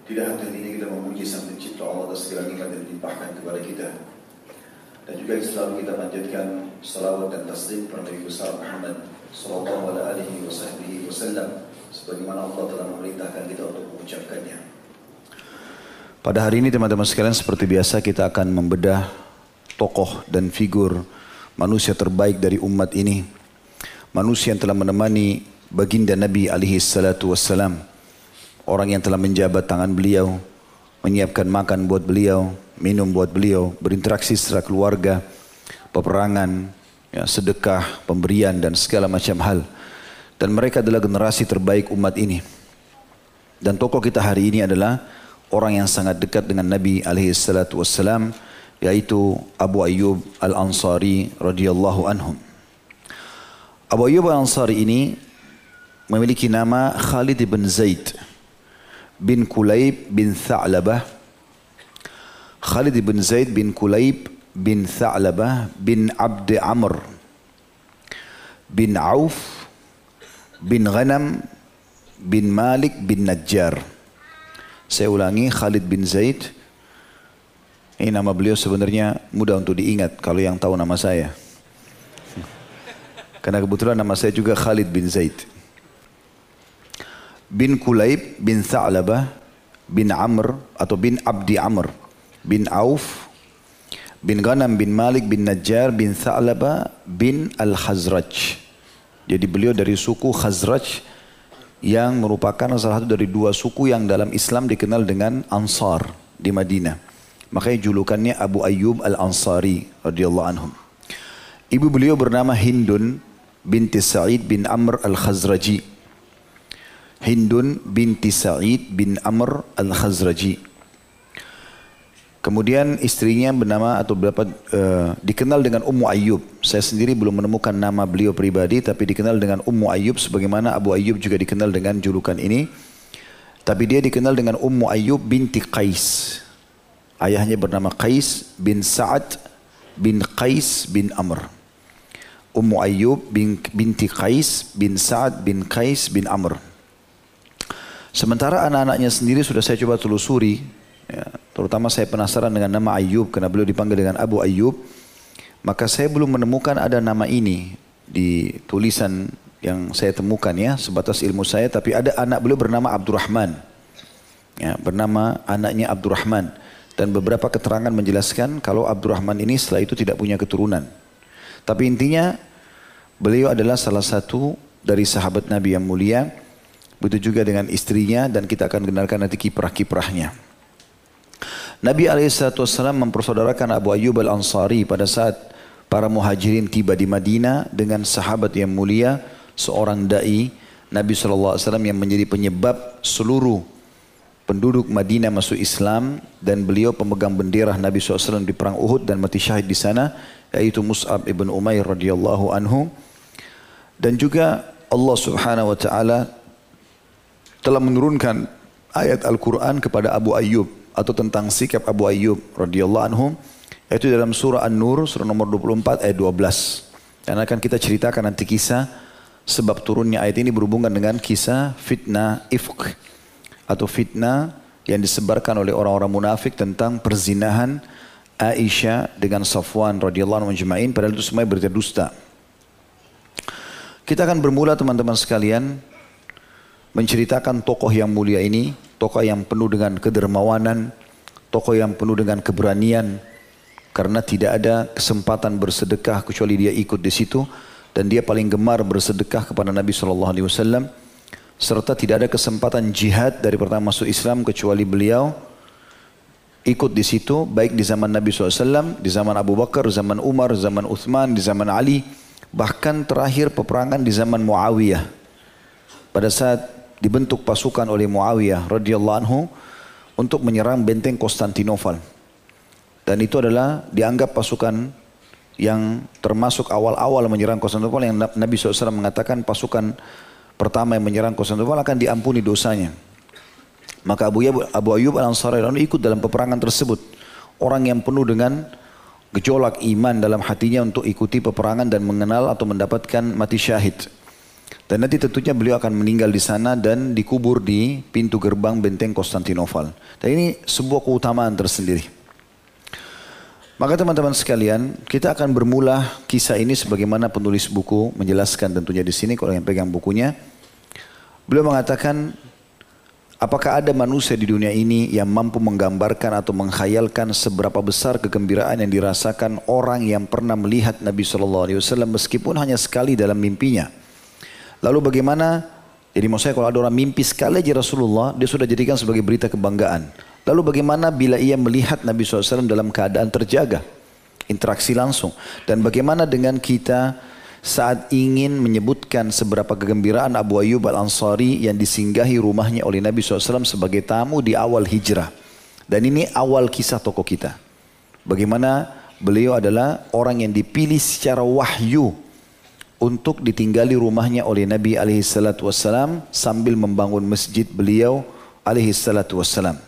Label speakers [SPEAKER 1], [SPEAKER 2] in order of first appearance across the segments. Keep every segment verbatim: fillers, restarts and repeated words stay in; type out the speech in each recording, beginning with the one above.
[SPEAKER 1] Tidak hanya ini kita memuji Sang Pencipta Allah atas segala nikmat yang dilimpahkan kepada kita. Dan juga selalu kita panjatkan salawat dan taslim kepada Nabi besar Muhammad sallallahu alaihi wasallam sebagaimana Allah telah memerintahkan kita untuk mengucapkannya. Pada hari ini teman-teman sekalian, seperti biasa kita akan membedah tokoh dan figur manusia terbaik dari umat ini. Manusia yang telah menemani baginda Nabi alaihi salatu wassalam. Orang yang telah menjabat tangan beliau, menyiapkan makan buat beliau, minum buat beliau, berinteraksi secara keluarga, peperangan, ya, sedekah, pemberian dan segala macam hal. Dan mereka adalah generasi terbaik umat ini. Dan tokoh kita hari ini adalah orang yang sangat dekat dengan Nabi alaihi salatu wassalam, yaitu Abu Ayyub Al-Ansari radhiyallahu anhum. Abu Ayyub Al-Ansari ini memiliki nama Khalid bin Zaid bin Kulayb bin Tha'labah. Khalid bin Zaid bin Kulayb bin Tha'labah bin Abd Amr bin Auf bin Ghanam bin Malik bin Najjar. Saya ulangi, Khalid bin Zaid. Ini nama beliau sebenarnya mudah untuk diingat kalau yang tahu nama saya. Karena kebetulan nama saya juga Khalid bin Zaid. Bin Kulayb bin Tha'labah bin Amr atau bin Abdi Amr bin Auf bin Ghanam bin Malik bin Najjar bin Tha'labah bin Al-Khazraj. Jadi beliau dari suku Khazraj yang merupakan salah satu dari dua suku yang dalam Islam dikenal dengan Ansar di Madinah. Makanya julukannya Abu Ayyub Al-Ansari radhiyallahu anhum. Ibu beliau bernama Hindun binti Sa'id bin Amr Al-Khazraji. Hindun binti Sa'id bin Amr Al-Khazraji. Kemudian istrinya bernama atau berapa uh, dikenal dengan Ummu Ayyub. Saya sendiri belum menemukan nama beliau pribadi, tapi dikenal dengan Ummu Ayyub sebagaimana Abu Ayyub juga dikenal dengan julukan ini. Tapi dia dikenal dengan Ummu Ayyub binti Qais. Ayahnya bernama Qais bin Sa'ad bin Qais bin Amr. Ummu Ayyub bin, binti Qais bin Sa'ad bin Qais bin Amr. Sementara anak-anaknya sendiri sudah saya coba telusuri, ya, terutama saya penasaran dengan nama Ayyub karena beliau dipanggil dengan Abu Ayyub. Maka saya belum menemukan ada nama ini di tulisan yang saya temukan, ya, sebatas ilmu saya. Tapi ada anak beliau bernama Abdurrahman, ya, bernama anaknya Abdurrahman. Dan beberapa keterangan menjelaskan kalau Abdurrahman ini setelah itu tidak punya keturunan. Tapi intinya beliau adalah salah satu dari sahabat Nabi yang mulia. Begitu juga dengan istrinya, dan kita akan dengarkan nanti kiprah-kiprahnya. Nabi alaihi salatu wassalam mempersaudarakan Abu Ayyub Al-Ansari pada saat para muhajirin tiba di Madinah dengan sahabat yang mulia, seorang da'i Nabi shallallahu alaihi wasallam yang menjadi penyebab seluruh penduduk Madinah masuk Islam, dan beliau pemegang bendera Nabi shallallahu alaihi wasallam di perang Uhud dan mati syahid di sana, yaitu Mus'ab ibn Umair radhiyallahu anhu. Dan juga Allah subhanahu wa ta'ala telah menurunkan ayat Al-Quran kepada Abu Ayyub atau tentang sikap Abu Ayyub radhiyallahu anhu, yaitu dalam surah An-Nur surah nomor dua puluh empat ayat dua belas. Dan akan kita ceritakan nanti kisah sebab turunnya ayat ini berhubungan dengan kisah fitnah ifk atau fitnah yang disebarkan oleh orang-orang munafik tentang perzinahan Aisyah dengan Safwan radhiyallahu anhu majma'in, padahal itu semua berita dusta. Kita akan bermula teman-teman sekalian menceritakan tokoh yang mulia ini, tokoh yang penuh dengan kedermawanan, tokoh yang penuh dengan keberanian, karena tidak ada kesempatan bersedekah kecuali dia ikut di situ, dan dia paling gemar bersedekah kepada Nabi shallallahu alaihi wasallam, serta tidak ada kesempatan jihad dari pertama masuk Islam kecuali beliau ikut di situ, baik di zaman Nabi shallallahu alaihi wasallam, di zaman Abu Bakar, zaman Umar, zaman Uthman, di zaman Ali, bahkan terakhir peperangan di zaman Muawiyah. Pada saat dibentuk pasukan oleh Muawiyah radhiyallahu anhu untuk menyerang benteng Konstantinopel. Dan itu adalah dianggap pasukan yang termasuk awal-awal menyerang Konstantinopel, yang Nabi shallallahu alaihi wasallam mengatakan pasukan pertama yang menyerang Konstantinopel akan diampuni dosanya. Maka Abu Ayyub, Abu Ayyub Al-Ansari ikut dalam peperangan tersebut. Orang yang penuh dengan gejolak iman dalam hatinya untuk ikuti peperangan dan mengenal atau mendapatkan mati syahid. Dan nanti tentunya beliau akan meninggal di sana dan dikubur di pintu gerbang benteng Konstantinopel. Dan ini sebuah keutamaan tersendiri. Maka teman-teman sekalian, kita akan bermula kisah ini sebagaimana penulis buku menjelaskan tentunya di sini kalau yang pegang bukunya. Beliau mengatakan, apakah ada manusia di dunia ini yang mampu menggambarkan atau menghayalkan seberapa besar kegembiraan yang dirasakan orang yang pernah melihat Nabi shallallahu alaihi wasallam meskipun hanya sekali dalam mimpinya. Lalu bagaimana, jadi maksudnya kalau ada orang mimpi sekali aja Rasulullah, dia sudah jadikan sebagai berita kebanggaan. Lalu bagaimana bila ia melihat Nabi shallallahu alaihi wasallam dalam keadaan terjaga, interaksi langsung. Dan bagaimana dengan kita saat ingin menyebutkan seberapa kegembiraan Abu Ayyub Al-Ansari yang disinggahi rumahnya oleh Nabi shallallahu alaihi wasallam sebagai tamu di awal hijrah. Dan ini awal kisah tokoh kita. Bagaimana beliau adalah orang yang dipilih secara wahyu untuk ditinggali rumahnya oleh Nabi alaihi salatu wassalam sambil membangun masjid beliau alaihi salatu wassalam.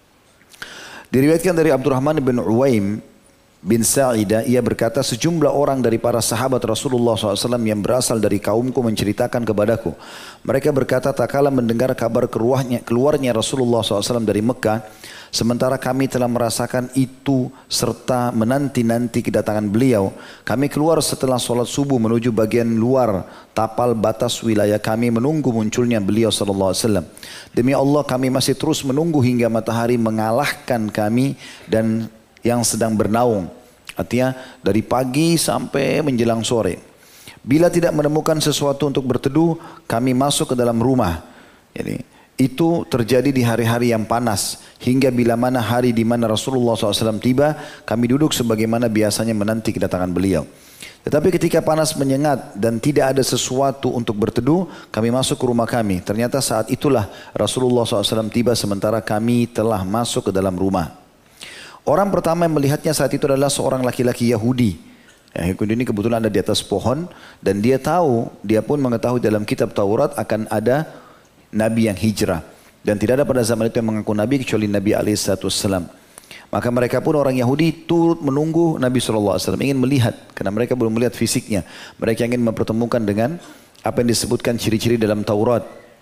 [SPEAKER 1] Diriwayatkan dari Abdurrahman bin Uwaim bin Sa'idah, ia berkata, sejumlah orang dari para sahabat Rasulullah shallallahu alaihi wasallam yang berasal dari kaumku menceritakan kepadaku. Mereka berkata, tak kala mendengar kabar keluarnya, keluarnya Rasulullah shallallahu alaihi wasallam dari Mekah, sementara kami telah merasakan itu serta menanti-nanti kedatangan beliau, kami keluar setelah sholat subuh menuju bagian luar tapal batas wilayah kami menunggu munculnya beliau shallallahu alaihi wasallam. Demi Allah kami masih terus menunggu hingga matahari mengalahkan kami dan yang sedang bernaung. Artinya dari pagi sampai menjelang sore. Bila tidak menemukan sesuatu untuk berteduh, kami masuk ke dalam rumah. Jadi itu terjadi di hari-hari yang panas. Hingga bila mana hari di mana Rasulullah shallallahu alaihi wasallam tiba, kami duduk sebagaimana biasanya menanti kedatangan beliau. Tetapi ketika panas menyengat dan tidak ada sesuatu untuk berteduh, kami masuk ke rumah kami. Ternyata saat itulah Rasulullah shallallahu alaihi wasallam tiba sementara kami telah masuk ke dalam rumah. Orang pertama yang melihatnya saat itu adalah seorang laki-laki Yahudi. Ya, Yahudi ini kebetulan ada di atas pohon dan dia tahu, dia pun mengetahui dalam kitab Taurat akan ada Nabi yang hijrah. Dan tidak ada pada zaman itu yang mengaku Nabi kecuali Nabi alaihi salatu wassalam. Maka mereka pun orang Yahudi turut menunggu Nabi shallallahu alaihi wasallam, ingin melihat. Karena mereka belum melihat fisiknya. Mereka ingin mempertemukan dengan apa yang disebutkan ciri-ciri dalam Taurat.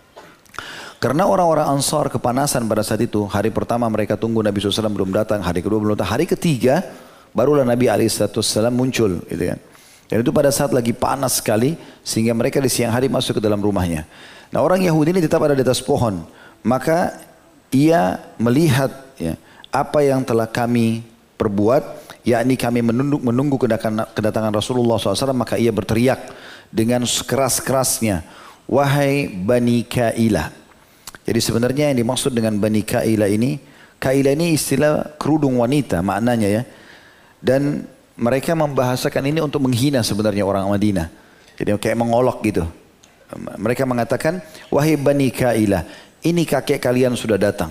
[SPEAKER 1] Karena orang-orang Ansar kepanasan pada saat itu, hari pertama mereka tunggu Nabi shallallahu alaihi wasallam belum datang, hari kedua belum datang, hari ketiga barulah Nabi alaihi salatu wassalam muncul. Gitu kan. Dan itu pada saat lagi panas sekali, sehingga mereka di siang hari masuk ke dalam rumahnya. Nah orang Yahudi ini tetap ada di atas pohon, maka ia melihat ya, apa yang telah kami perbuat, yakni kami menunggu, menunggu kedatangan, kedatangan Rasulullah shallallahu alaihi wasallam, maka ia berteriak dengan keras-kerasnya, wahai Bani Kailah. Jadi sebenarnya yang dimaksud dengan Bani Kailah ini, Kailah ini istilah kerudung wanita maknanya ya. Dan mereka membahasakan ini untuk menghina sebenarnya orang Madinah. Jadi kayak mengolok gitu. Mereka mengatakan, wahai Bani Kailah, ini kakek kalian sudah datang.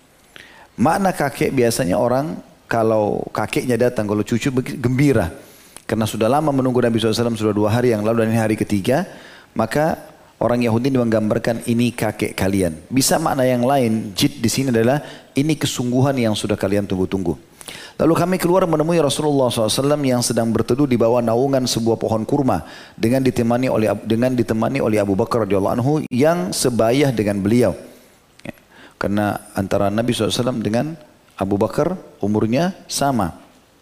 [SPEAKER 1] Makna kakek biasanya orang kalau kakeknya datang, kalau cucu gembira. Karena sudah lama menunggu Nabi shallallahu alaihi wasallam, sudah dua hari yang lalu dan ini hari ketiga, maka orang Yahudi ini menggambarkan ini kakek kalian. Bisa makna yang lain, jid di sini adalah ini kesungguhan yang sudah kalian tunggu-tunggu. Lalu kami keluar menemui Rasulullah shallallahu alaihi wasallam yang sedang berteduh di bawah naungan sebuah pohon kurma dengan ditemani oleh dengan ditemani oleh Abu Bakar radhiyallahu anhu yang sebayah dengan beliau. Ya, karena antara Nabi shallallahu alaihi wasallam dengan Abu Bakar umurnya sama.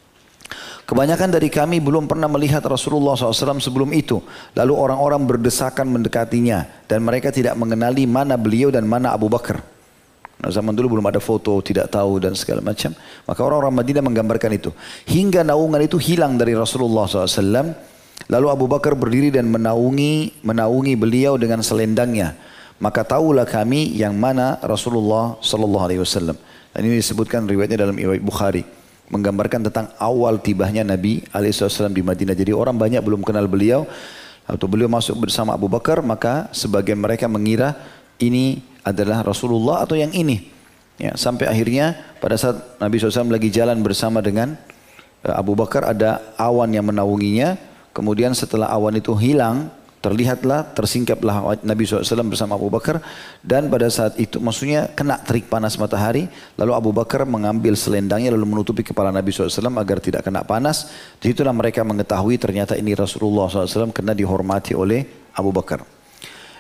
[SPEAKER 1] Kebanyakan dari kami belum pernah melihat Rasulullah shallallahu alaihi wasallam sebelum itu. Lalu orang-orang berdesakan mendekatinya. Dan mereka tidak mengenali mana beliau dan mana Abu Bakar. Nah, zaman dulu belum ada foto, tidak tahu dan segala macam. Maka orang-orang Madinah menggambarkan itu. Hingga naungan itu hilang dari Rasulullah shallallahu alaihi wasallam. Lalu Abu Bakar berdiri dan menaungi, menaungi beliau dengan selendangnya. Maka tahulah kami yang mana Rasulullah shallallahu alaihi wasallam. Dan ini disebutkan riwayatnya dalam riwayat Bukhari. Menggambarkan tentang awal tibahnya Nabi alaihi wasallam di Madinah. Jadi orang banyak belum kenal beliau. Atau beliau masuk bersama Abu Bakar, maka sebagian mereka mengira ini adalah Rasulullah atau yang ini. Ya, sampai akhirnya pada saat Nabi shallallahu alaihi wasallam lagi jalan bersama dengan Abu Bakar, ada awan yang menaunginya. Kemudian setelah awan itu hilang, terlihatlah, tersingkaplah Nabi shallallahu alaihi wasallam bersama Abu Bakar. Dan pada saat itu maksudnya kena terik panas matahari. Lalu Abu Bakar mengambil selendangnya lalu menutupi kepala Nabi shallallahu alaihi wasallam agar tidak kena panas. Disitulah mereka mengetahui ternyata ini Rasulullah shallallahu alaihi wasallam karena dihormati oleh Abu Bakar.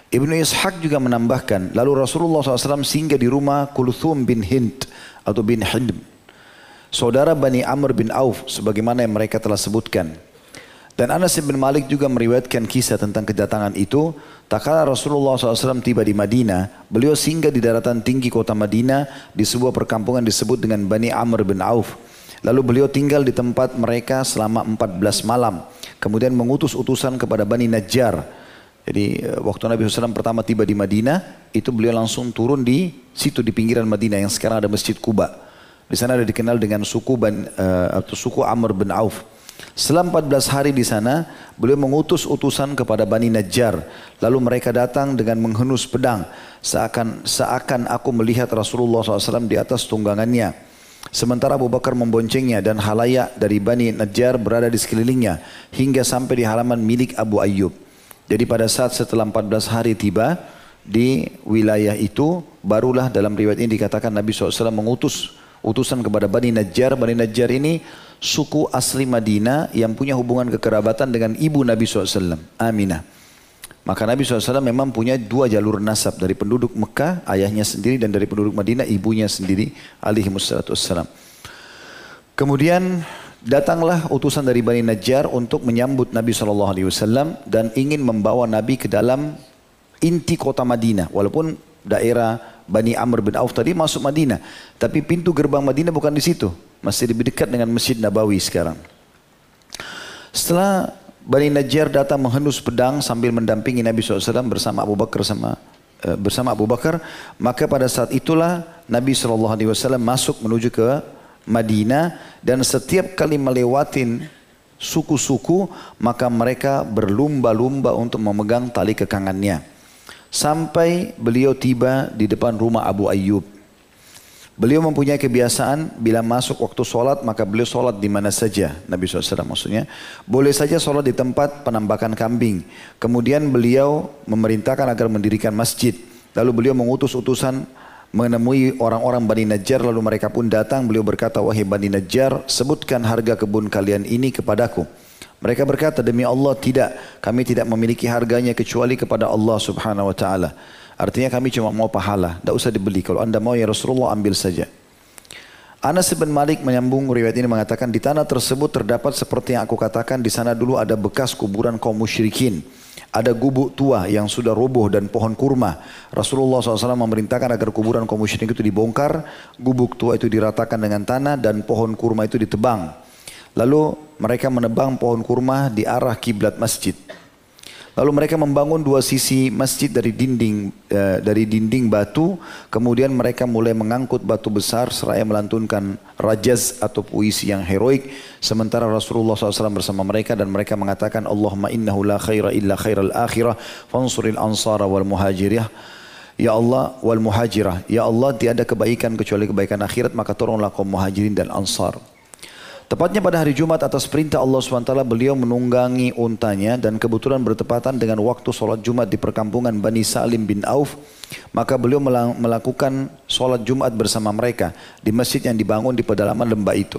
[SPEAKER 1] Ibnu Ishaq juga menambahkan, lalu Rasulullah shallallahu alaihi wasallam singgah di rumah Kulthum bin Hind atau bin Hind, saudara Bani Amr bin Auf, sebagaimana yang mereka telah sebutkan. Dan Anas bin Malik juga meriwayatkan kisah tentang kedatangan itu. Tak kala Rasulullah shallallahu alaihi wasallam tiba di Madinah, beliau singgah di daratan tinggi kota Madinah di sebuah perkampungan disebut dengan Bani Amr bin Auf. Lalu beliau tinggal di tempat mereka selama empat belas malam. Kemudian mengutus utusan kepada Bani Najjar. Jadi waktu Nabi shallallahu alaihi wasallam pertama tiba di Madinah, itu beliau langsung turun di situ di pinggiran Madinah yang sekarang ada Masjid Quba. Di sana ada dikenal dengan suku Ban, uh, atau suku Amr bin Auf. Setelah empat belas hari di sana, beliau mengutus utusan kepada Bani Najjar. Lalu mereka datang dengan menghenus pedang. Seakan, seakan aku melihat Rasulullah shallallahu alaihi wasallam di atas tunggangannya. Sementara Abu Bakar memboncengnya dan halayak dari Bani Najjar berada di sekelilingnya. Hingga sampai di halaman milik Abu Ayyub. Jadi pada saat setelah empat belas hari tiba di wilayah itu, barulah dalam riwayat ini dikatakan Nabi shallallahu alaihi wasallam mengutus utusan kepada Bani Najjar. Bani Najjar ini suku asli Madinah yang punya hubungan kekerabatan dengan ibu Nabi shallallahu alaihi wasallam, Aminah. Maka Nabi shallallahu alaihi wasallam memang punya dua jalur nasab, dari penduduk Mekah, ayahnya sendiri, dan dari penduduk Madinah, ibunya sendiri, alaihi wassalatu wassalam. Kemudian datanglah utusan dari Bani Najjar untuk menyambut Nabi shallallahu alaihi wasallam dan ingin membawa Nabi ke dalam inti kota Madinah. Walaupun daerah Bani Amr bin Auf tadi masuk Madinah, tapi pintu gerbang Madinah bukan di situ, masih lebih dekat dengan Masjid Nabawi sekarang. Setelah Bani Najjar datang menghenus pedang sambil mendampingi Nabi shallallahu alaihi wasallam bersama Abu Bakar sama uh, bersama Abu Bakar, maka pada saat itulah Nabi shallallahu alaihi wasallam masuk menuju ke Madinah, dan setiap kali melewatin suku-suku maka mereka berlumba-lumba untuk memegang tali kekangannya. Sampai beliau tiba di depan rumah Abu Ayyub. Beliau mempunyai kebiasaan bila masuk waktu sholat maka beliau sholat di mana saja. Nabi shallallahu alaihi wasallam maksudnya. Boleh saja sholat di tempat penambakan kambing. Kemudian beliau memerintahkan agar mendirikan masjid. Lalu beliau mengutus utusan menemui orang-orang Bani Najjar. Lalu mereka pun datang. Beliau berkata, wahai Bani Najjar, sebutkan harga kebun kalian ini kepadaku. Mereka berkata, demi Allah tidak, kami tidak memiliki harganya kecuali kepada Allah subhanahu wa ta'ala. Artinya kami cuma mau pahala, tidak usah dibeli. Kalau anda mau ya Rasulullah ambil saja. Anas bin Malik menyambung riwayat ini mengatakan, di tanah tersebut terdapat seperti yang aku katakan, di sana dulu ada bekas kuburan kaum musyrikin. Ada gubuk tua yang sudah roboh dan pohon kurma. Rasulullah shallallahu alaihi wasallam memerintahkan agar kuburan kaum musyrikin itu dibongkar, gubuk tua itu diratakan dengan tanah, dan pohon kurma itu ditebang. Lalu mereka menebang pohon kurma di arah kiblat masjid. Lalu mereka membangun dua sisi masjid dari dinding uh, dari dinding batu. Kemudian mereka mulai mengangkut batu besar seraya melantunkan rajaz atau puisi yang heroik. Sementara Rasulullah shallallahu alaihi wasallam bersama mereka, dan mereka mengatakan, Allahumma innahu la khaira illa khairal akhirah fansuril ansara wal muhajirah. Ya Allah, wal muhajirah. Ya Allah, tiada kebaikan kecuali kebaikan akhirat, maka tolonglah kaum muhajirin dan ansar. Tepatnya pada hari Jumat atas perintah Allah subhanahu wa taala beliau menunggangi untanya, dan kebetulan bertepatan dengan waktu sholat Jumat di perkampungan Bani Salim bin Auf. Maka beliau melakukan sholat Jumat bersama mereka di masjid yang dibangun di pedalaman lembah itu.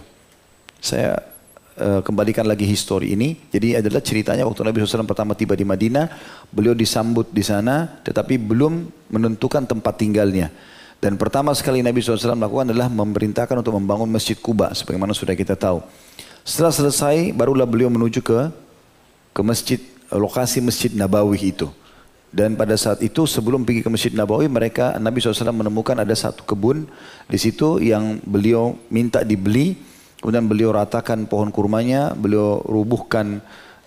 [SPEAKER 1] Saya uh, kembalikan lagi histori ini. Jadi adalah ceritanya waktu Nabi shallallahu alaihi wasallam pertama tiba di Madinah, beliau disambut di sana tetapi belum menentukan tempat tinggalnya. Dan pertama sekali Nabi shallallahu alaihi wasallam lakukan adalah memerintahkan untuk membangun Masjid Quba, sebagaimana sudah kita tahu. Setelah selesai, barulah beliau menuju ke ke masjid, lokasi Masjid Nabawi itu. Dan pada saat itu sebelum pergi ke Masjid Nabawi, mereka Nabi shallallahu alaihi wasallam menemukan ada satu kebun di situ yang beliau minta dibeli. Kemudian beliau ratakan pohon kurmanya, beliau rubuhkan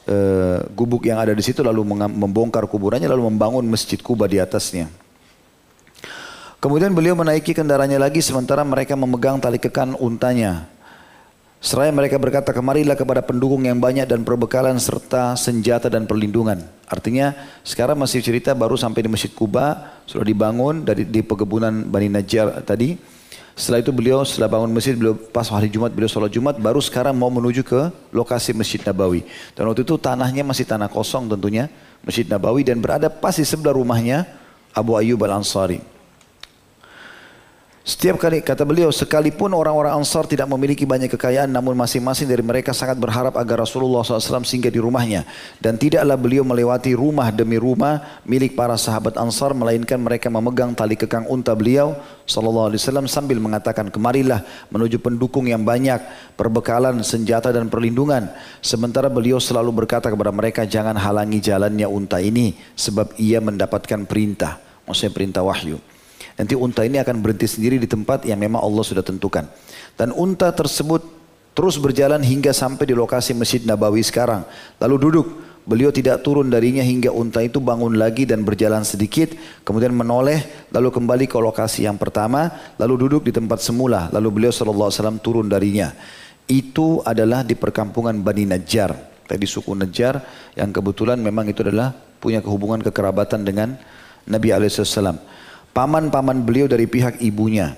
[SPEAKER 1] uh, gubuk yang ada di situ, lalu membongkar kuburannya, lalu membangun Masjid Quba di atasnya. Kemudian beliau menaiki kendaraannya lagi sementara mereka memegang tali kekan untanya. Seraya mereka berkata, kemarilah kepada pendukung yang banyak dan perbekalan serta senjata dan perlindungan. Artinya sekarang masih cerita baru sampai di Masjid Quba, sudah dibangun dari di pekebunan Bani Najjar tadi. Setelah itu beliau setelah bangun masjid, beliau pas hari Jumat beliau sholat Jumat, baru sekarang mau menuju ke lokasi Masjid Nabawi. Dan waktu itu tanahnya masih tanah kosong tentunya, Masjid Nabawi, dan berada pas di sebelah rumahnya Abu Ayyub Al-Ansari. Setiap kali, kata beliau, sekalipun orang-orang Ansar tidak memiliki banyak kekayaan, namun masing-masing dari mereka sangat berharap agar Rasulullah shallallahu alaihi wasallam singgah di rumahnya. Dan tidaklah beliau melewati rumah demi rumah milik para sahabat Ansar, melainkan mereka memegang tali kekang unta beliau shallallahu alaihi wasallam sambil mengatakan, kemarilah menuju pendukung yang banyak, perbekalan, senjata dan perlindungan. Sementara beliau selalu berkata kepada mereka, jangan halangi jalannya unta ini, sebab ia mendapatkan perintah, maksudnya perintah wahyu. Nanti unta ini akan berhenti sendiri di tempat yang memang Allah sudah tentukan. Dan unta tersebut terus berjalan hingga sampai di lokasi Masjid Nabawi sekarang. Lalu duduk. Beliau tidak turun darinya hingga unta itu bangun lagi dan berjalan sedikit. Kemudian menoleh, lalu kembali ke lokasi yang pertama. Lalu duduk di tempat semula. Lalu beliau shallallahu alaihi wasallam turun darinya. Itu adalah di perkampungan Bani Najjar. Tadi suku Najjar yang kebetulan memang itu adalah punya kehubungan kekerabatan dengan Nabi alaihi wasallam. Paman-paman beliau dari pihak ibunya.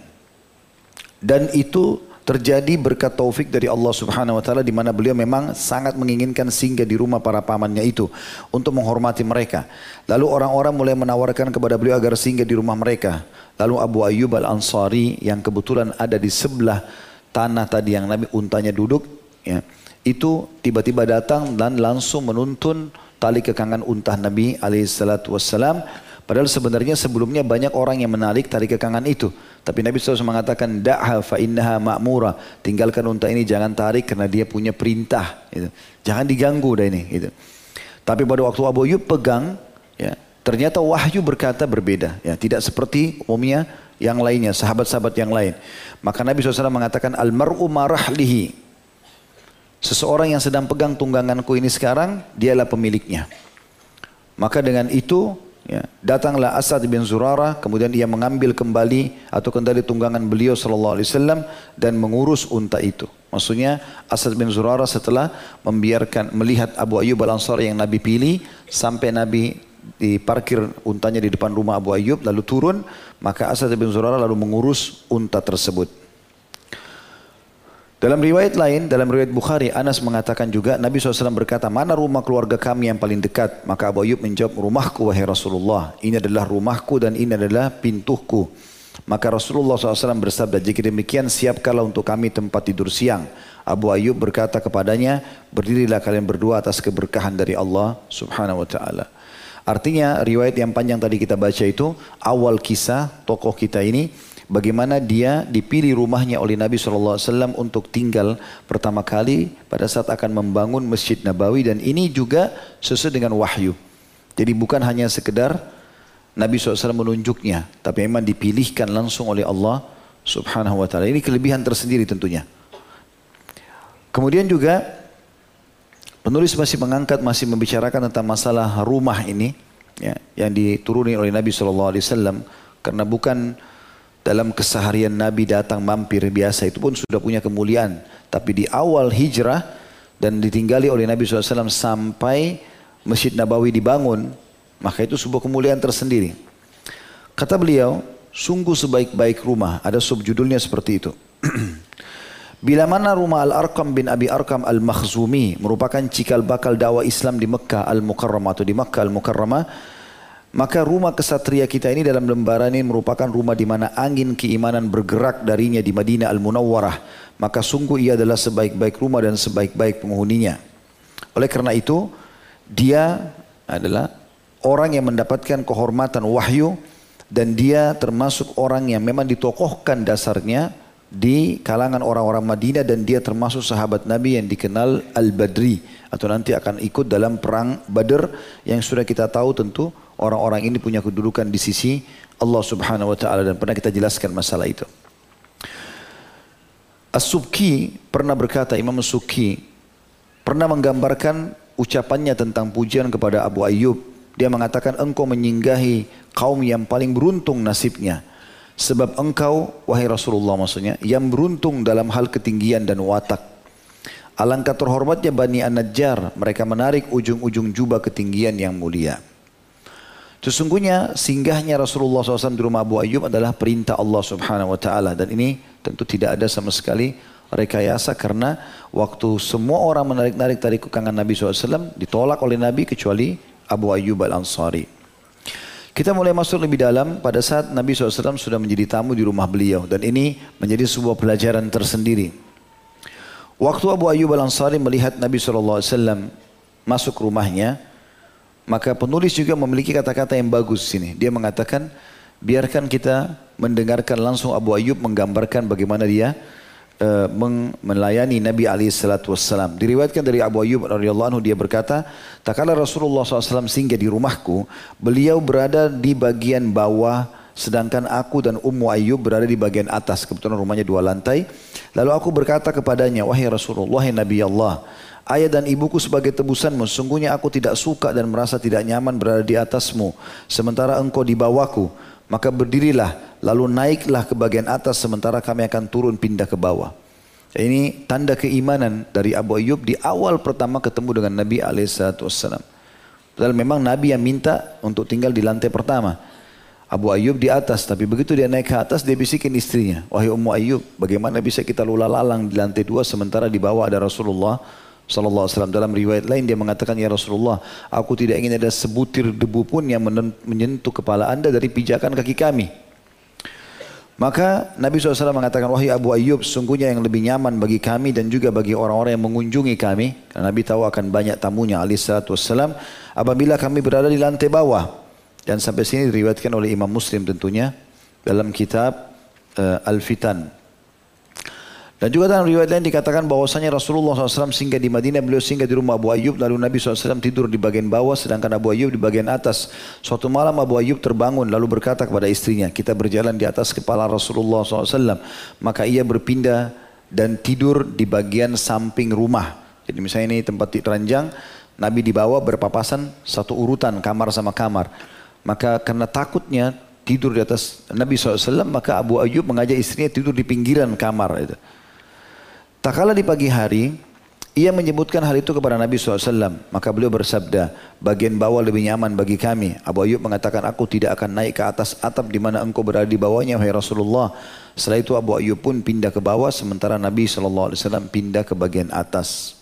[SPEAKER 1] Dan itu terjadi berkat taufik dari Allah Subhanahu wa taala, di mana beliau memang sangat menginginkan singgah di rumah para pamannya itu untuk menghormati mereka. Lalu orang-orang mulai menawarkan kepada beliau agar singgah di rumah mereka. Lalu Abu Ayyub Al-Ansari yang kebetulan ada di sebelah tanah tadi yang Nabi untanya duduk, ya, itu tiba-tiba datang dan langsung menuntun tali kekangan unta Nabi alaihi salatu wassalam. Padahal sebenarnya sebelumnya banyak orang yang menarik tali kekangan itu. Tapi Nabi shallallahu alaihi wasallam mengatakan, da'ha fa innaha ma'mura. Tinggalkan unta ini, jangan tarik karena dia punya perintah. Gitu. Jangan diganggu dah ini. Gitu. Tapi pada waktu Abu Ayyub pegang, ya, ternyata wahyu berkata berbeda. Ya, tidak seperti umumnya yang lainnya, sahabat-sahabat yang lain. Maka Nabi shallallahu alaihi wasallam mengatakan, al-mar'u marahlihi. Seseorang yang sedang pegang tungganganku ini sekarang, dialah pemiliknya. Maka dengan itu, ya, datanglah Asad bin Zurarah, kemudian ia mengambil kembali atau kembali tunggangan beliau sallallahu alaihi wasallam dan mengurus unta itu. Maksudnya Asad bin Zurarah setelah membiarkan melihat Abu Ayyub Al-Ansari yang Nabi pilih sampai Nabi diparkir untanya di depan rumah Abu Ayyub lalu turun, maka Asad bin Zurarah lalu mengurus unta tersebut. Dalam riwayat lain, dalam riwayat Bukhari, Anas mengatakan juga Nabi shallallahu alaihi wasallam berkata, mana rumah keluarga kami yang paling dekat? Maka Abu Ayyub menjawab, rumahku wahai Rasulullah. Ini adalah rumahku dan ini adalah pintuku. Maka Rasulullah shallallahu alaihi wasallam bersabda, jika demikian siapkanlah untuk kami tempat tidur siang. Abu Ayyub berkata kepadanya, berdirilah kalian berdua atas keberkahan dari Allah subhanahu wa ta'ala. Artinya riwayat yang panjang tadi kita baca itu, awal kisah tokoh kita ini, bagaimana dia dipilih rumahnya oleh Nabi shallallahu alaihi wasallam untuk tinggal pertama kali pada saat akan membangun Masjid Nabawi, dan ini juga sesuai dengan wahyu. Jadi bukan hanya sekedar Nabi shallallahu alaihi wasallam menunjuknya, tapi memang dipilihkan langsung oleh Allah subhanahu wa ta'ala. Ini kelebihan tersendiri tentunya. Kemudian juga penulis masih mengangkat, masih membicarakan tentang masalah rumah ini, ya, yang dituruni oleh Nabi shallallahu alaihi wasallam, karena bukan dalam keseharian Nabi datang mampir biasa, itu pun sudah punya kemuliaan. Tapi di awal hijrah dan ditinggali oleh Nabi shallallahu alaihi wasallam sampai Masjid Nabawi dibangun, maka itu sebuah kemuliaan tersendiri. Kata beliau, sungguh sebaik-baik rumah, ada subjudulnya seperti itu. Bila mana rumah Al-Arqam bin Abi Arqam Al-Makhzumi merupakan cikal bakal dakwah Islam di Mekah Al-Mukarramah atau di Mekah Al-Mukarramah, maka rumah kesatria kita ini dalam lembaran ini merupakan rumah di mana angin keimanan bergerak darinya di Madinah Al-Munawwarah. Maka sungguh ia adalah sebaik-baik rumah dan sebaik-baik penghuninya. Oleh karena itu, dia adalah orang yang mendapatkan kehormatan wahyu, dan dia termasuk orang yang memang ditokohkan dasarnya di kalangan orang-orang Madinah, dan dia termasuk sahabat Nabi yang dikenal Al-Badri atau nanti akan ikut dalam perang Badr yang sudah kita tahu tentu. Orang-orang ini punya kedudukan di sisi Allah subhanahu wa ta'ala dan pernah kita jelaskan masalah itu. As-Subki pernah berkata, Imam As-Subki pernah menggambarkan ucapannya tentang pujian kepada Abu Ayyub. Dia mengatakan, engkau menyinggahi kaum yang paling beruntung nasibnya. Sebab engkau, wahai Rasulullah maksudnya, yang beruntung dalam hal ketinggian dan watak. Alangkah terhormatnya Bani An-Najjar, mereka menarik ujung-ujung jubah ketinggian yang mulia. Sesungguhnya singgahnya Rasulullah shallallahu alaihi wasallam di rumah Abu Ayyub adalah perintah Allah subhanahu wa ta'ala. Dan ini tentu tidak ada sama sekali rekayasa, karena waktu semua orang menarik-narik tali kekangan Nabi shallallahu alaihi wasallam ditolak oleh Nabi kecuali Abu Ayyub Al-Ansari. Kita mulai masuk lebih dalam pada saat Nabi shallallahu alaihi wasallam sudah menjadi tamu di rumah beliau. Dan ini menjadi sebuah pelajaran tersendiri. Waktu Abu Ayyub Al-Ansari melihat Nabi shallallahu alaihi wasallam masuk rumahnya, maka penulis juga memiliki kata-kata yang bagus sini. Dia mengatakan, biarkan kita mendengarkan langsung Abu Ayyub menggambarkan bagaimana dia uh, melayani Nabi alaihi salatu wassalam. Diriwayatkan dari Abu Ayyub radhiyallahu anhu, dia berkata, tak kala Rasulullah shallallahu alaihi wasallam singgah di rumahku, beliau berada di bagian bawah, sedangkan aku dan Ummu Ayyub berada di bagian atas. Kebetulan rumahnya dua lantai. Lalu aku berkata kepadanya, wahai Rasulullah, wahai Nabi Allah, ayah dan ibuku sebagai tebusanmu, sesungguhnya aku tidak suka dan merasa tidak nyaman berada di atasmu, sementara engkau di bawahku. Maka berdirilah, lalu naiklah ke bagian atas, sementara kami akan turun pindah ke bawah. Ini tanda keimanan dari Abu Ayyub di awal pertama ketemu dengan Nabi alaihi salatu wassalam. Padahal memang Nabi yang minta untuk tinggal di lantai pertama. Abu Ayyub di atas, tapi begitu dia naik ke atas, dia bisikin istrinya, wahai Ummu Ayyub, bagaimana bisa kita lula lalang di lantai dua sementara di bawah ada Rasulullah sallallahu alaihi wasallam. Dalam riwayat lain dia mengatakan, ya Rasulullah, aku tidak ingin ada sebutir debu pun yang menyentuh kepala anda dari pijakan kaki kami. Maka Nabi shallallahu alaihi wasallam mengatakan, wahai Abu Ayyub, sungguhnya yang lebih nyaman bagi kami dan juga bagi orang-orang yang mengunjungi kami, karena Nabi tahu akan banyak tamunya alaihi salatu wassalam, apabila kami berada di lantai bawah. Dan sampai sini diriwayatkan oleh Imam Muslim tentunya dalam kitab uh, Al-Fitan. Dan juga dalam riwayat lain dikatakan bahwasanya Rasulullah shallallahu alaihi wasallam singgah di Madinah, beliau singgah di rumah Abu Ayyub, lalu Nabi shallallahu alaihi wasallam tidur di bagian bawah, sedangkan Abu Ayyub di bagian atas. Suatu malam Abu Ayyub terbangun lalu berkata kepada istrinya, kita berjalan di atas kepala Rasulullah shallallahu alaihi wasallam. Maka ia berpindah dan tidur di bagian samping rumah. Jadi misalnya ini tempat ranjang, Nabi di bawah berpapasan satu urutan kamar sama kamar. Maka karena takutnya tidur di atas Nabi shallallahu alaihi wasallam, maka Abu Ayyub mengajak istrinya tidur di pinggiran kamar itu. Tak kala di pagi hari, ia menyebutkan hal itu kepada Nabi shallallahu alaihi wasallam. Maka beliau bersabda, bagian bawah lebih nyaman bagi kami. Abu Ayyub mengatakan, aku tidak akan naik ke atas atap di mana engkau berada di bawahnya, wahai Rasulullah. Setelah itu Abu Ayyub pun pindah ke bawah, sementara Nabi shallallahu alaihi wasallam pindah ke bagian atas.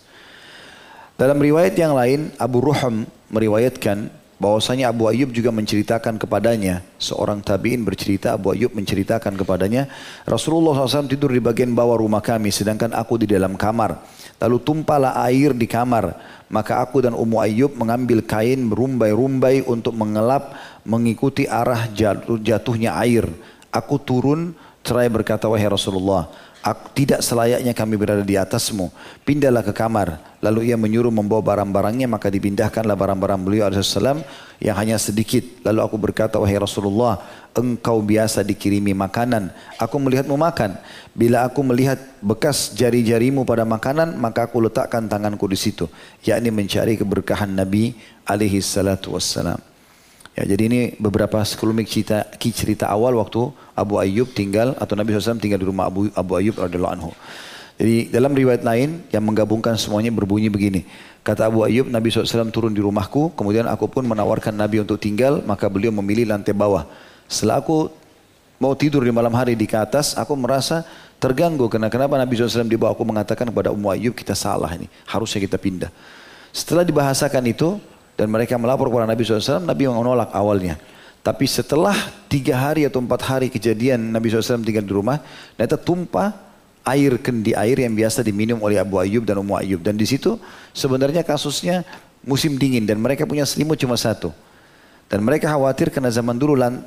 [SPEAKER 1] Dalam riwayat yang lain, Abu Ruham meriwayatkan bahwasanya Abu Ayyub juga menceritakan kepadanya, seorang tabi'in bercerita, Abu Ayyub menceritakan kepadanya, Rasulullah shallallahu alaihi wasallam tidur di bagian bawah rumah kami, sedangkan aku di dalam kamar. Lalu tumpahlah air di kamar, maka aku dan Ummu Ayyub mengambil kain berumbai-rumbai untuk mengelap mengikuti arah jatuh, jatuhnya air. Aku turun seraya berkata, wahai Rasulullah, aku, tidak selayaknya kami berada di atasmu, pindahlah ke kamar. Lalu ia menyuruh membawa barang-barangnya, maka dipindahkanlah barang-barang beliau alaihi salam yang hanya sedikit. Lalu aku berkata, wahai Rasulullah, engkau biasa dikirimi makanan, aku melihatmu makan. Bila aku melihat bekas jari-jarimu pada makanan, maka aku letakkan tanganku di situ, yakni mencari keberkahan Nabi alaihi salatu wassalam. Ya, jadi ini beberapa sekelumit cerita, cerita awal waktu Abu Ayyub tinggal atau Nabi shallallahu alaihi wasallam tinggal di rumah Abu, Abu Ayyub radhiyallahu anhu. Jadi dalam riwayat lain yang menggabungkan semuanya berbunyi begini. Kata Abu Ayyub, Nabi shallallahu alaihi wasallam turun di rumahku, kemudian aku pun menawarkan Nabi untuk tinggal, maka beliau memilih lantai bawah. Setelah aku mau tidur di malam hari di ke atas, aku merasa terganggu. Karena kenapa Nabi shallallahu alaihi wasallam di bawah? Aku mengatakan kepada Ummu Ayyub, kita salah ini, harusnya kita pindah. Setelah dibahasakan itu, dan mereka melapor kepada Nabi shallallahu alaihi wasallam, Nabi menolak awalnya. Tapi setelah tiga hari atau empat hari kejadian Nabi shallallahu alaihi wasallam tinggal di rumah, ternyata tumpah air kendi air yang biasa diminum oleh Abu Ayyub dan Ummu Ayyub. Dan di situ sebenarnya kasusnya musim dingin dan mereka punya selimut cuma satu. Dan mereka khawatir karena zaman dulu lan,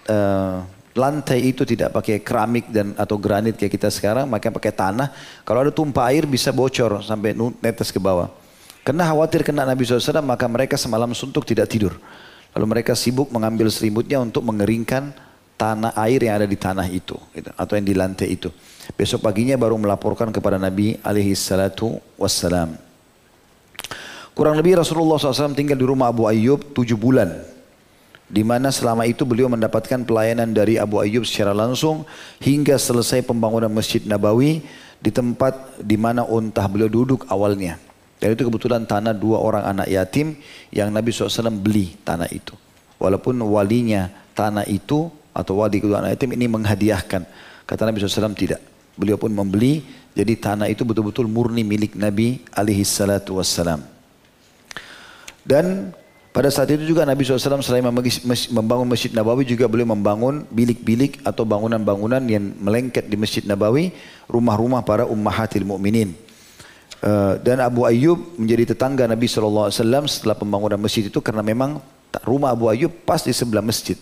[SPEAKER 1] uh, lantai itu tidak pakai keramik dan atau granit kayak kita sekarang, maka pakai tanah. Kalau ada tumpah air bisa bocor sampai netes ke bawah. Karena khawatir kena Nabi shallallahu alaihi wasallam, maka mereka semalam suntuk tidak tidur. Lalu mereka sibuk mengambil selimutnya untuk mengeringkan tanah air yang ada di tanah itu, gitu, atau yang di lantai itu. Besok paginya baru melaporkan kepada Nabi alaihi salatu wassalam. Kurang lebih Rasulullah shallallahu alaihi wasallam tinggal di rumah Abu Ayyub tujuh bulan. Di mana selama itu beliau mendapatkan pelayanan dari Abu Ayyub secara langsung hingga selesai pembangunan Masjid Nabawi di tempat di mana untah beliau duduk awalnya. Dan itu kebetulan tanah dua orang anak yatim yang Nabi shallallahu alaihi wasallam beli tanah itu. Walaupun walinya tanah itu atau wali kedua anak yatim ini menghadiahkan. Kata Nabi shallallahu alaihi wasallam tidak. Beliau pun membeli, jadi tanah itu betul-betul murni milik Nabi alaihi salatu wassalam. Dan Pada saat itu juga Nabi shallallahu alaihi wasallam selain membangun Masjid Nabawi juga beliau membangun bilik-bilik atau bangunan-bangunan yang melengket di Masjid Nabawi, rumah-rumah para ummahatil mu'minin. Uh, dan Abu Ayyub menjadi tetangga Nabi shallallahu alaihi wasallam setelah pembangunan masjid itu karena memang rumah Abu Ayyub pas di sebelah masjid.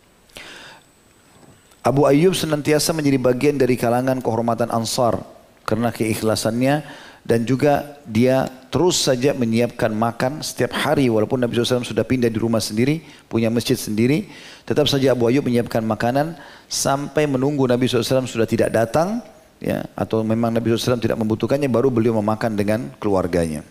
[SPEAKER 1] Abu Ayyub senantiasa menjadi bagian dari kalangan kehormatan Ansar karena keikhlasannya dan juga dia terus saja menyiapkan makan setiap hari walaupun Nabi shallallahu alaihi wasallam sudah pindah di rumah sendiri, punya masjid sendiri, tetap saja Abu Ayyub menyiapkan makanan sampai menunggu Nabi shallallahu alaihi wasallam sudah tidak datang, ya, atau memang Nabi shallallahu alaihi wasallam tidak membutuhkannya, baru beliau memakan dengan keluarganya.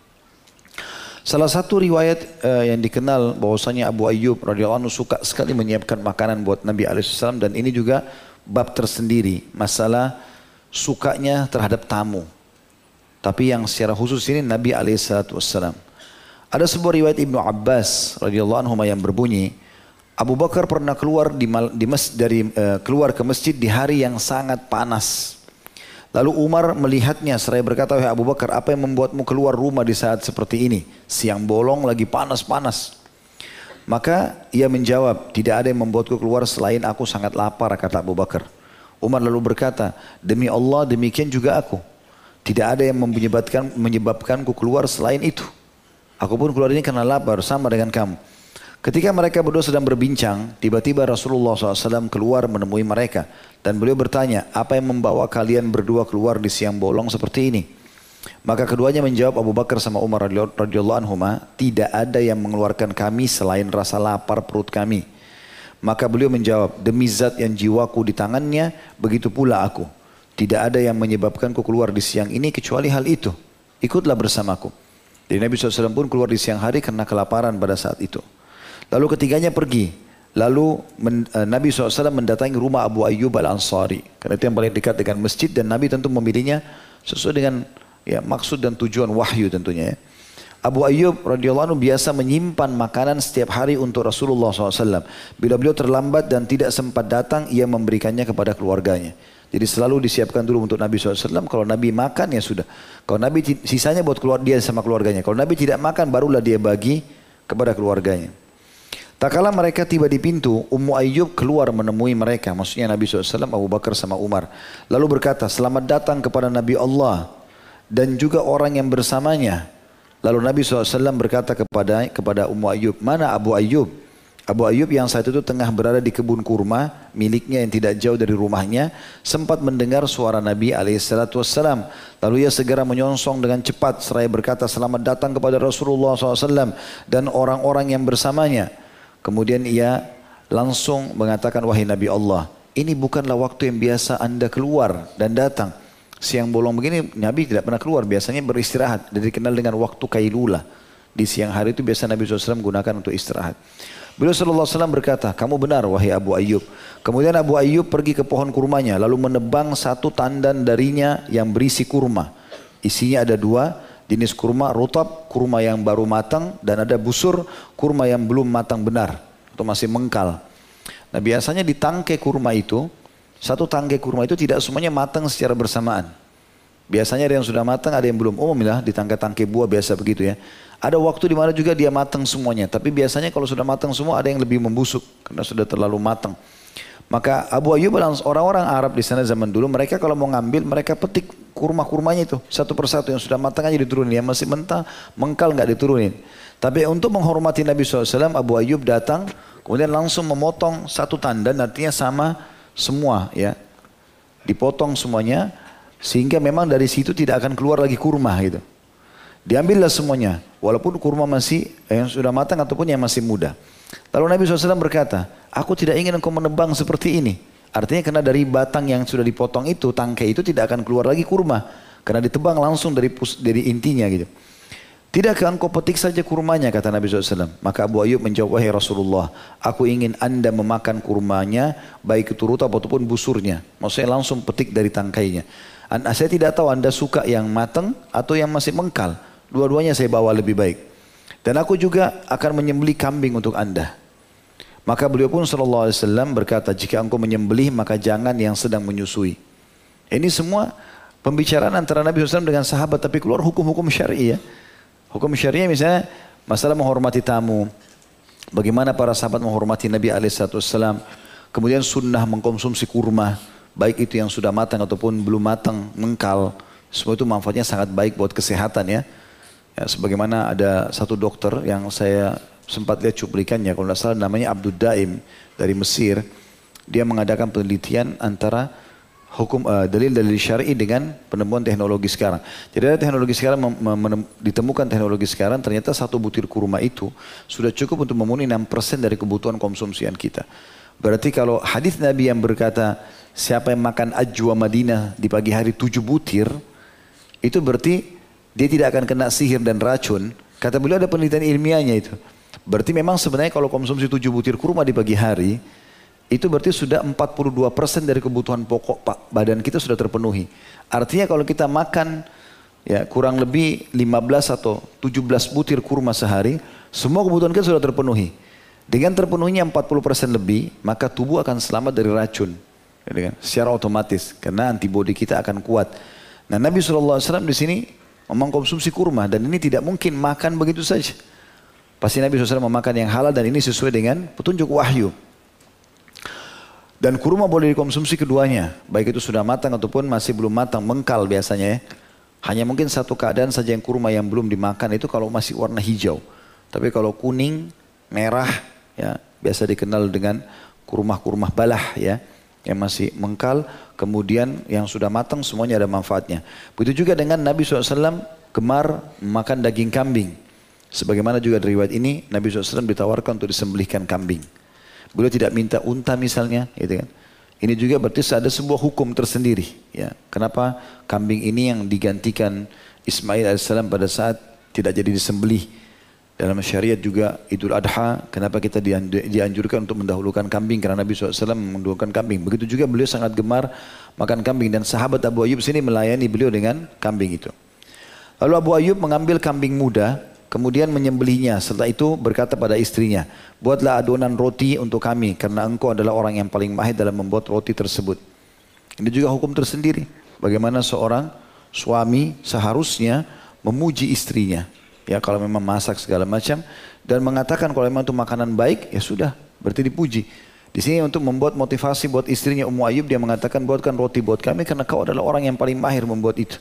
[SPEAKER 1] Salah satu riwayat uh, yang dikenal bahwasanya Abu Ayyub radhiyallahu anhu suka sekali menyiapkan makanan buat Nabi alaihi wasallam, dan ini juga bab tersendiri masalah sukanya terhadap tamu. Tapi yang secara khusus ini Nabi alaihi wasallam. Ada sebuah riwayat Ibnu Abbas radhiyallahu anhu yang berbunyi, Abu Bakar pernah keluar di, di mas, dari uh, keluar ke masjid di hari yang sangat panas. Lalu Umar melihatnya seraya berkata, "Wahai Abu Bakar, apa yang membuatmu keluar rumah di saat seperti ini? Siang bolong lagi panas-panas." Maka ia menjawab, "Tidak ada yang membuatku keluar selain aku sangat lapar," kata Abu Bakar. Umar lalu berkata, "Demi Allah demikian juga aku. Tidak ada yang menyebabkan menyebabkanku keluar selain itu. Aku pun keluar ini karena lapar sama dengan kamu." Ketika mereka berdua sedang berbincang, tiba-tiba Rasulullah shallallahu alaihi wasallam keluar menemui mereka. Dan beliau bertanya, "Apa yang membawa kalian berdua keluar di siang bolong seperti ini?" Maka keduanya menjawab, Abu Bakar sama Umar radhiyallahu anhuma, "Tidak ada yang mengeluarkan kami selain rasa lapar perut kami." Maka beliau menjawab, "Demi zat yang jiwaku di tangannya, begitu pula aku. Tidak ada yang menyebabkanku keluar di siang ini kecuali hal itu. Ikutlah bersamaku." Jadi Nabi shallallahu alaihi wasallam pun keluar di siang hari karena kelaparan pada saat itu. Lalu ketiganya pergi. Lalu men, uh, Nabi shallallahu alaihi wasallam mendatangi rumah Abu Ayyub Al-Ansari. Karena itu yang paling dekat dengan masjid, dan Nabi tentu memilihnya sesuai dengan ya, maksud dan tujuan wahyu tentunya. Ya. Abu Ayyub radhiyallahu anhu biasa menyimpan makanan setiap hari untuk Rasulullah shallallahu alaihi wasallam. Bila beliau terlambat dan tidak sempat datang, ia memberikannya kepada keluarganya. Jadi selalu disiapkan dulu untuk Nabi shallallahu alaihi wasallam. Kalau Nabi makan ya sudah. Kalau Nabi sisanya buat keluar dia sama keluarganya. Kalau Nabi tidak makan barulah dia bagi kepada keluarganya. Tak kala mereka tiba di pintu, Ummu Ayyub keluar menemui mereka. Maksudnya Nabi shallallahu alaihi wasallam, Abu Bakar sama Umar. Lalu berkata, "Selamat datang kepada Nabi Allah dan juga orang yang bersamanya." Lalu Nabi shallallahu alaihi wasallam berkata kepada kepada Ummu Ayyub, "Mana Abu Ayyub?" Abu Ayyub yang saat itu tengah berada di kebun kurma miliknya yang tidak jauh dari rumahnya, sempat mendengar suara Nabi alaihi wasallam. Lalu ia segera menyongsong dengan cepat seraya berkata, "Selamat datang kepada Rasulullah shallallahu alaihi wasallam dan orang-orang yang bersamanya." Kemudian ia langsung mengatakan, "Wahai Nabi Allah, ini bukanlah waktu yang biasa Anda keluar dan datang. Siang bolong begini Nabi tidak pernah keluar, biasanya beristirahat." Dan dikenal dengan waktu kailulah. Di siang hari itu biasa Nabi shallallahu alaihi wasallam gunakan untuk istirahat. Beliau shallallahu alaihi wasallam berkata, "Kamu benar wahai Abu Ayyub." Kemudian Abu Ayyub pergi ke pohon kurmanya lalu menebang satu tandan darinya yang berisi kurma. Isinya ada dua jenis kurma, rutab, kurma yang baru matang, dan ada busur, kurma yang belum matang benar atau masih mengkal. Nah biasanya di tangkai kurma itu, satu tangkai kurma itu tidak semuanya matang secara bersamaan. Biasanya ada yang sudah matang, ada yang belum. Umumnya di tangkai-tangkai buah biasa begitu ya. Ada waktu di mana juga dia matang semuanya, tapi biasanya kalau sudah matang semua ada yang lebih membusuk karena sudah terlalu matang. Maka Abu Ayyub, orang-orang Arab di sana zaman dulu, mereka kalau mau ngambil, mereka petik kurma-kurmanya itu satu persatu, yang sudah matang aja diturunin, yang masih mentah, mengkal nggak diturunin. Tapi untuk menghormati Nabi shallallahu alaihi wasallam, Abu Ayyub datang, kemudian langsung memotong satu tandan, artinya sama semua ya, dipotong semuanya, sehingga memang dari situ tidak akan keluar lagi kurma gitu. Diambillah semuanya, walaupun kurma masih yang sudah matang ataupun yang masih muda. Lalu Nabi shallallahu alaihi wasallam berkata, "Aku tidak ingin engkau menebang seperti ini." Artinya karena dari batang yang sudah dipotong itu, tangkai itu tidak akan keluar lagi kurma. Karena ditebang langsung dari pus, dari intinya gitu. "Tidakkah engkau petik saja kurmanya?" kata Nabi shallallahu alaihi wasallam. Maka Abu Ayyub menjawab, "Wahai Rasulullah, aku ingin Anda memakan kurmanya, baik itu rutab ataupun busurnya." Maksudnya langsung petik dari tangkainya. "Saya tidak tahu Anda suka yang matang atau yang masih mengkal. Dua-duanya saya bawa lebih baik. Dan aku juga akan menyembelih kambing untuk Anda." Maka beliau pun sallallahu alaihi wasallam berkata, "Jika engkau menyembelih maka jangan yang sedang menyusui." Ini semua pembicaraan antara Nabi shallallahu alaihi wasallam dengan sahabat, tapi keluar hukum-hukum syar'i ya. Hukum syariah misalnya Masalah menghormati tamu. Bagaimana para sahabat menghormati Nabi alaihi wasallam. Kemudian sunnah mengkonsumsi kurma. Baik itu yang sudah matang ataupun belum matang, mengkal. Semua itu manfaatnya sangat baik buat kesehatan ya. Ya, sebagaimana ada satu dokter yang saya sempat lihat cuplikannya, kalau tidak salah namanya Abdul Daim dari Mesir. Dia mengadakan penelitian antara hukum uh, dalil-dalil syar'i dengan penemuan teknologi sekarang. Jadi ada teknologi sekarang ditemukan teknologi sekarang ternyata satu butir kurma itu sudah cukup untuk memenuhi enam persen dari kebutuhan konsumsian kita. Berarti kalau hadis Nabi yang berkata siapa yang makan ajwa Madinah di pagi hari tujuh butir, itu berarti dia tidak akan kena sihir dan racun. Kata beliau ada penelitian ilmiahnya itu. Berarti memang sebenarnya kalau konsumsi tujuh butir kurma di pagi hari, itu berarti sudah empat puluh dua persen dari kebutuhan pokok badan kita sudah terpenuhi. Artinya kalau kita makan ya kurang lebih lima belas atau tujuh belas butir kurma sehari, semua kebutuhan kita sudah terpenuhi. Dengan terpenuhinya empat puluh persen lebih, maka tubuh akan selamat dari racun. Secara otomatis, karena antibodi kita akan kuat. Nah Nabi shallallahu alaihi wasallam di sini mengkonsumsi kurma dan ini tidak mungkin makan begitu saja. Pasti Nabi shallallahu alaihi wasallam memakan yang halal dan ini sesuai dengan petunjuk wahyu. Dan kurma boleh dikonsumsi keduanya, baik itu sudah matang ataupun masih belum matang, mengkal biasanya ya. Hanya mungkin satu keadaan saja yang kurma yang belum dimakan itu kalau masih warna hijau. Tapi kalau kuning, merah, ya biasa dikenal dengan kurma-kurma balah ya, yang masih mengkal, kemudian yang sudah matang semuanya ada manfaatnya. Begitu juga dengan Nabi shallallahu alaihi wasallam gemar makan daging kambing. Sebagaimana juga dari riwayat ini, Nabi shallallahu alaihi wasallam ditawarkan untuk disembelihkan kambing. Beliau tidak minta unta misalnya, gitu kan. Ini juga berarti ada sebuah hukum tersendiri. Ya. Kenapa kambing ini yang digantikan Ismail alaihissalam pada saat tidak jadi disembelih. Dalam syariat juga Idul Adha, kenapa kita dianjurkan untuk mendahulukan kambing. Karena Nabi shallallahu alaihi wasallam mendahulukan kambing. Begitu juga beliau sangat gemar makan kambing. Dan sahabat Abu Ayyub sini melayani beliau dengan kambing itu. Lalu Abu Ayyub mengambil kambing muda, kemudian menyembelihnya. Setelah itu berkata pada istrinya, buatlah adonan roti untuk kami karena engkau adalah orang yang paling mahir dalam membuat roti tersebut. Ini juga hukum tersendiri. Bagaimana seorang suami seharusnya memuji istrinya. Ya kalau memang masak segala macam. Dan mengatakan kalau memang itu makanan baik, ya sudah. Berarti dipuji. Di sini untuk membuat motivasi buat istrinya Ummu Ayyub, dia mengatakan buatkan roti buat kami karena kau adalah orang yang paling mahir membuat itu.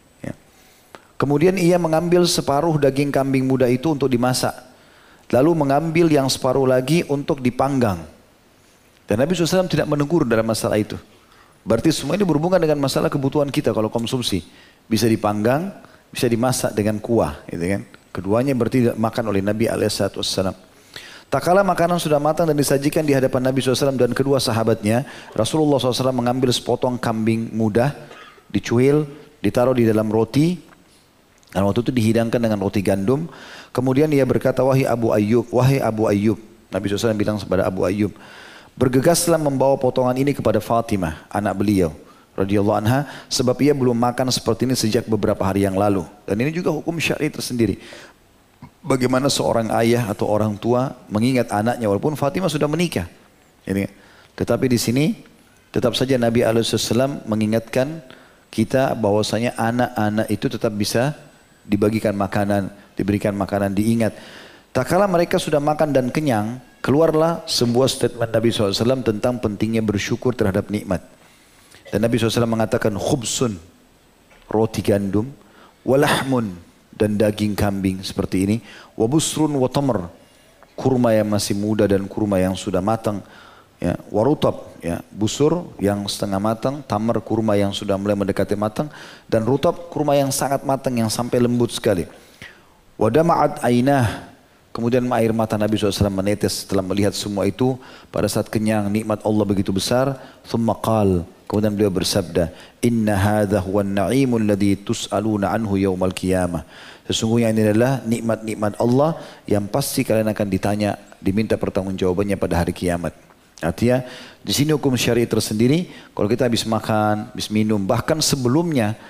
[SPEAKER 1] Kemudian ia mengambil separuh daging kambing muda itu untuk dimasak. Lalu mengambil yang separuh lagi untuk dipanggang. Dan Nabi shallallahu alaihi wasallam tidak menegur dalam masalah itu. Berarti semua ini berhubungan dengan masalah kebutuhan kita kalau konsumsi. Bisa dipanggang, bisa dimasak dengan kuah. Gitu kan? Keduanya berarti makan oleh Nabi alaihi wasallam. Tak kala makanan sudah matang dan disajikan di hadapan Nabi shallallahu alaihi wasallam dan kedua sahabatnya, Rasulullah shallallahu alaihi wasallam mengambil sepotong kambing muda, dicuil, ditaruh di dalam roti. Dan waktu itu dihidangkan dengan roti gandum. Kemudian ia berkata, wahai Abu Ayyub, wahai Abu Ayyub. Nabi shallallahu alaihi wasallam bilang kepada Abu Ayyub, bergegaslah membawa potongan ini kepada Fatimah, anak beliau, radhiyallahu anha, sebab ia belum makan seperti ini sejak beberapa hari yang lalu. Dan ini juga hukum syar'i tersendiri. Bagaimana seorang ayah atau orang tua mengingat anaknya walaupun Fatimah sudah menikah. Ini, tetapi di sini tetap saja Nabi alaihi wasallam mengingatkan kita bahwasanya anak-anak itu tetap bisa dibagikan makanan, diberikan makanan, diingat. Tak kala mereka sudah makan dan kenyang, keluarlah sebuah statement Nabi shallallahu alaihi wasallam tentang pentingnya bersyukur terhadap nikmat. Dan Nabi shallallahu alaihi wasallam mengatakan khubsun, roti gandum, walahmun, dan daging kambing seperti ini, wabusrun watamr, kurma yang masih muda dan kurma yang sudah matang, ya, warutab, ya, busur yang setengah matang, tamar kurma yang sudah mulai mendekati matang, dan rutab kurma yang sangat matang yang sampai lembut sekali. Wadama'at ainah, kemudian air mata Nabi shallallahu alaihi wasallam menetes setelah melihat semua itu pada saat kenyang, nikmat Allah begitu besar. Thumma qal, kemudian beliau bersabda, inna hadha huwa an-na'imul ladzi tus'aluna anhu yaumal qiyamah. Sesungguhnya ini adalah nikmat-nikmat Allah yang pasti kalian akan ditanya, diminta pertanggungjawabannya pada hari kiamat. Artinya di sini hukum syar'i tersendiri. Kalau kita habis makan, habis minum, bahkan sebelumnya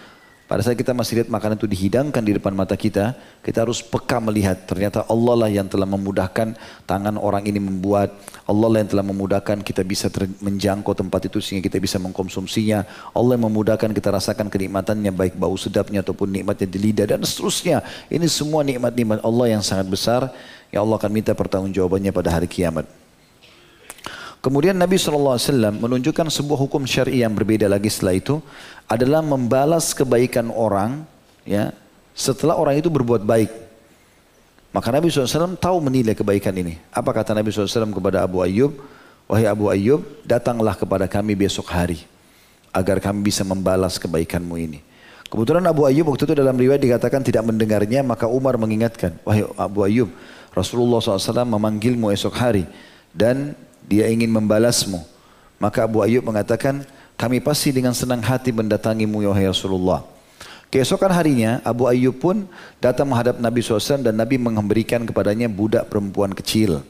[SPEAKER 1] Pada saat kita masih lihat makanan itu dihidangkan di depan mata kita, kita harus peka melihat. Ternyata Allah lah yang telah memudahkan tangan orang ini membuat. Allah lah yang telah memudahkan kita bisa menjangkau tempat itu sehingga kita bisa mengkonsumsinya. Allah yang memudahkan kita rasakan kenikmatannya, baik bau sedapnya ataupun nikmatnya di lidah dan seterusnya. Ini semua nikmat-nikmat Allah yang sangat besar. Ya Allah akan minta pertanggungjawabannya pada hari kiamat. Kemudian Nabi shallallahu alaihi wasallam menunjukkan sebuah hukum syar'i yang berbeda lagi setelah itu adalah membalas kebaikan orang ya setelah orang itu berbuat baik. Maka Nabi shallallahu alaihi wasallam tahu menilai kebaikan ini. Apa kata Nabi shallallahu alaihi wasallam kepada Abu Ayyub? Wahai Abu Ayyub, datanglah kepada kami besok hari agar kami bisa membalas kebaikanmu ini. Kebetulan Abu Ayyub waktu itu dalam riwayat dikatakan tidak mendengarnya, maka Umar mengingatkan, wahai Abu Ayyub, Rasulullah shallallahu alaihi wasallam memanggilmu esok hari dan dia ingin membalasmu. Maka Abu Ayyub mengatakan, kami pasti dengan senang hati mendatangimu ya Rasulullah. Keesokan harinya Abu Ayyub pun datang menghadap Nabi shallallahu alaihi wasallam dan Nabi memberikan kepadanya budak perempuan kecil.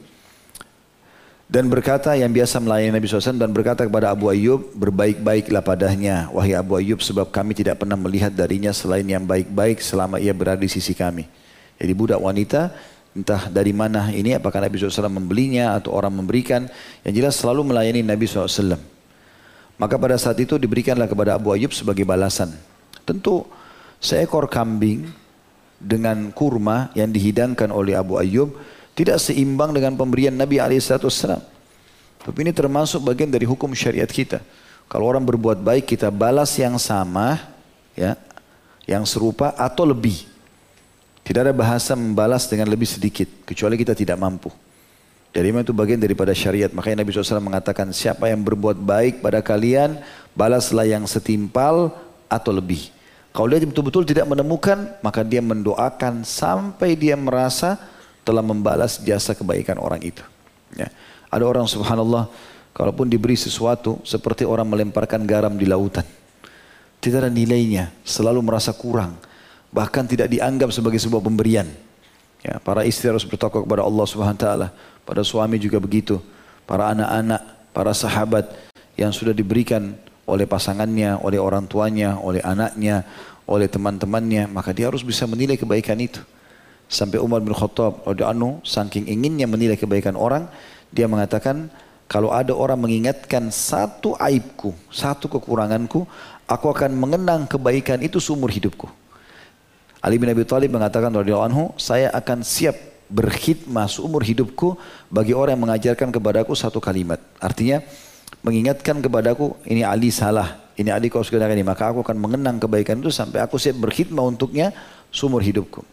[SPEAKER 1] Dan berkata yang biasa melayani Nabi shallallahu alaihi wasallam dan berkata kepada Abu Ayyub, berbaik-baiklah padanya wahai Abu Ayyub sebab kami tidak pernah melihat darinya selain yang baik-baik selama ia berada di sisi kami. Jadi budak wanita entah dari mana ini, apakah Nabi shallallahu alaihi wasallam membelinya atau orang memberikan, yang jelas selalu melayani Nabi shallallahu alaihi wasallam. Maka pada saat itu diberikanlah kepada Abu Ayyub sebagai balasan. Tentu seekor kambing dengan kurma yang dihidangkan oleh Abu Ayyub tidak seimbang dengan pemberian Nabi shallallahu alaihi wasallam. Tapi ini termasuk bagian dari hukum syariat kita. Kalau orang berbuat baik kita balas yang sama, ya, yang serupa atau lebih. Tidak ada bahasa membalas dengan lebih sedikit, kecuali kita tidak mampu. Jadi itu bagian daripada syariat. Makanya Nabi shallallahu alaihi wasallam mengatakan, siapa yang berbuat baik pada kalian, balaslah yang setimpal atau lebih. Kalau dia betul-betul tidak menemukan, maka dia mendoakan sampai dia merasa telah membalas jasa kebaikan orang itu. Ya. Ada orang subhanallah, kalaupun diberi sesuatu, seperti orang melemparkan garam di lautan. Tidak ada nilainya, selalu merasa kurang. Bahkan tidak dianggap sebagai sebuah pemberian. Ya, para istri harus bertakwa kepada Allah Subhanahu wa taala, para suami juga begitu, para anak-anak, para sahabat yang sudah diberikan oleh pasangannya, oleh orang tuanya, oleh anaknya, oleh teman-temannya, maka dia harus bisa menilai kebaikan itu. Sampai Umar bin Khattab radhiyallahu anhu saking inginnya menilai kebaikan orang, dia mengatakan, kalau ada orang mengingatkan satu aibku, satu kekuranganku, aku akan mengenang kebaikan itu seumur hidupku. Ali bin Abi Thalib mengatakan radhiyallahu anhu, saya akan siap berkhidmah seumur hidupku bagi orang yang mengajarkan kepadaku satu kalimat. Artinya mengingatkan kepadaku, ini Ali salah, ini Ali kau sekedar ini, maka aku akan mengenang kebaikan itu sampai aku siap berkhidmah untuknya seumur hidupku.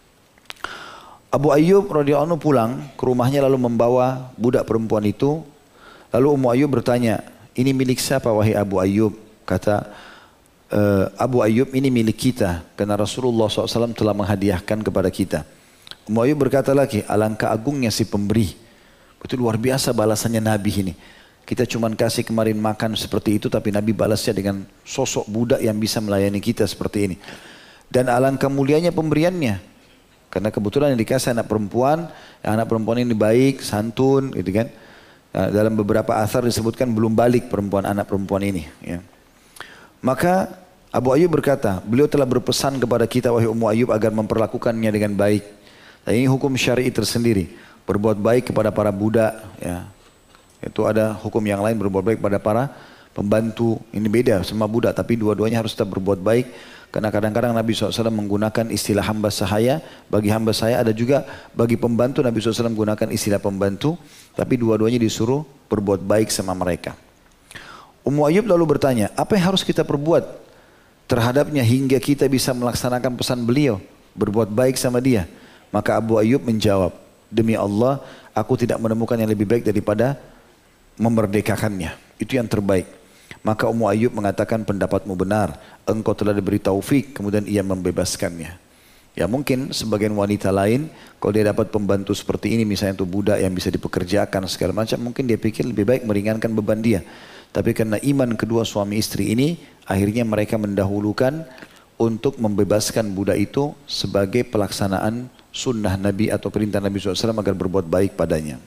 [SPEAKER 1] Abu Ayyub radhiyallahu anhu pulang ke rumahnya lalu membawa budak perempuan itu. Lalu Ummu Ayyub bertanya, ini milik siapa wahai Abu Ayyub? Kata Uh, Abu Ayyub, ini milik kita karena Rasulullah shallallahu alaihi wasallam telah menghadiahkan kepada kita. Ummu Ayyub berkata lagi, alangkah agungnya si pemberi. Betul luar biasa balasannya Nabi ini. Kita cuma kasih kemarin makan seperti itu, tapi Nabi balasnya dengan sosok budak yang bisa melayani kita seperti ini. Dan alangkah mulianya pemberiannya. Karena kebetulan yang dikasih anak perempuan, anak perempuan ini baik, santun, gitu kan. Nah, dalam beberapa athar disebutkan belum balik perempuan anak perempuan ini. Ya. Maka Abu Ayyub berkata, beliau telah berpesan kepada kita wahai Ummu Ayyub agar memperlakukannya dengan baik. Dan ini hukum syar'i tersendiri. Berbuat baik kepada para budak. Ya. Itu ada hukum yang lain berbuat baik pada para pembantu. Ini beda sama budak, tapi dua-duanya harus tetap berbuat baik. Karena kadang-kadang Nabi shallallahu alaihi wasallam menggunakan istilah hamba sahaya. Bagi hamba saya ada juga bagi pembantu Nabi shallallahu alaihi wasallam menggunakan istilah pembantu. Tapi dua-duanya disuruh berbuat baik sama mereka. Ummu Ayyub lalu bertanya, apa yang harus kita perbuat terhadapnya hingga kita bisa melaksanakan pesan beliau, berbuat baik sama dia? Maka Abu Ayyub menjawab, demi Allah, aku tidak menemukan yang lebih baik daripada memerdekakannya. Itu yang terbaik. Maka Ummu Ayyub mengatakan, pendapatmu benar, engkau telah diberi taufik, kemudian ia membebaskannya. Ya mungkin sebagian wanita lain, kalau dia dapat pembantu seperti ini, misalnya itu budak yang bisa dipekerjakan segala macam, mungkin dia pikir lebih baik meringankan beban dia. Tapi karena iman kedua suami istri ini, akhirnya mereka mendahulukan untuk membebaskan budak itu sebagai pelaksanaan sunnah Nabi atau perintah Nabi shallallahu alaihi wasallam agar berbuat baik padanya.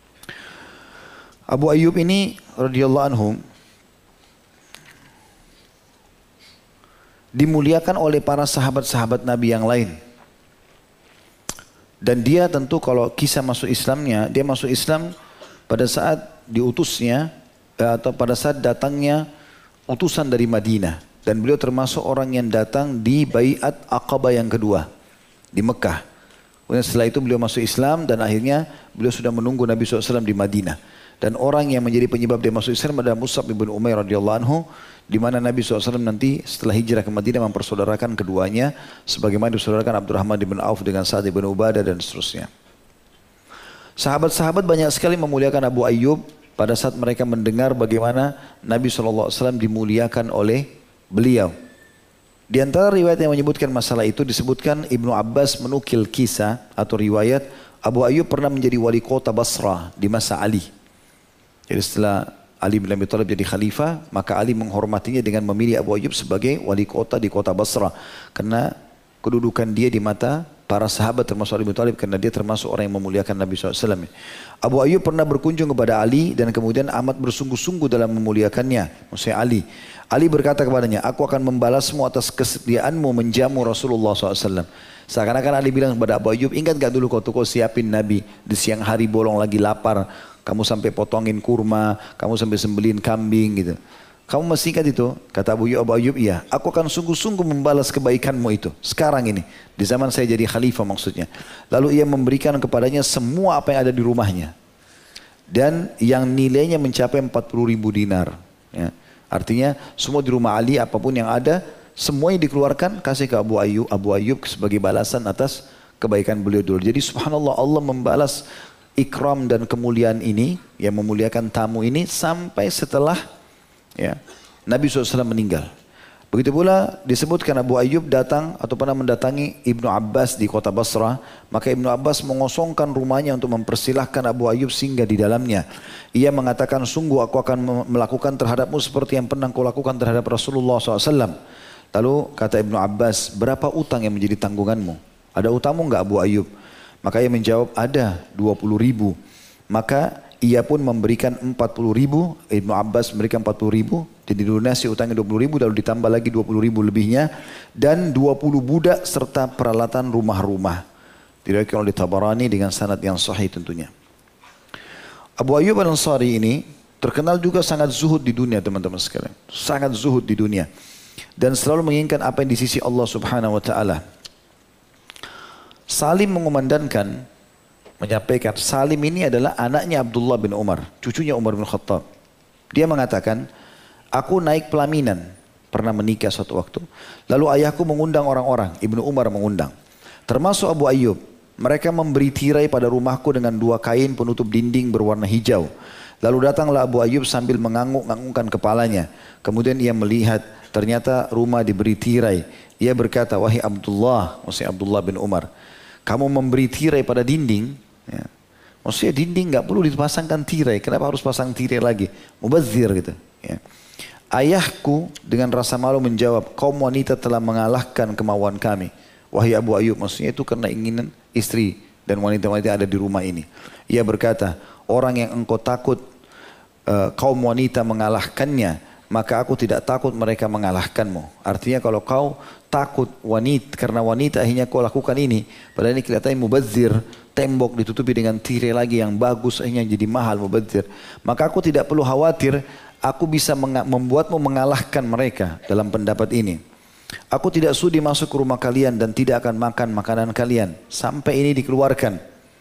[SPEAKER 1] Abu Ayyub ini radhiyallahu anhu dimuliakan oleh para sahabat-sahabat Nabi yang lain. Dan dia tentu kalau kisah masuk Islamnya, dia masuk Islam pada saat diutusnya atau pada saat datangnya utusan dari Madinah. Dan beliau termasuk orang yang datang di Bai'at Aqabah yang kedua di Mekah. Kemudian setelah itu beliau masuk Islam dan akhirnya beliau sudah menunggu Nabi shallallahu alaihi wasallam di Madinah. Dan orang yang menjadi penyebab dia masuk Islam adalah Mus'ab bin Umair radhiyallahu anhu, di mana Nabi shallallahu alaihi wasallam nanti setelah hijrah ke Madinah mempersaudarakan keduanya sebagaimana disaudarakan Abdurrahman bin Auf dengan Sa'ad bin Ubadah dan seterusnya. Sahabat-sahabat banyak sekali memuliakan Abu Ayyub pada saat mereka mendengar bagaimana Nabi shallallahu alaihi wasallam dimuliakan oleh beliau. Di antara riwayat yang menyebutkan masalah itu disebutkan Ibnu Abbas menukil kisah atau riwayat Abu Ayyub pernah menjadi wali kota Basrah di masa Ali. Jadi setelah Ali bin Abi Thalib jadi khalifah, maka Ali menghormatinya dengan memilih Abu Ayyub sebagai wali kota di kota Basrah. Karena kedudukan dia di mata para sahabat termasuk Ali bin Abi Thalib, karena dia termasuk orang yang memuliakan Nabi shallallahu alaihi wasallam. Abu Ayyub pernah berkunjung kepada Ali dan kemudian amat bersungguh-sungguh dalam memuliakannya. Maksudnya Ali. Ali berkata kepadanya, aku akan membalasmu atas kesetiaanmu menjamu Rasulullah shallallahu alaihi wasallam. Seakan-akan Ali bilang kepada Abu Ayyub, ingat gak dulu waktu kau siapin Nabi di siang hari bolong lagi lapar, kamu sampai potongin kurma, kamu sampai sembelin kambing gitu. Kamu masih ingat itu? Kata Abu Ayyub, Abu Ayyub iya, aku akan sungguh-sungguh membalas kebaikanmu itu. Sekarang ini, di zaman saya jadi khalifah maksudnya. Lalu ia memberikan kepadanya semua apa yang ada di rumahnya. Dan yang nilainya mencapai empat puluh ribu dinar. Ya. Artinya semua di rumah Ali apapun yang ada semuanya dikeluarkan kasih ke Abu Ayyub, Abu Ayyub sebagai balasan atas kebaikan beliau dulu. Jadi subhanallah Allah membalas ikram dan kemuliaan ini yang memuliakan tamu ini sampai setelah ya, Nabi shallallahu alaihi wasallam meninggal. Begitu pula disebutkan Abu Ayyub datang atau pernah mendatangi Ibnu Abbas di kota Basrah. Maka Ibnu Abbas mengosongkan rumahnya untuk mempersilahkan Abu Ayyub singgah di dalamnya. Ia mengatakan, sungguh aku akan melakukan terhadapmu seperti yang pernah kau lakukan terhadap Rasulullah shallallahu alaihi wasallam. Lalu kata Ibnu Abbas, berapa utang yang menjadi tanggunganmu? Ada utangmu enggak Abu Ayyub? Maka ia menjawab, ada dua puluh ribu. Maka ia pun memberikan empat puluh ribu, Ibnu Abbas memberikan empat puluh ribu, jadi lunasi utangnya dua puluh ribu, lalu ditambah lagi dua puluh ribu lebihnya, dan dua puluh budak serta peralatan rumah-rumah. Diriwayatkan oleh Tabarani dengan sanad yang sahih tentunya. Abu Ayyub Al-Ansari ini terkenal juga sangat zuhud di dunia teman-teman sekalian. Sangat zuhud di dunia. Dan selalu menginginkan apa yang di sisi Allah Subhanahu Wa Ta'ala. Salim mengumandangkan, menyampaikan, Salim ini adalah anaknya Abdullah bin Umar, cucunya Umar bin Khattab. Dia mengatakan, aku naik pelaminan, pernah menikah suatu waktu. Lalu ayahku mengundang orang-orang, Ibnu Umar mengundang. Termasuk Abu Ayyub. Mereka memberi tirai pada rumahku dengan dua kain penutup dinding berwarna hijau. Lalu datanglah Abu Ayyub sambil mengangguk-anggukkan kepalanya. Kemudian ia melihat, ternyata rumah diberi tirai. Ia berkata, wahai Abdullah, maksudnya Abdullah bin Umar, kamu memberi tirai pada dinding, ya. Maksudnya dinding nggak perlu dipasangkan tirai. Kenapa harus pasang tirai lagi? Mubazir gitu. Ya. Ayahku dengan rasa malu menjawab, kaum wanita telah mengalahkan kemauan kami. Wahai Abu Ayyub, maksudnya itu karena inginan istri dan wanita-wanita yang ada di rumah ini. Ia berkata, orang yang engkau takut uh, kaum wanita mengalahkannya, maka aku tidak takut mereka mengalahkanmu. Artinya kalau kau takut wanita karena wanita akhirnya kau lakukan ini, padahal ini kelihatannya mubazir, tembok ditutupi dengan tirai lagi yang bagus akhirnya jadi mahal mubazir. Maka aku tidak perlu khawatir, aku bisa membuatmu mengalahkan mereka dalam pendapat ini. Aku tidak sudi masuk ke rumah kalian dan tidak akan makan makanan kalian sampai ini dikeluarkan.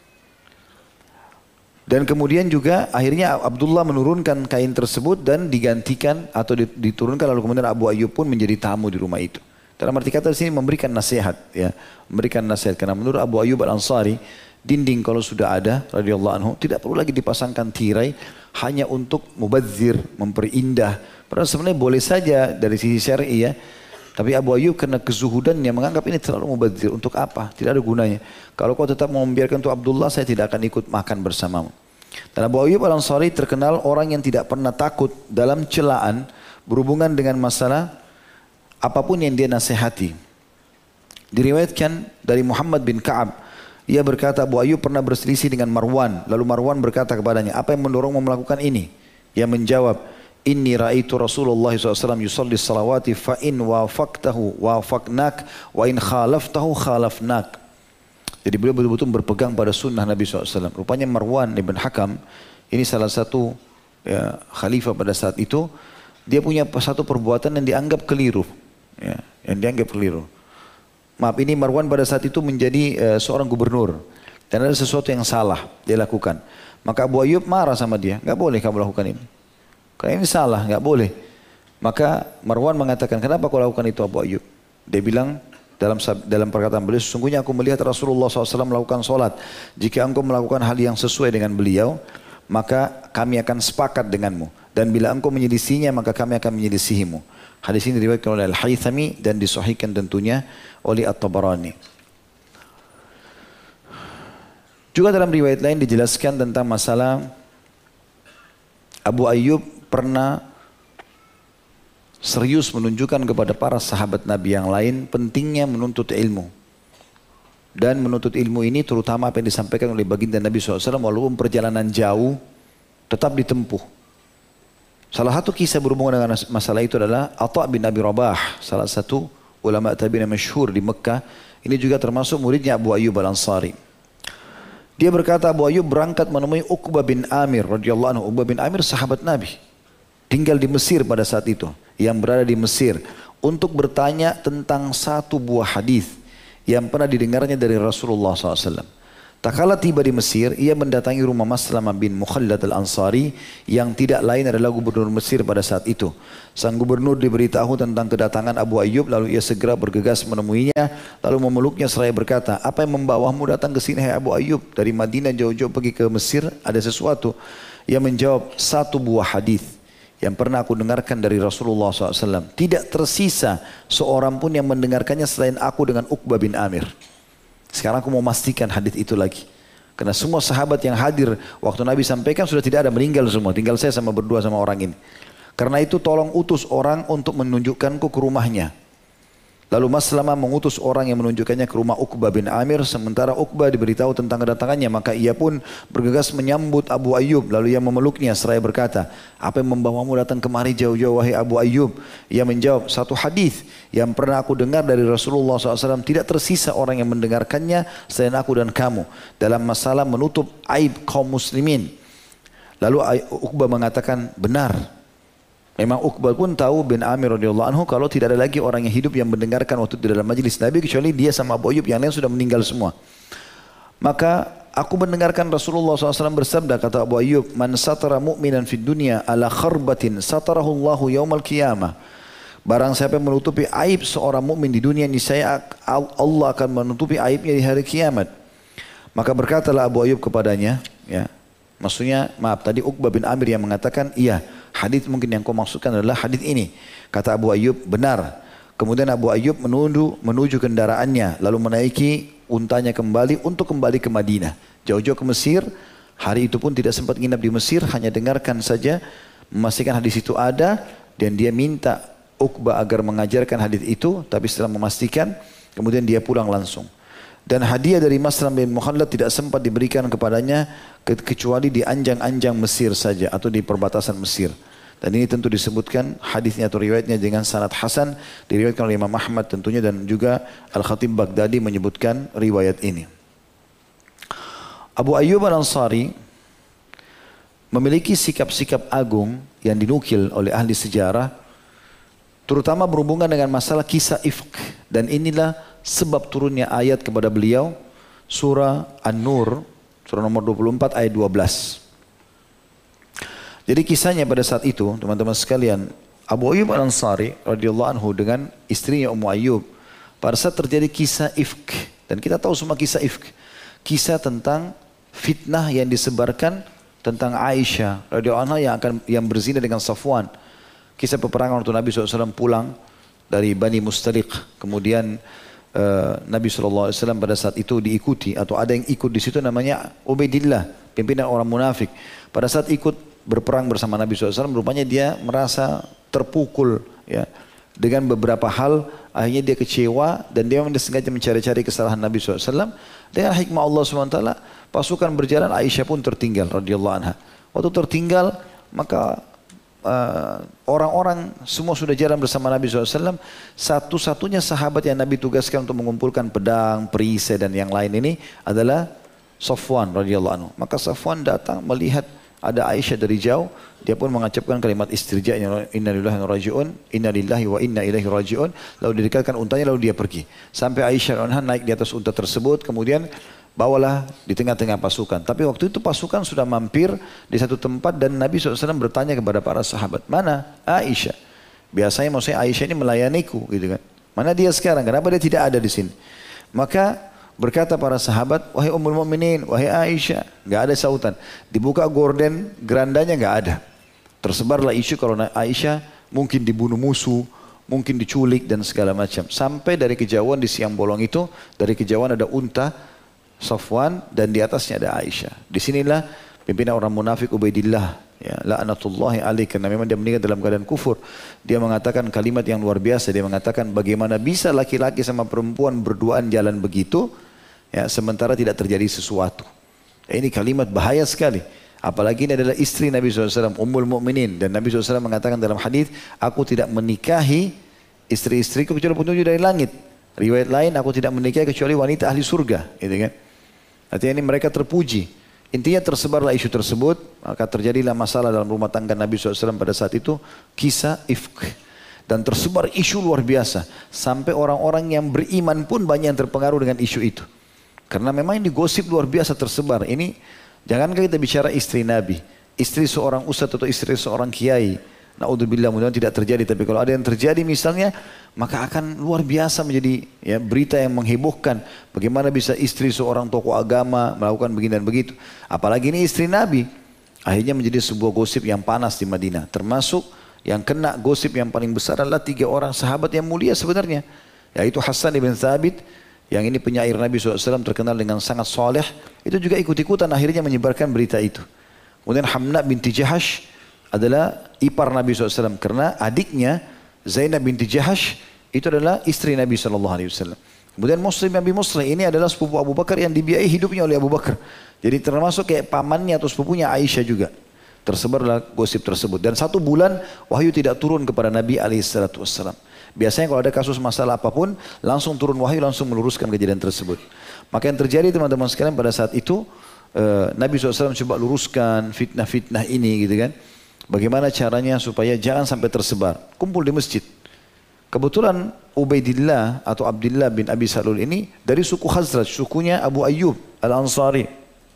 [SPEAKER 1] Dan kemudian juga akhirnya Abdullah menurunkan kain tersebut dan digantikan atau diturunkan, lalu kemudian Abu Ayyub pun menjadi tamu di rumah itu. Dalam arti kata di sini memberikan nasihat, ya, memberikan nasihat karena menurut Abu Ayyub Al-Ansari dinding kalau sudah ada radhiyallahu anhu tidak perlu lagi dipasangkan tirai hanya untuk mubazir, memperindah. Padahal sebenarnya boleh saja dari sisi syar'i ya. Tapi Abu Ayyub karena kezuhudannya menganggap ini terlalu mubazir. Untuk apa? Tidak ada gunanya. Kalau kau tetap mau membiarkan untuk Abdullah, saya tidak akan ikut makan bersamamu. Dan Abu Ayyub Al-Ansari terkenal orang yang tidak pernah takut dalam celaan berhubungan dengan masalah apapun yang dia nasihati. Diriwayatkan dari Muhammad bin Ka'ab, ia berkata Abu Ayyub pernah berselisih dengan Marwan. Lalu Marwan berkata kepadanya, apa yang mendorongmu melakukan ini? Ia menjawab, Inni ra'aitu Rasulullah shallallahu alaihi wasallam yusalli salawati fa in wafaqtahu wafaqnak wa in khalaftahu khalafnak. Jadi beliau betul-betul berpegang pada sunnah Nabi shallallahu alaihi wasallam. Rupanya Marwan ibn Hakam, ini salah satu ya, khalifah pada saat itu, dia punya satu perbuatan yang dianggap keliru. Ya, yang dianggap keliru. Maaf, ini Marwan pada saat itu menjadi uh, seorang gubernur. Dan ada sesuatu yang salah dia lakukan. Maka Abu Ayyub marah sama dia. Gak boleh kamu lakukan ini. Karena ini salah, gak boleh. Maka Marwan mengatakan, kenapa kau lakukan itu Abu Ayyub? Dia bilang, dalam dalam perkataan beliau, sesungguhnya aku melihat Rasulullah shallallahu alaihi wasallam melakukan sholat. Jika engkau melakukan hal yang sesuai dengan beliau, maka kami akan sepakat denganmu. Dan bila engkau menyelisihinya, maka kami akan menyelisihimu. Hadis ini diriwayatkan oleh Al-Haythami dan disahihkan tentunya oleh At-Tabarani. Juga dalam riwayat lain dijelaskan tentang masalah Abu Ayyub pernah serius menunjukkan kepada para sahabat Nabi yang lain pentingnya menuntut ilmu. Dan menuntut ilmu ini terutama apa yang disampaikan oleh baginda Nabi shallallahu alaihi wasallam walaupun perjalanan jauh tetap ditempuh. Salah satu kisah berhubungan dengan masalah itu adalah Atha bin Abi Rabah, salah satu ulama tabi'in masyhur di Mekah. Ini juga termasuk muridnya Abu Ayyub Al-Ansari. Dia berkata, Abu Ayyub berangkat menemui Uqbah bin Amir radhiyallahu anhu. Uqbah bin Amir sahabat Nabi, tinggal di Mesir pada saat itu, yang berada di Mesir, untuk bertanya tentang satu buah hadis yang pernah didengarnya dari Rasulullah shallallahu alaihi wasallam. Tak kala tiba di Mesir, ia mendatangi rumah Maslamah bin Mukhallad al-Ansari yang tidak lain adalah gubernur Mesir pada saat itu. Sang gubernur diberitahu tentang kedatangan Abu Ayyub, lalu ia segera bergegas menemuinya, lalu memeluknya seraya berkata, apa yang membawamu datang ke sini hai Abu Ayyub? Dari Madinah jauh-jauh pergi ke Mesir, ada sesuatu? Ia menjawab, satu buah hadis yang pernah aku dengarkan dari Rasulullah shallallahu alaihi wasallam. Tidak tersisa seorang pun yang mendengarkannya selain aku dengan Uqbah bin Amir. Sekarang aku mau memastikan hadis itu lagi. Karena semua sahabat yang hadir waktu Nabi sampaikan sudah tidak ada, meninggal semua. Tinggal saya sama berdua sama orang ini. Karena itu tolong utus orang untuk menunjukkanku ke rumahnya. Lalu Maslamah mengutus orang yang menunjukkannya ke rumah Uqbah bin Amir. Sementara Uqbah diberitahu tentang kedatangannya, maka ia pun bergegas menyambut Abu Ayyub. Lalu ia memeluknya seraya berkata, apa yang membawamu datang kemari jauh-jauh wahai Abu Ayyub? Ia menjawab, satu hadis yang pernah aku dengar dari Rasulullah shallallahu alaihi wasallam. Tidak tersisa orang yang mendengarkannya selain aku dan kamu, dalam masalah menutup aib kaum muslimin. Lalu Uqbah mengatakan, benar. Memang Uqbah pun tahu bin Amir radhiyallahu anhu kalau tidak ada lagi orang yang hidup yang mendengarkan waktu di dalam majelis Nabi kecuali dia sama Abu Ayyub, yang lain sudah meninggal semua. Maka aku mendengarkan Rasulullah shallallahu alaihi wasallam bersabda, kata Abu Ayyub, man satara mu'minan fid dunya ala kharbatin satarahu Allahu yaumal qiyamah. Barang siapa yang menutupi aib seorang mukmin di dunia, niscaya Allah akan menutupi aibnya di hari kiamat. Maka berkatalah Abu Ayyub kepadanya, ya, maksudnya maaf tadi Uqbah bin Amir yang mengatakan, iya hadis mungkin yang kau maksudkan adalah hadis ini. Kata Abu Ayyub, benar. Kemudian Abu Ayyub menuju, menuju kendaraannya, lalu menaiki untanya kembali untuk kembali ke Madinah. Jauh-jauh ke Mesir, hari itu pun tidak sempat nginap di Mesir, hanya dengarkan saja, memastikan hadis itu ada, dan dia minta Uqbah agar mengajarkan hadis itu, tapi setelah memastikan, kemudian dia pulang langsung. Dan hadiah dari Maslam bin Mukhallad tidak sempat diberikan kepadanya kecuali di anjang-anjang Mesir saja atau di perbatasan Mesir. Dan ini tentu disebutkan hadisnya atau riwayatnya dengan sanad hasan, diriwayatkan oleh Imam Ahmad tentunya, dan juga Al-Khatib Baghdadi menyebutkan riwayat ini. Abu Ayyub Al-Ansari memiliki sikap-sikap agung yang dinukil oleh ahli sejarah, terutama berhubungan dengan masalah kisah ifk. Dan inilah sebab turunnya ayat kepada beliau, surah An-Nur, surah nomor dua puluh empat ayat dua belas. Jadi kisahnya pada saat itu, teman-teman sekalian, Abu Ayyub Al-Ansari radhiyallahu anhu dengan istrinya Ummu Ayyub, pada saat terjadi kisah ifk, dan kita tahu semua kisah ifk, kisah tentang fitnah yang disebarkan tentang Aisyah radhiyallahu anha yang akan yang berzina dengan Safwan. Kisah peperangan waktu Nabi shallallahu alaihi wasallam pulang dari Bani Mustaliq, kemudian uh, Nabi shallallahu alaihi wasallam pada saat itu diikuti atau ada yang ikut di situ namanya Ubaidillah, pimpinan orang munafik. Pada saat ikut berperang bersama Nabi shallallahu alaihi wasallam, rupanya dia merasa terpukul, ya, dengan beberapa hal. Akhirnya dia kecewa dan dia memang sengaja mencari-cari kesalahan Nabi shallallahu alaihi wasallam. Dengan hikmah Allah subhanahu wa taala, pasukan berjalan, Aisyah pun tertinggal radhiyallahu anha. Waktu tertinggal, maka orang-orang uh, semua sudah jalan bersama Nabi shallallahu alaihi wasallam. Satu-satunya sahabat yang Nabi tugaskan untuk mengumpulkan pedang, perisai dan yang lain ini adalah Safwan radhiyallahu anhu. Maka Safwan datang melihat ada Aisyah dari jauh, dia pun mengucapkan kalimat istirja, inna lillahi wa rajiun, inna lillahi wa inna ilaihi rajiun. Lalu didekatkan untanya, lalu dia pergi. Sampai Aisyah radhiyallahu anha naik di atas unta tersebut, kemudian bawalah di tengah-tengah pasukan. Tapi waktu itu pasukan sudah mampir di satu tempat dan Nabi shallallahu alaihi wasallam bertanya kepada para sahabat, mana Aisyah? Biasanya maksudnya Aisyah ini melayaniku, gitu kan? Mana dia sekarang? Kenapa dia tidak ada di sini? Maka berkata para sahabat, wahai Ummul Mukminin, wahai Aisyah, nggak ada sautan. Dibuka gorden, gerandanya nggak ada. Tersebarlah isu kalau Aisyah mungkin dibunuh musuh, mungkin diculik dan segala macam. Sampai dari kejauhan di siang bolong itu, dari kejauhan ada unta Safwan dan di atasnya ada Aisyah. Disinilah pimpinan orang munafik Ubaidillah, ya, la'natullahi alaih, karena memang dia meninggal dalam keadaan kufur. Dia mengatakan kalimat yang luar biasa. Dia mengatakan bagaimana bisa laki-laki sama perempuan berduaan jalan begitu, ya, sementara tidak terjadi sesuatu. Ya, ini kalimat bahaya sekali. Apalagi ini adalah istri Nabi shallallahu alaihi wasallam, Ummul Mukminin, dan Nabi shallallahu alaihi wasallam mengatakan dalam hadis, aku tidak menikahi istri-istriku kecuali petunjuk dari langit. Riwayat lain, aku tidak menikahi kecuali wanita ahli surga, gitu kan? Artinya ini mereka terpuji. Intinya tersebarlah isu tersebut, maka terjadilah masalah dalam rumah tangga Nabi shallallahu alaihi wasallam pada saat itu, kisah ifk. Dan tersebar isu luar biasa. Sampai orang-orang yang beriman pun banyak yang terpengaruh dengan isu itu. Karena memang ini gosip luar biasa tersebar. Ini, jangankah kita bicara istri Nabi, istri seorang ustadz atau istri seorang kiai. Naudzubillah, mudah-mudahan tidak terjadi. Tapi kalau ada yang terjadi misalnya, maka akan luar biasa menjadi, ya, berita yang menghebohkan. Bagaimana bisa istri seorang tokoh agama melakukan begini dan begitu. Apalagi ini istri Nabi. Akhirnya menjadi sebuah gosip yang panas di Madinah. Termasuk yang kena gosip yang paling besar adalah tiga orang sahabat yang mulia sebenarnya. Yaitu Hassan ibn Thabit, yang ini penyair Nabi shallallahu alaihi wasallam terkenal dengan sangat soleh. Itu juga ikut-ikutan akhirnya menyebarkan berita itu. Kemudian Hamna binti Jahash adalah ipar Nabi shallallahu alaihi wasallam. Karena adiknya Zainab binti Jahash itu adalah istri Nabi shallallahu alaihi wasallam. Kemudian Muslim Nabi Muslim ini adalah sepupu Abu Bakar yang dibiayai hidupnya oleh Abu Bakar. Jadi termasuk kayak pamannya atau sepupunya Aisyah juga. Tersebarlah gosip tersebut. Dan satu bulan wahyu tidak turun kepada Nabi alaihi salatu wassalam. Biasanya kalau ada kasus masalah apapun, langsung turun wahyu, langsung meluruskan kejadian tersebut. Maka yang terjadi teman-teman sekalian pada saat itu, uh, Nabi shallallahu alaihi wasallam coba luruskan fitnah-fitnah ini, gitu kan. Bagaimana caranya supaya jangan sampai tersebar. Kumpul di masjid. Kebetulan Ubaidillah atau Abdullah bin Abi Salul ini dari suku Khazraj, sukunya Abu Ayyub Al-Ansari.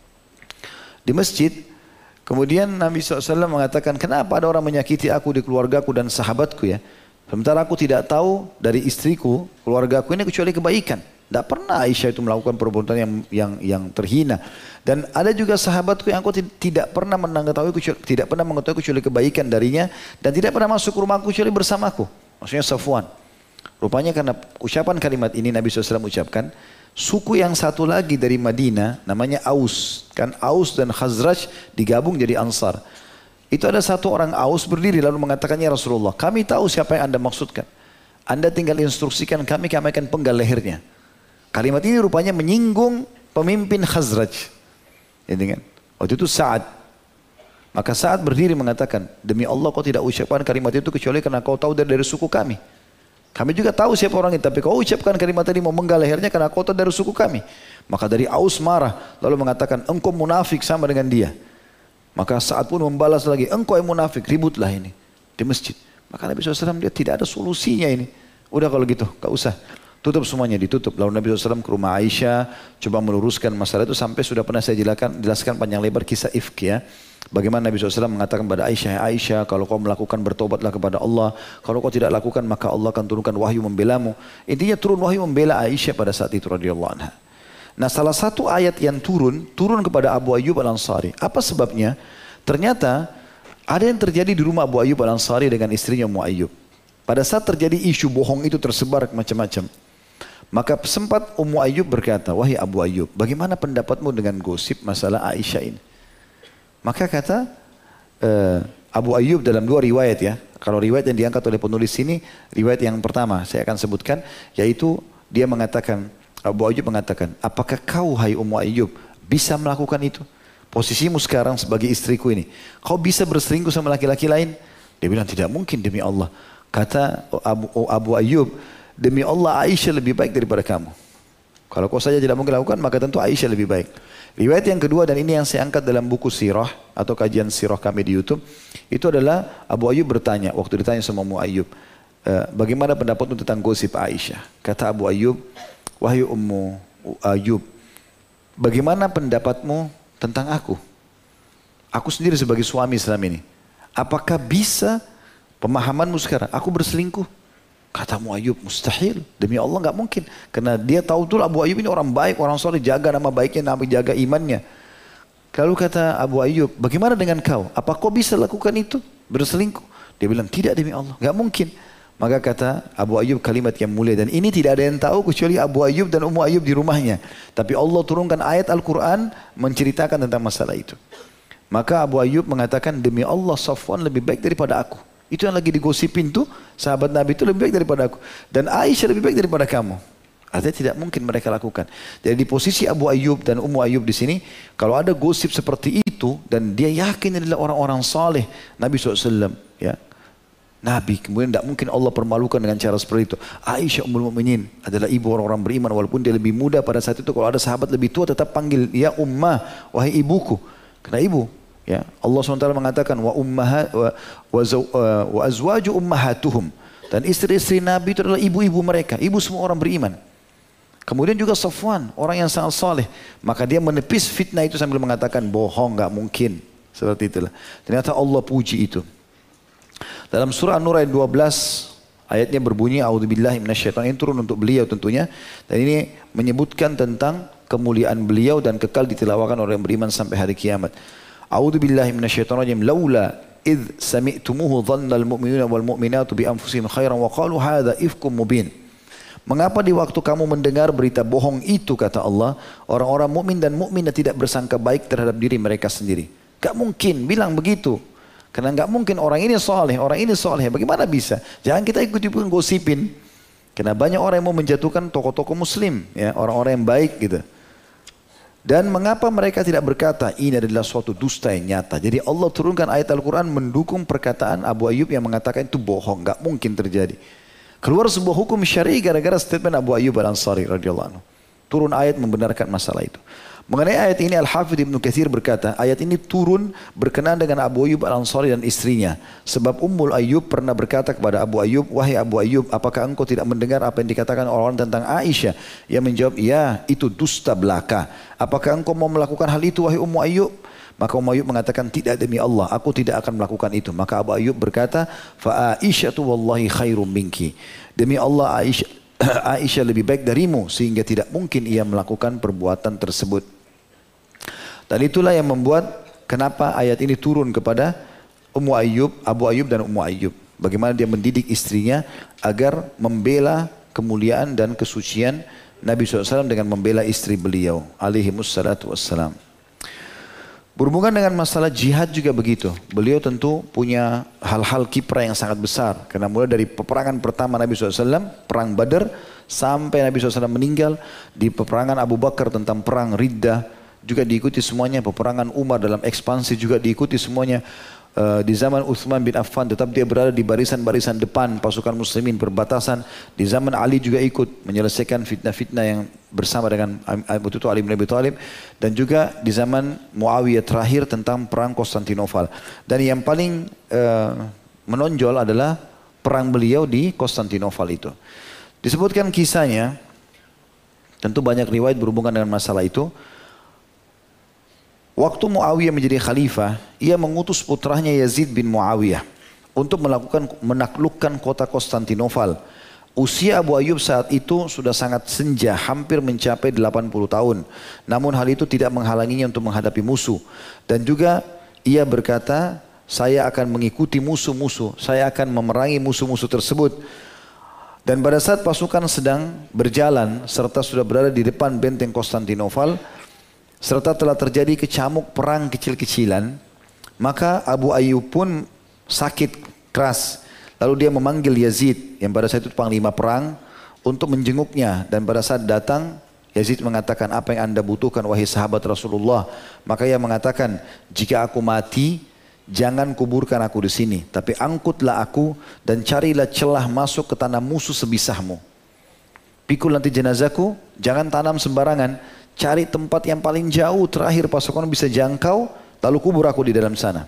[SPEAKER 1] Di masjid, kemudian Nabi shallallahu alaihi wasallam mengatakan, kenapa ada orang menyakiti aku di keluargaku dan sahabatku, ya? Sementara aku tidak tahu dari istriku, keluargaku ini kecuali kebaikan. Tidak pernah Aisyah itu melakukan perbuatan yang yang yang terhina. Dan ada juga sahabatku yang aku tidak pernah mengetahui kecuali, tidak pernah mengetahui kecuali kebaikan darinya, dan tidak pernah masuk ke rumahku kecuali bersamaku. Maksudnya Safwan. Rupanya karena ucapan kalimat ini Nabi shallallahu alaihi wasallam ucapkan, suku yang satu lagi dari Madinah namanya Aus. Kan Aus dan Khazraj digabung jadi Ansar. Itu ada satu orang Aus berdiri lalu mengatakannya, Rasulullah, kami tahu siapa yang anda maksudkan. Anda tinggal instruksikan kami, kami akan penggal lehernya. Kalimat ini rupanya menyinggung pemimpin Khazraj. Jadi kan, waktu itu Sa'ad. Maka Sa'ad berdiri mengatakan, demi Allah kau tidak ucapkan kalimat itu kecuali karena kau tahu dari, dari suku kami. Kami juga tahu siapa orang itu, tapi kau ucapkan kalimat tadi mau menggal lehernya karena kau tahu dari suku kami. Maka dari Aus marah, lalu mengatakan, engkau munafik sama dengan dia. Maka Sa'ad pun membalas lagi, engkau yang munafik, ributlah ini di masjid. Maka Nabi shallallahu alaihi wasallam dia tidak ada solusinya ini. Udah kalau gitu, gak usah. Tutup semuanya, ditutup. Lalu Nabi shallallahu alaihi wasallam ke rumah Aisyah, coba meluruskan masalah itu sampai sudah pernah saya jelaskan, jelaskan panjang lebar kisah ifk, ya. Bagaimana Nabi shallallahu alaihi wasallam mengatakan kepada Aisyah, Aisyah, kalau kau melakukan bertobatlah kepada Allah. Kalau kau tidak lakukan maka Allah akan turunkan wahyu membelamu. Intinya turun wahyu membela Aisyah pada saat itu radhiyallahu anha. Nah, salah satu ayat yang turun, turun kepada Abu Ayyub Al-Ansari. Apa sebabnya? Ternyata ada yang terjadi di rumah Abu Ayyub Al-Ansari dengan istrinya Ummu Ayyub. Pada saat terjadi isu bohong itu tersebar macam-macam. Maka sempat Ummu Ayyub berkata, wahai Abu Ayyub, bagaimana pendapatmu dengan gosip masalah Aisyah ini? Maka kata uh, Abu Ayyub dalam dua riwayat, ya. Kalau riwayat yang diangkat oleh penulis ini, riwayat yang pertama saya akan sebutkan, yaitu dia mengatakan, Abu Ayyub mengatakan, apakah kau hai Ummu Ayyub bisa melakukan itu? Posisimu sekarang sebagai istriku ini, kau bisa berselingkuh sama laki-laki lain? Dia bilang tidak mungkin demi Allah. Kata Abu, Abu Ayyub, demi Allah Aisyah lebih baik daripada kamu. Kalau kau saja tidak mungkin lakukan, maka tentu Aisyah lebih baik. Riwayat yang kedua, dan ini yang saya angkat dalam buku sirah atau kajian sirah kami di YouTube, itu adalah Abu Ayyub bertanya, waktu ditanya sama Abu Ayyub, e, bagaimana pendapatmu tentang gosip Aisyah? Kata Abu Ayyub, wahai Ummu Ayyub, bagaimana pendapatmu tentang aku? Aku sendiri sebagai suami selama ini. Apakah bisa pemahamanmu sekarang, aku berselingkuh? Kata Abu Ayyub, mustahil. Demi Allah nggak mungkin. Karena dia tahu betul Abu Ayyub ini orang baik, orang soleh, jaga nama baiknya, nama jaga imannya. Lalu kata Abu Ayyub, bagaimana dengan kau? Apa kau bisa lakukan itu? Berselingkuh? Dia bilang, tidak demi Allah, nggak mungkin. Maka kata Abu Ayyub kalimat yang mulia. Dan ini tidak ada yang tahu kecuali Abu Ayyub dan Ummu Ayyub di rumahnya. Tapi Allah turunkan ayat Al-Quran menceritakan tentang masalah itu. Maka Abu Ayyub mengatakan, demi Allah Safwan lebih baik daripada aku. Itu yang lagi digosipin tuh, sahabat Nabi itu lebih baik daripada aku. Dan Aisyah lebih baik daripada kamu. Artinya tidak mungkin mereka lakukan. Jadi di posisi Abu Ayyub dan Ummu Ayyub di sini, kalau ada gosip seperti itu, dan dia yakin adalah orang-orang saleh Nabi shallallahu alaihi wasallam, ya, Nabi, kemudian tidak mungkin Allah permalukan dengan cara seperti itu. Aisyah Ummul Mukminin adalah ibu orang-orang beriman, walaupun dia lebih muda pada saat itu. Kalau ada sahabat lebih tua tetap panggil, ya ummah, wahai ibuku. Karena ibu. Ya, Allah subhanahu wa taala mengatakan wa ummahat wa, wa, wa azwaju ummahatuhum, dan istri-istri Nabi itu adalah ibu-ibu mereka, ibu semua orang beriman. Kemudian juga Safwan, orang yang sangat saleh, maka dia menepis fitnah itu sambil mengatakan bohong, nggak mungkin. Seperti itulah. Ternyata Allah puji itu. Dalam surah An-Nur ayat dua belas, ayatnya berbunyi a'udzubillahi minasyaitonir rajim, turun untuk beliau tentunya, dan ini menyebutkan tentang kemuliaan beliau dan kekal ditilawakan oleh yang beriman sampai hari kiamat. A'udzu billahi minasyaitonir rajim. Laula idz sami'tumuhu dhannal mu'minuna wal mu'minatu bi anfusihim khairan wa qalu hadza ifkum mubin. Mengapa di waktu kamu mendengar berita bohong itu, kata Allah, orang-orang mukmin dan mukminah tidak bersangka baik terhadap diri mereka sendiri. Gak mungkin bilang begitu. Karena gak mungkin orang ini soleh, orang ini soleh. Bagaimana bisa? Jangan kita ikut-ikut gosipin. Karena banyak orang yang mau menjatuhkan tokoh-tokoh muslim, ya, orang-orang yang baik gitu. Dan mengapa mereka tidak berkata ini adalah suatu dusta yang nyata. Jadi Allah turunkan ayat Al-Quran mendukung perkataan Abu Ayyub yang mengatakan itu bohong, gak mungkin terjadi. Keluar sebuah hukum syar'i gara-gara statement Abu Ayyub Al-Ansari radhiyallahu anhu. Turun ayat membenarkan masalah itu. Mengenai ayat ini Al-Hafidh Ibnu Katsir berkata, ayat ini turun berkenaan dengan Abu Ayyub Al-Ansari dan istrinya. Sebab Ummul Ayyub pernah berkata kepada Abu Ayyub, wahai Abu Ayyub, apakah engkau tidak mendengar apa yang dikatakan orang tentang Aisyah? Ia menjawab, ya, itu dusta belaka. Apakah engkau mau melakukan hal itu, wahai Ummu Ayyub? Maka Ummu Ayyub mengatakan, tidak demi Allah, aku tidak akan melakukan itu. Maka Abu Ayyub berkata, fa Aisyatu wallahi khairum minki. Demi Allah, Aisyah, Aisyah lebih baik darimu, sehingga tidak mungkin ia melakukan perbuatan tersebut. Dan itulah yang membuat kenapa ayat ini turun kepada Ummu Ayyub, Abu Ayyub dan Ummu Ayyub. Bagaimana dia mendidik istrinya agar membela kemuliaan dan kesucian Nabi shallallahu alaihi wasallam dengan membela istri beliau alaihimussalatu wassalam. Berhubungan dengan masalah jihad juga begitu. Beliau tentu punya hal-hal kiprah yang sangat besar. Karena mulai dari peperangan pertama Nabi shallallahu alaihi wasallam, perang Badar, sampai Nabi shallallahu alaihi wasallam meninggal, di peperangan Abu Bakar tentang perang Riddah, juga diikuti semuanya. Peperangan Umar dalam ekspansi juga diikuti semuanya. Uh, di zaman Utsman bin Affan tetap dia berada di barisan-barisan depan pasukan muslimin perbatasan. Di zaman Ali juga ikut menyelesaikan fitnah-fitnah yang bersama dengan Abu Ali bin Abi Thalib. Dan juga di zaman Muawiyah terakhir tentang perang Konstantinopel. Dan yang paling uh, menonjol adalah perang beliau di Konstantinopel itu. Disebutkan kisahnya, tentu banyak riwayat berhubungan dengan masalah itu. Waktu Muawiyah menjadi khalifah, ia mengutus putranya Yazid bin Muawiyah untuk melakukan menaklukkan kota Konstantinopel. Usia Abu Ayyub saat itu sudah sangat senja, hampir mencapai delapan puluh tahun. Namun hal itu tidak menghalanginya untuk menghadapi musuh. Dan juga ia berkata, saya akan mengikuti musuh-musuh, saya akan memerangi musuh-musuh tersebut. Dan pada saat pasukan sedang berjalan serta sudah berada di depan benteng Konstantinopel, serta telah terjadi kecamuk perang kecil-kecilan, maka Abu Ayyub pun sakit keras. Lalu dia memanggil Yazid yang pada saat itu panglima perang untuk menjenguknya. Dan pada saat datang, Yazid mengatakan, apa yang anda butuhkan wahai sahabat Rasulullah? Maka ia mengatakan, jika aku mati, jangan kuburkan aku di sini, tapi angkutlah aku dan carilah celah masuk ke tanah musuh sebisahmu. Pikul nanti jenazahku, jangan tanam sembarangan, cari tempat yang paling jauh terakhir pasukan bisa jangkau, lalu kubur aku di dalam sana.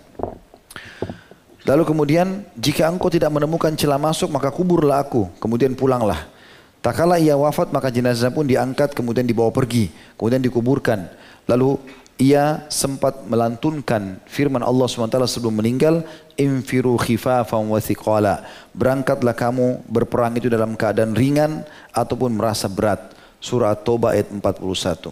[SPEAKER 1] Lalu kemudian jika engkau tidak menemukan celah masuk maka kuburlah aku, kemudian pulanglah. Tak kala ia wafat maka jenazah pun diangkat kemudian dibawa pergi, kemudian dikuburkan. Lalu ia sempat melantunkan firman Allah subhanahu wa taala sebelum meninggal, infiru khifafan wa thiqala. Berangkatlah kamu berperang itu dalam keadaan ringan ataupun merasa berat. Surah At-Taubah ayat empat puluh satu.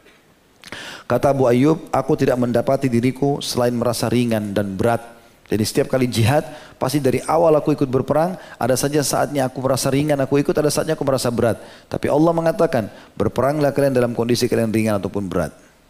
[SPEAKER 1] Kata Abu Ayyub, aku tidak mendapati diriku selain merasa ringan dan berat. Jadi setiap kali jihad, pasti dari awal aku ikut berperang, ada saja saatnya aku merasa ringan, aku ikut, ada saatnya aku merasa berat. Tapi Allah mengatakan, berperanglah kalian dalam kondisi kalian ringan ataupun berat.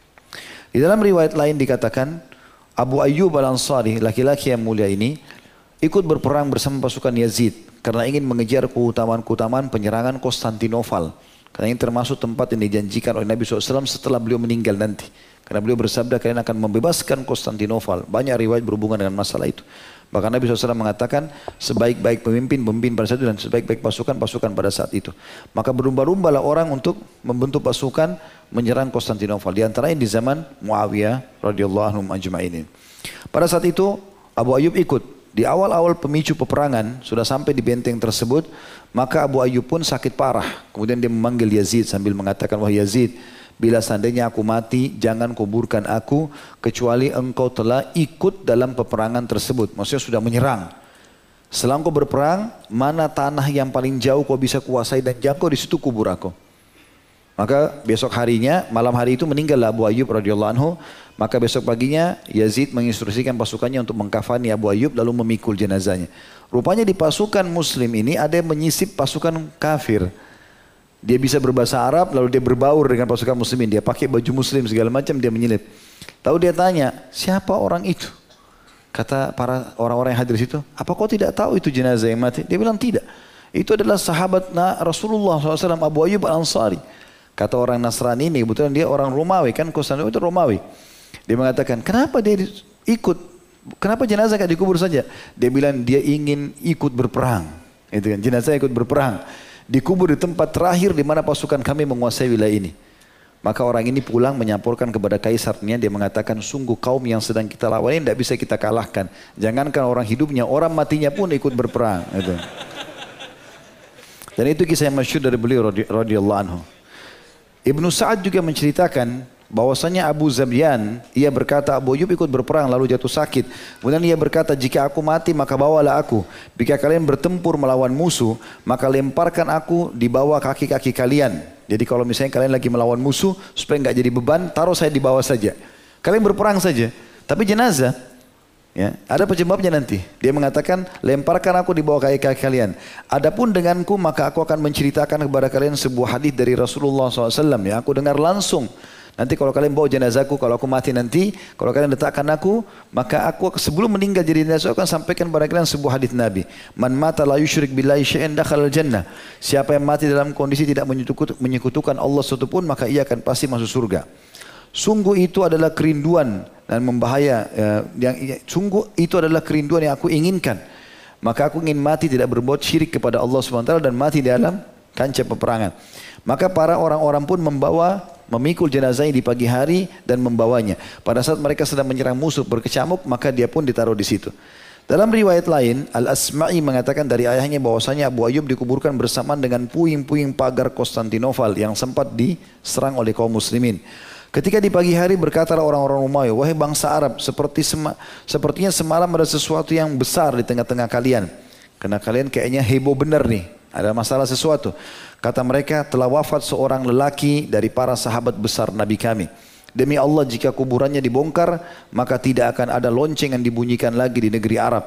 [SPEAKER 1] Di dalam riwayat lain dikatakan, Abu Ayyub Al-Ansari, laki-laki yang mulia ini, ikut berperang bersama pasukan Yazid, karena ingin mengejar keutamaan-keutamaan penyerangan Konstantinopel. Karena ini termasuk tempat yang dijanjikan oleh Nabi shallallahu alaihi wasallam setelah beliau meninggal nanti. Karena beliau bersabda kalian akan membebaskan Konstantinopel. Banyak riwayat berhubungan dengan masalah itu. Bahkan Nabi shallallahu alaihi wasallam mengatakan sebaik-baik pemimpin, pemimpin pada saat itu dan sebaik-baik pasukan, pasukan pada saat itu. Maka berlumba-lumbalah orang untuk membentuk pasukan menyerang Konstantinopel. Di antaranya di zaman Muawiyah radhiyallahu anhum ajma'in. Pada saat itu Abu Ayyub ikut. Di awal-awal pemicu peperangan sudah sampai di benteng tersebut, maka Abu Ayyub pun sakit parah. Kemudian dia memanggil Yazid sambil mengatakan, wah Yazid, bila seandainya aku mati, jangan kuburkan aku kecuali engkau telah ikut dalam peperangan tersebut. Maksudnya sudah menyerang. Setelah engkau berperang, mana tanah yang paling jauh kau bisa kuasai dan jangkau, di situ kubur aku. Maka besok harinya, malam hari itu meninggallah Abu Ayyub radhiyallahu anhu. Maka besok paginya Yazid menginstruksikan pasukannya untuk mengkafani Abu Ayyub lalu memikul jenazahnya. Rupanya di pasukan muslim ini ada yang menyisip pasukan kafir. Dia bisa berbahasa Arab lalu dia berbaur dengan pasukan muslimin. Dia pakai baju muslim segala macam, dia menyelip. Tahu dia tanya, siapa orang itu? Kata para orang-orang yang hadir di situ, apa kau tidak tahu itu jenazah yang mati? Dia bilang tidak. Itu adalah sahabat Rasulullah shallallahu alaihi wasallam Abu Ayyub Al-Ansari. Kata orang Nasrani ini, kebetulan dia orang Romawi, kan Konstantinopel itu Romawi. Dia mengatakan, kenapa dia ikut, kenapa jenazah gak dikubur saja? Dia bilang dia ingin ikut berperang. Itu kan, jenazah ikut berperang. Dikubur di tempat terakhir di mana pasukan kami menguasai wilayah ini. Maka orang ini pulang menyampurkan kepada kaisarnya, dia mengatakan, sungguh kaum yang sedang kita lawan ini tidak bisa kita kalahkan. Jangankan orang hidupnya, orang matinya pun ikut berperang. Itu. Dan itu kisah yang masyhur dari beliau radhiyallahu anhu. Ibnu Sa'ad juga menceritakan bahwasanya Abu Zabyan, ia berkata Abu Ayyub ikut berperang lalu jatuh sakit. Kemudian ia berkata, jika aku mati maka bawalah aku. Jika kalian bertempur melawan musuh, maka lemparkan aku di bawah kaki-kaki kalian. Jadi kalau misalnya kalian lagi melawan musuh, supaya nggak jadi beban, taruh saya di bawah saja. Kalian berperang saja. Tapi jenazah, ya, ada penyebabnya nanti. Dia mengatakan, lemparkan aku di bawah kaki-kaki kalian. Adapun denganku, maka aku akan menceritakan kepada kalian sebuah hadis dari Rasulullah shallallahu alaihi wasallam yang aku dengar langsung. Nanti kalau kalian bawa jenazahku, kalau aku mati nanti, kalau kalian letakkan aku, maka aku sebelum meninggal jadi jenazah, aku akan sampaikan kepada kalian sebuah hadis Nabi. Man mata la yusyrik billahi syai'an dakhala al-jannah. Siapa yang mati dalam kondisi tidak menyekutukan Allah satupun, maka ia akan pasti masuk surga. Sungguh itu adalah kerinduan dan membahaya, yang sungguh itu adalah kerinduan yang aku inginkan. Maka aku ingin mati tidak berbuat syirik kepada Allah subhanahu wa taala dan mati di dalam kancah peperangan. Maka para orang-orang pun membawa, memikul jenazahnya di pagi hari dan membawanya. Pada saat mereka sedang menyerang musuh berkecamuk, maka dia pun ditaruh di situ. Dalam riwayat lain, Al-Asma'i mengatakan dari ayahnya bahwasanya Abu Ayyub dikuburkan bersamaan dengan puing-puing pagar Konstantinopel yang sempat diserang oleh kaum muslimin. Ketika di pagi hari berkatalah orang-orang Romawi, wahai bangsa Arab, seperti sema, sepertinya semalam ada sesuatu yang besar di tengah-tengah kalian. Karena kalian kayaknya heboh benar nih, ada masalah sesuatu. Kata mereka, telah wafat seorang lelaki dari para sahabat besar Nabi kami. Demi Allah, jika kuburannya dibongkar, maka tidak akan ada lonceng yang dibunyikan lagi di negeri Arab.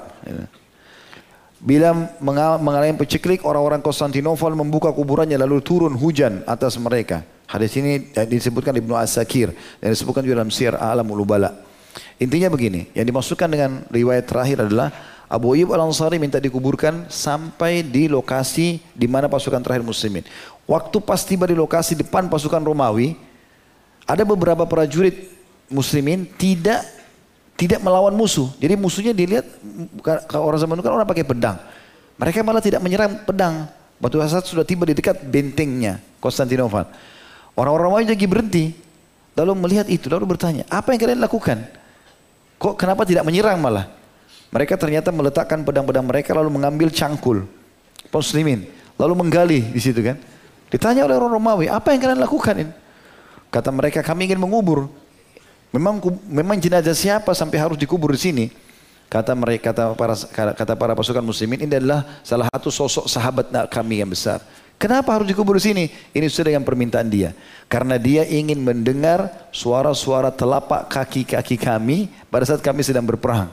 [SPEAKER 1] Bila mengalami peceklik, orang-orang Konstantinopel membuka kuburannya lalu turun hujan atas mereka. Hadis ini disebutkan Ibnu As-Sakir dan disebutkan juga dalam Syiar A'lamul Nubala. Intinya begini, yang dimaksudkan dengan riwayat terakhir adalah Abu Ayyub Al-Ansari minta dikuburkan sampai di lokasi di mana pasukan terakhir muslimin. Waktu pas tiba di lokasi depan pasukan Romawi, ada beberapa prajurit muslimin tidak tidak melawan musuh. Jadi musuhnya dilihat orang zaman dulu kan orang pakai pedang. Mereka malah tidak menyerang pedang. Batu saat sudah tiba di dekat bentengnya Konstantinopel. Orang-orang Romawi lagi berhenti. Lalu melihat itu, lalu bertanya, apa yang kalian lakukan? Kok kenapa tidak menyerang malah? Mereka ternyata meletakkan pedang-pedang mereka lalu mengambil cangkul muslimin, lalu menggali di situ kan. Ditanya oleh orang Romawi, apa yang kalian lakukan ini? Kata mereka, kami ingin mengubur. Memang memang jenazah siapa sampai harus dikubur di sini? Kata mereka, kata para kata para pasukan muslimin, ini adalah salah satu sosok sahabat kami yang besar. Kenapa harus dikubur di sini? Ini sesuai dengan permintaan dia. Karena dia ingin mendengar suara-suara telapak kaki-kaki kami pada saat kami sedang berperang.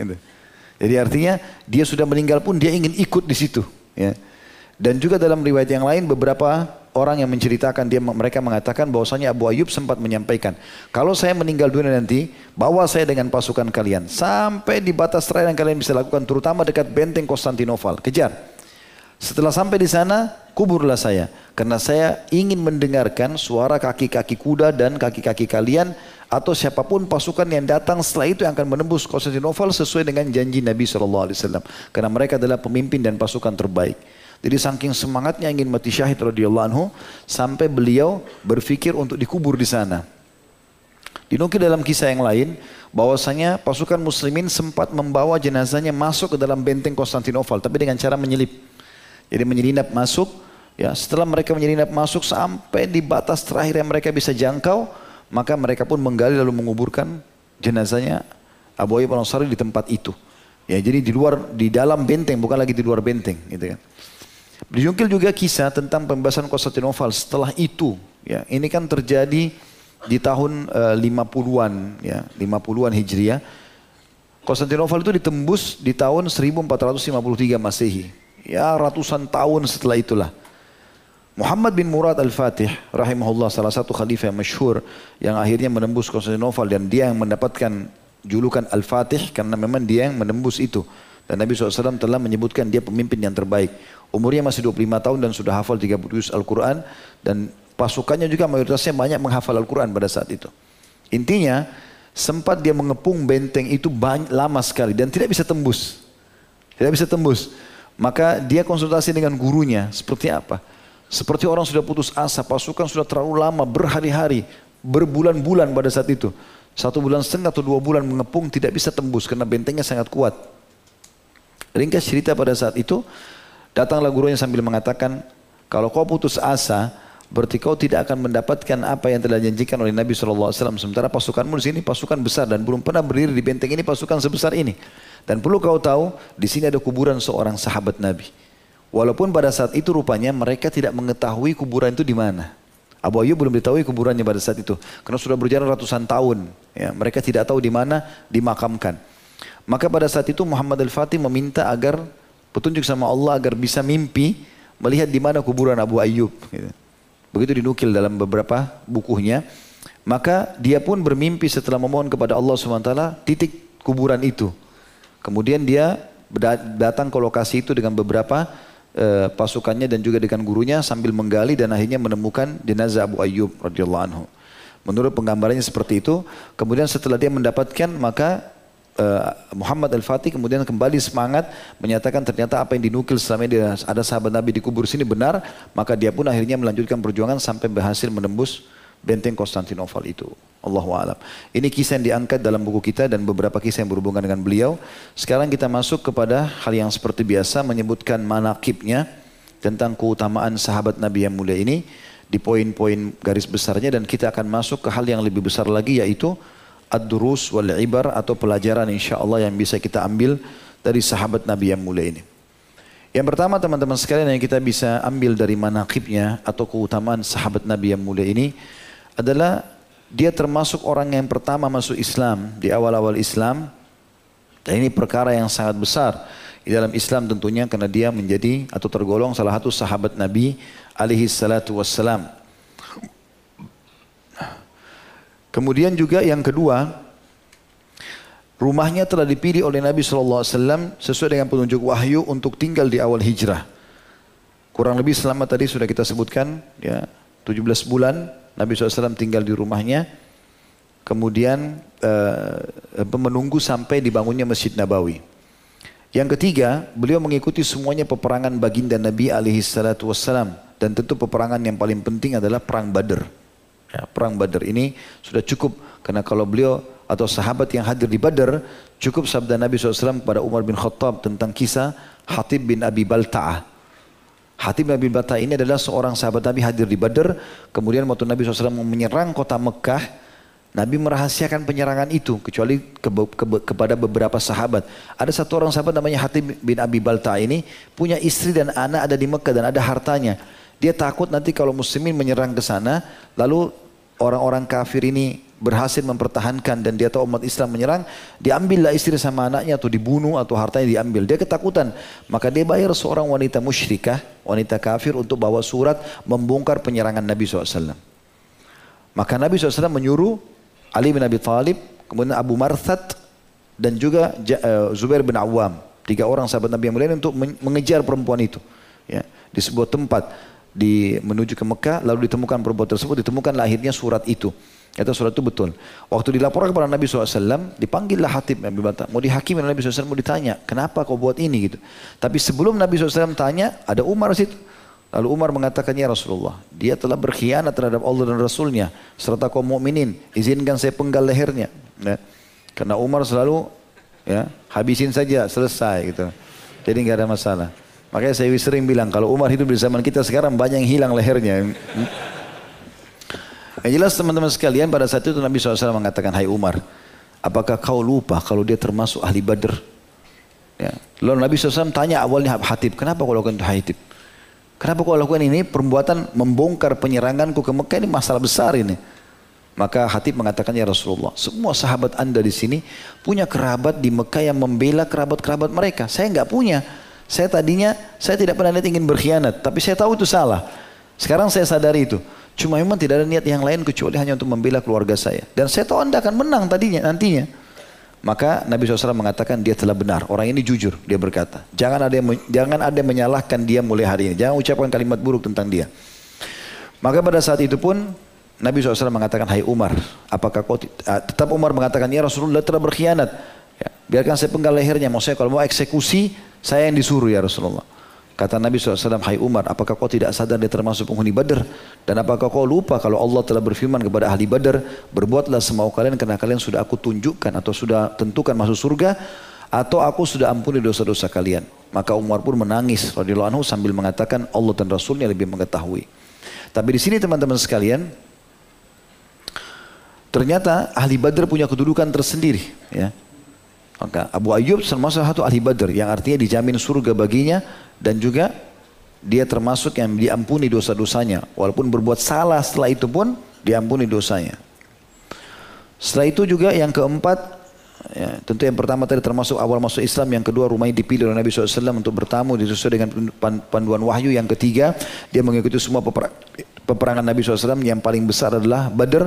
[SPEAKER 1] Jadi artinya dia sudah meninggal pun dia ingin ikut di situ. Ya. Dan juga dalam riwayat yang lain beberapa orang yang menceritakan dia mereka mengatakan bahwasanya Abu Ayyub sempat menyampaikan, kalau saya meninggal dunia nanti, bawa saya dengan pasukan kalian sampai di batas terakhir yang kalian bisa lakukan, terutama dekat benteng Konstantinopel, kejar. Setelah sampai di sana, kuburlah saya, karena saya ingin mendengarkan suara kaki-kaki kuda dan kaki-kaki kalian atau siapapun pasukan yang datang setelah itu yang akan menembus Konstantinopel sesuai dengan janji Nabi shallallahu alaihi wasallam, karena mereka adalah pemimpin dan pasukan terbaik. Jadi saking semangatnya ingin mati syahid radhiyallahu anhu sampai beliau berpikir untuk dikubur di sana. Dinukil dalam kisah yang lain bahwasanya pasukan muslimin sempat membawa jenazahnya masuk ke dalam benteng Konstantinopel tapi dengan cara menyelip. Jadi menyelinap masuk, ya setelah mereka menyelinap masuk sampai di batas terakhir yang mereka bisa jangkau, maka mereka pun menggali lalu menguburkan jenazahnya Abu Ayyub al-Ansari di tempat itu. Ya jadi di luar, di dalam benteng, bukan lagi di luar benteng, gitu kan. Dijungkil juga kisah tentang pembebasan Konstantinopel setelah itu. Ya, ini kan terjadi di tahun uh, lima puluhan, ya, lima puluhan Hijriah. Konstantinopel itu ditembus di tahun seribu empat ratus lima puluh tiga Masehi. Ya, ratusan tahun setelah itulah. Muhammad bin Murad Al-Fatih rahimahullah, salah satu khalifah yang masyhur yang akhirnya menembus Konstantinopel, dan dia yang mendapatkan julukan Al-Fatih karena memang dia yang menembus itu. Dan Nabi shallallahu alaihi wasallam telah menyebutkan dia pemimpin yang terbaik. Umurnya masih dua puluh lima tahun dan sudah hafal tiga puluh juz Al-Quran. Dan pasukannya juga mayoritasnya banyak menghafal Al-Quran pada saat itu. Intinya sempat dia mengepung benteng itu banyak, lama sekali dan tidak bisa tembus. Tidak bisa tembus. Maka dia konsultasi dengan gurunya seperti apa. Seperti orang sudah putus asa, pasukan sudah terlalu lama, berhari-hari, berbulan-bulan pada saat itu. Satu bulan setengah atau dua bulan mengepung tidak bisa tembus karena bentengnya sangat kuat. Ringkas cerita pada saat itu, datanglah gurunya sambil mengatakan, kalau kau putus asa, berarti kau tidak akan mendapatkan apa yang telah dijanjikan oleh Nabi shallallahu alaihi wasallam. Sementara pasukanmu di sini pasukan besar dan belum pernah berdiri di benteng ini pasukan sebesar ini. Dan perlu kau tahu, di sini ada kuburan seorang sahabat Nabi. Walaupun pada saat itu rupanya mereka tidak mengetahui kuburan itu di mana. Abu Ayyub belum diketahui kuburannya pada saat itu, karena sudah berjalan ratusan tahun. Ya, mereka tidak tahu di mana dimakamkan. Maka pada saat itu Muhammad Al-Fatih meminta agar petunjuk sama Allah agar bisa mimpi melihat di mana kuburan Abu Ayyub. Begitu dinukil dalam beberapa bukunya. Maka dia pun bermimpi setelah memohon kepada Allah subhanahu wa taala titik kuburan itu. Kemudian dia datang ke lokasi itu dengan beberapa uh, pasukannya dan juga dengan gurunya sambil menggali dan akhirnya menemukan jenazah Abu Ayyub radhiyallahu anhu. Menurut penggambarannya seperti itu. Kemudian setelah dia mendapatkan, maka Uh, Muhammad Al-Fatih kemudian kembali semangat menyatakan ternyata apa yang dinukil selama ini ada sahabat Nabi dikubur sini benar, maka dia pun akhirnya melanjutkan perjuangan sampai berhasil menembus benteng Konstantinopel itu. Allahu a'lam. Ini kisah yang diangkat dalam buku kita dan beberapa kisah yang berhubungan dengan beliau. Sekarang kita masuk kepada hal yang seperti biasa, menyebutkan manaqibnya tentang keutamaan sahabat Nabi yang mulia ini di poin-poin garis besarnya, dan kita akan masuk ke hal yang lebih besar lagi, yaitu ad-durus wal ibar atau pelajaran insyaallah yang bisa kita ambil dari sahabat Nabi yang mulia ini. Yang pertama teman-teman sekalian yang kita bisa ambil dari manaqibnya atau keutamaan sahabat Nabi yang mulia ini adalah dia termasuk orang yang pertama masuk Islam di awal-awal Islam, dan ini perkara yang sangat besar di dalam Islam tentunya karena dia menjadi atau tergolong salah satu sahabat Nabi alaihi salatu wassalam. Kemudian juga yang kedua, rumahnya telah dipilih oleh Nabi shallallahu alaihi wasallam sesuai dengan petunjuk wahyu untuk tinggal di awal hijrah. Kurang lebih selama tadi sudah kita sebutkan, ya, tujuh belas bulan Nabi shallallahu alaihi wasallam tinggal di rumahnya. kemudian uh, menunggu sampai dibangunnya Masjid Nabawi. Yang ketiga, beliau mengikuti semuanya peperangan baginda Nabi alaihi salatu wassalam. Dan tentu peperangan yang paling penting adalah Perang Badar. Ya, Perang Badar ini sudah cukup. Karena kalau beliau atau sahabat yang hadir di Badar, cukup sabda Nabi shallallahu alaihi wasallam kepada Umar bin Khattab tentang kisah Hatib bin Abi Balta'ah. Hatib bin Abi Balta'ah ini adalah seorang sahabat Nabi hadir di Badar. Kemudian waktu Nabi shallallahu alaihi wasallam menyerang kota Mekah, Nabi merahasiakan penyerangan itu kecuali ke, ke, kepada beberapa sahabat. Ada satu orang sahabat namanya Hatib bin Abi Balta'ah ini punya istri dan anak ada di Mekah dan ada hartanya. Dia takut nanti kalau muslimin menyerang ke sana, lalu orang-orang kafir ini berhasil mempertahankan dan dia tahu umat Islam menyerang, diambillah istri sama anaknya atau dibunuh atau hartanya diambil. Dia ketakutan, maka dia bayar seorang wanita musyrikah, wanita kafir untuk bawa surat membongkar penyerangan Nabi shallallahu alaihi wasallam. Maka Nabi shallallahu alaihi wasallam menyuruh Ali bin Abi Thalib, kemudian Abu Marthad dan juga Zubair bin Awam, tiga orang sahabat Nabi yang mulia untuk mengejar perempuan itu. Ya, di sebuah tempat di menuju ke Mekah, lalu ditemukan perempuan tersebut, ditemukan akhirnya surat itu. Kata surat itu betul. Waktu dilaporkan kepada Nabi shallallahu alaihi wasallam, dipanggillah Hatib Nabi Bata. Mau dihakimi Nabi shallallahu alaihi wasallam, mau ditanya, kenapa kau buat ini gitu. Tapi sebelum Nabi shallallahu alaihi wasallam tanya, ada Umar situ. Lalu Umar mengatakan, ya Rasulullah, dia telah berkhianat terhadap Allah dan Rasulnya serta kaum mukminin. Izinkan saya penggal lehernya. Ya. Karena Umar selalu ya habisin saja, selesai gitu. Jadi nggak ada masalah. Makanya saya sering bilang, kalau Umar hidup di zaman kita sekarang banyak yang hilang lehernya. Hmm? Yang jelas teman-teman sekalian, pada saat itu Nabi shallallahu alaihi wasallam mengatakan, hai Umar, apakah kau lupa kalau dia termasuk ahli Badr? Ya. Lalu Nabi shallallahu alaihi wasallam tanya awalnya Hatib, kenapa kau lakukan itu Hatib? Kenapa kau lakukan ini? Perbuatan membongkar penyeranganku ke Mekah ini masalah besar ini. Maka Hatib mengatakan, ya Rasulullah, semua sahabat anda di sini punya kerabat di Mekah yang membela kerabat-kerabat mereka. Saya nggak punya. Saya tadinya, saya tidak pernah niat ingin berkhianat. Tapi saya tahu itu salah. Sekarang saya sadari itu. Cuma memang tidak ada niat yang lain kecuali hanya untuk membela keluarga saya. Dan saya tahu anda akan menang tadinya, nantinya. Maka Nabi shallallahu alaihi wasallam mengatakan dia telah benar. Orang ini jujur, dia berkata. Jangan ada yang, jangan ada yang menyalahkan dia mulai hari ini. Jangan ucapkan kalimat buruk tentang dia. Maka pada saat itu pun Nabi shallallahu alaihi wasallam mengatakan, hai Umar, apakah kau tetap Umar mengatakan, ya Rasulullah telah berkhianat. Ya, biarkan saya penggal lehernya. Mau saya kalau mau eksekusi, saya yang disuruh ya Rasulullah. Kata Nabi shallallahu alaihi wasallam, hai Umar, apakah kau tidak sadar dia termasuk penghuni Badar? Dan apakah kau lupa kalau Allah telah berfirman kepada ahli Badar, berbuatlah semau kalian karena kalian sudah aku tunjukkan atau sudah tentukan masuk surga, atau aku sudah ampuni dosa-dosa kalian. Maka Umar pun menangis radhiyallahu anhu sambil mengatakan Allah dan Rasulnya lebih mengetahui. Tapi di sini teman-teman sekalian, ternyata ahli Badar punya kedudukan tersendiri. Ya. Maka Abu Ayyub termasuk satu ahli Badar yang artinya dijamin surga baginya. Dan juga dia termasuk yang diampuni dosa-dosanya. Walaupun berbuat salah setelah itu pun diampuni dosanya. Setelah itu juga yang keempat, ya, tentu yang pertama tadi termasuk awal masuk Islam. Yang kedua Rumai dipilih oleh Nabi shallallahu alaihi wasallam untuk bertamu sesuai dengan panduan wahyu. Yang ketiga dia mengikuti semua peperangan Nabi shallallahu alaihi wasallam. Yang paling besar adalah Badar.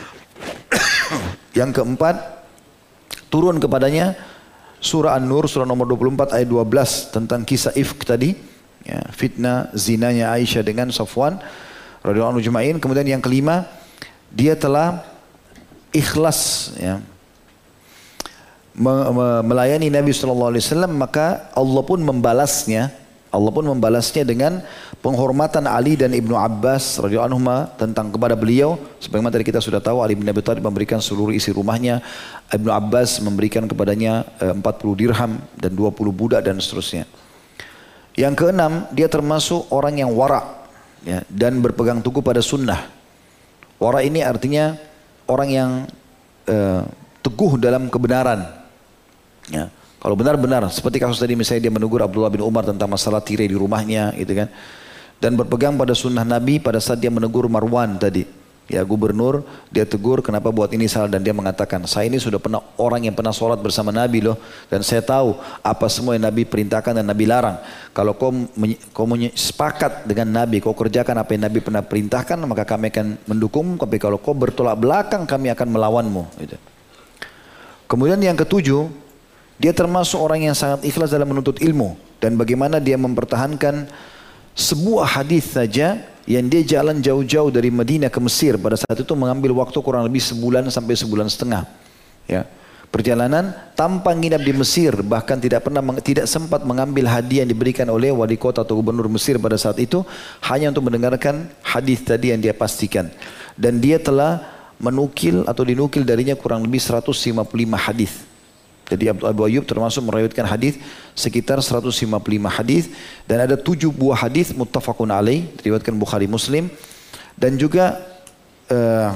[SPEAKER 1] Yang keempat turun kepadanya Surah An-Nur, surah nomor dua puluh empat ayat dua belas tentang kisah ifk tadi, ya, fitnah zinanya Aisyah dengan Safwan radhiyallahu anhu ajma'in. Kemudian yang kelima, dia telah ikhlas ya, me me melayani Nabi shallallahu alaihi wasallam, maka Allah pun membalasnya. Allah pun membalasnya dengan penghormatan Ali dan Ibnu Abbas radhiyallahu anhuma tentang kepada beliau. Sebagaimana tadi kita sudah tahu, Ali bin Abi Thalib memberikan seluruh isi rumahnya, Ibnu Abbas memberikan kepadanya empat puluh dirham dan dua puluh budak dan seterusnya. Yang keenam, dia termasuk orang yang wara ya, dan berpegang teguh pada sunnah. Wara ini artinya orang yang uh, teguh dalam kebenaran. Ya. Kalau benar-benar, seperti kasus tadi misalnya dia menegur Abdullah bin Umar tentang masalah tirai di rumahnya, gitu kan. Dan berpegang pada sunnah Nabi pada saat dia menegur Marwan tadi. Ya gubernur, dia tegur kenapa buat ini salah dan dia mengatakan, saya ini sudah pernah orang yang pernah sholat bersama Nabi loh. Dan saya tahu apa semua yang Nabi perintahkan dan Nabi larang. Kalau kau, kau sepakat dengan Nabi, kau kerjakan apa yang Nabi pernah perintahkan, maka kami akan mendukung. Tapi kalau kau bertolak belakang, kami akan melawanmu. Gitu. Kemudian yang ketujuh, dia termasuk orang yang sangat ikhlas dalam menuntut ilmu. Dan bagaimana dia mempertahankan sebuah hadis saja yang dia jalan jauh-jauh dari Madinah ke Mesir pada saat itu mengambil waktu kurang lebih sebulan sampai sebulan setengah. Ya. Perjalanan tanpa nginap di Mesir, bahkan tidak pernah tidak sempat mengambil hadiah yang diberikan oleh wali kota atau gubernur Mesir pada saat itu, hanya untuk mendengarkan hadis tadi yang dia pastikan. Dan dia telah menukil atau dinukil darinya kurang lebih seratus lima puluh lima hadis. Jadi Abu Ayyub termasuk meriwayatkan hadis sekitar seratus lima puluh lima hadis, dan ada tujuh buah hadis muttafaqun alaih diriwayatkan Bukhari Muslim, dan juga uh,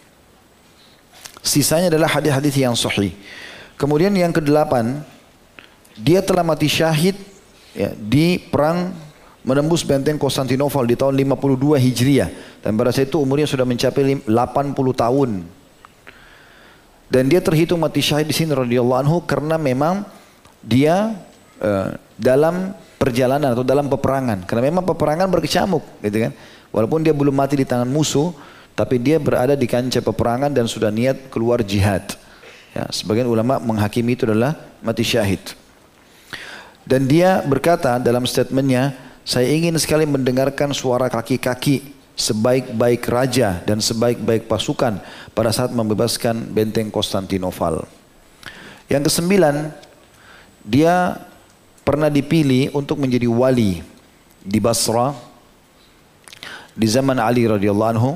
[SPEAKER 1] sisanya adalah hadis-hadis yang sahih. Kemudian yang kedelapan, dia telah mati syahid ya, di perang menembus benteng Konstantinopel di tahun lima puluh dua Hijriah, dan pada saat itu umurnya sudah mencapai delapan puluh tahun. Dan dia terhitung mati syahid di sini radhiyallahu anhu karena memang dia uh, dalam perjalanan atau dalam peperangan. Karena memang peperangan berkecamuk, gitu kan. Walaupun dia belum mati di tangan musuh, tapi dia berada di kancah peperangan dan sudah niat keluar jihad. Ya, sebagian ulama menghakimi itu adalah mati syahid. Dan dia berkata dalam statementnya, saya ingin sekali mendengarkan suara kaki-kaki sebaik-baik raja dan sebaik-baik pasukan pada saat membebaskan benteng Konstantinopel. Yang kesembilan, dia pernah dipilih untuk menjadi wali di Basra di zaman Ali radhiyallahu anhu.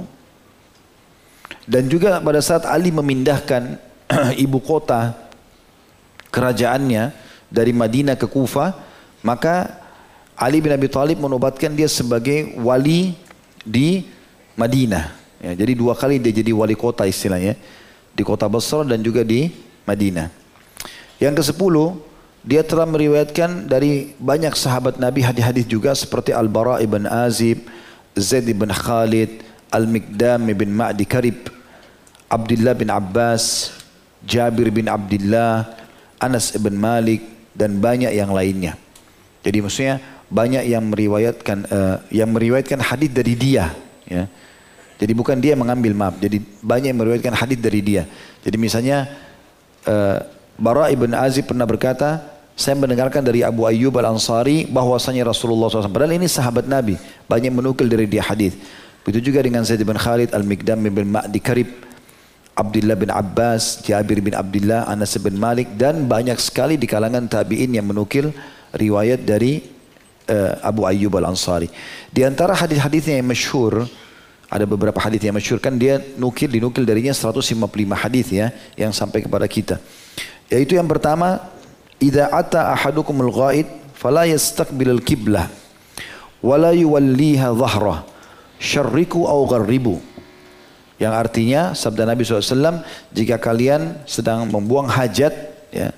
[SPEAKER 1] Dan juga pada saat Ali memindahkan ibu kota kerajaannya dari Madinah ke Kufah, maka Ali bin Abi Thalib menobatkan dia sebagai wali di Madinah. Ya, jadi dua kali dia jadi wali kota istilahnya, di kota Basra dan juga di Madinah. Yang kesepuluh, dia telah meriwayatkan dari banyak sahabat Nabi hadis-hadis juga seperti Al-Bara ibn Azib, Zaid ibn Khalid, Al-Miqdam ibn Ma'di Karib, Abdullah bin Abbas, Jabir bin Abdullah, Anas ibn Malik, dan banyak yang lainnya. Jadi maksudnya banyak yang meriwayatkan uh, yang meriwayatkan hadis dari dia, ya. Jadi bukan dia mengambil, maaf. Jadi banyak yang meriwayatkan hadis dari dia. Jadi misalnya uh, Bara ibn Azib pernah berkata, saya mendengarkan dari Abu Ayyub Al-Ansari bahwasanya Rasulullah shallallahu alaihi wasallam. Padahal ini sahabat Nabi, banyak menukil dari dia hadis. Begitu juga dengan Zaid bin Khalid, Al-Miqdam bin Ma'di Karib, Abdullah bin Abbas, Jabir bin Abdullah, Anas bin Malik, dan banyak sekali di kalangan tabi'in yang menukil riwayat dari Uh, Abu Ayyub Al-Ansari. Di antara hadis-hadisnya yang masyhur, ada beberapa hadis yang masyhur, kan dia nukil dinukil darinya seratus lima puluh lima hadis ya yang sampai kepada kita. Yaitu yang pertama, idza ata ahadukumul ghaid fala yastaqbilul qiblah wala yuwalliha dhahrah syarriku aw gharribu. Yang artinya sabda Nabi shallallahu alaihi wasallam, jika kalian sedang membuang hajat, ya,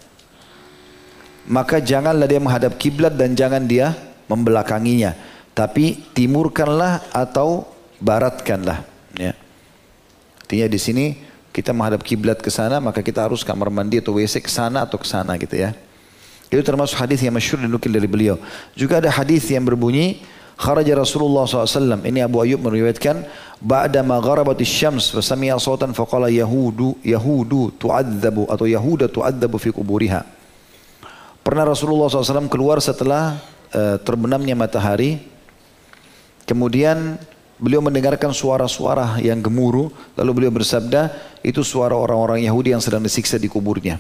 [SPEAKER 1] maka janganlah dia menghadap kiblat dan jangan dia membelakanginya, tapi timurkanlah atau baratkanlah. Ya. Artinya di sini kita menghadap kiblat ke sana, maka kita harus kamar mandi atau W C ke sana atau ke sana, gitu ya. Itu termasuk hadis yang masyhur dinukil dari beliau. Juga ada hadis yang berbunyi, kharaja Rasulullah shallallahu alaihi wasallam. Ini Abu Ayyub meriwayatkan, ba'da ma gharabatis syams fa sami'a sautan fa qala yahudu yahudu tu'adzabu atau yahuda tu'adzabu fi kuburiha. Pernah Rasulullah shallallahu alaihi wasallam keluar setelah uh, terbenamnya matahari. Kemudian beliau mendengarkan suara-suara yang gemuruh. Lalu beliau bersabda, itu suara orang-orang Yahudi yang sedang disiksa di kuburnya.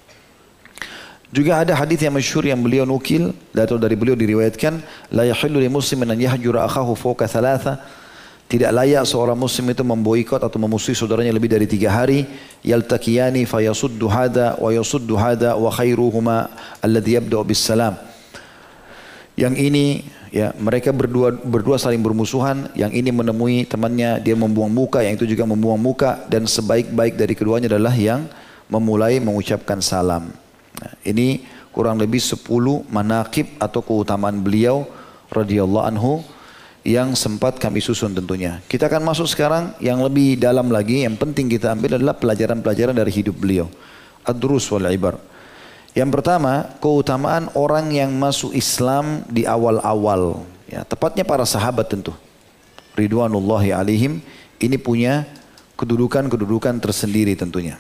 [SPEAKER 1] Juga ada hadis yang masyhur yang beliau nukil, atau dari beliau diriwayatkan, la yahillu li muslimin an yahjura akhahu fawqa thalatha. Tidak layak seorang muslim itu memboikot atau memusuhi saudaranya lebih dari tiga hari. Yaltaqiyani fayasuddu hada wa yasuddu hada wa khairuhuma alladhi yabda'u bis salam. Yang ini, ya, mereka berdua berdua saling bermusuhan. Yang ini menemui temannya, dia membuang muka, yang itu juga membuang muka, dan sebaik-baik dari keduanya adalah yang memulai mengucapkan salam. Nah, ini kurang lebih sepuluh manaqib atau keutamaan beliau radhiyallahu anhu yang sempat kami susun tentunya. Kita akan masuk sekarang yang lebih dalam lagi. Yang penting kita ambil adalah pelajaran-pelajaran dari hidup beliau. Ad-durus wal ibar. Yang pertama, keutamaan orang yang masuk Islam di awal-awal. Ya, tepatnya para sahabat tentu. Ridwanullahi alaihim. Ini punya kedudukan-kedudukan tersendiri tentunya.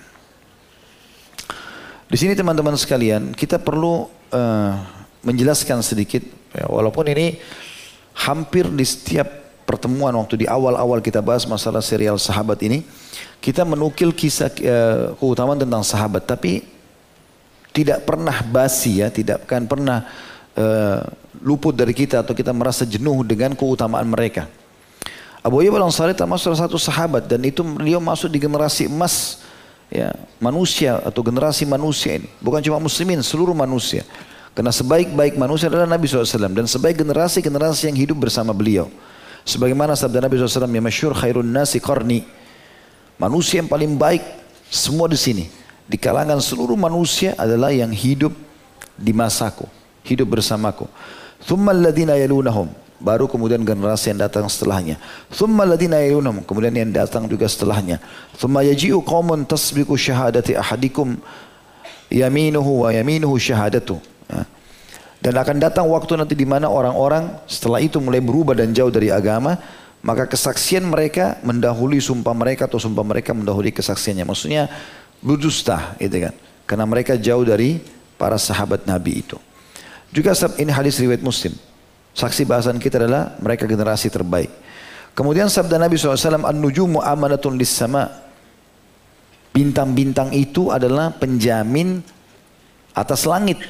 [SPEAKER 1] Di sini teman-teman sekalian, kita perlu uh, menjelaskan sedikit. Ya, walaupun ini hampir di setiap pertemuan waktu di awal-awal kita bahas masalah serial sahabat ini, kita menukil kisah uh, keutamaan tentang sahabat, tapi tidak pernah basi ya, tidak akan pernah uh, luput dari kita atau kita merasa jenuh dengan keutamaan mereka. Abu Ayyub Al-Ansari termasuk salah satu sahabat dan itu beliau masuk di generasi emas ya, manusia atau generasi manusia ini. Bukan cuma muslimin, seluruh manusia. Karena sebaik-baik manusia adalah Nabi shallallahu alaihi wasallam dan sebaik generasi-generasi yang hidup bersama beliau. Sebagaimana sabda Nabi shallallahu alaihi wasallam yang masyhur, khairun nasi qarni. Manusia yang paling baik semua di sini. Di kalangan seluruh manusia adalah yang hidup di masaku, hidup bersamaku. Thumma alladhina yalunahum. Baru kemudian generasi yang datang setelahnya. Thumma alladhina yalunahum. Kemudian yang datang juga setelahnya. Thumma yaji'u qaumun tasbiqu syahadati ahadikum yaminuhu wa yaminuhu syahadatu. Dan akan datang waktu nanti di mana orang-orang setelah itu mulai berubah dan jauh dari agama, maka kesaksian mereka mendahului sumpah mereka atau sumpah mereka mendahului kesaksiannya. Maksudnya berdusta, gitu kan? Karena mereka jauh dari para sahabat Nabi itu. Juga ini hadis riwayat Muslim. Saksi bahasan kita adalah mereka generasi terbaik. Kemudian sabda Nabi shallallahu alaihi wasallam, an-nujumu amanatun lis-sama. Bintang-bintang itu adalah penjamin atas langit.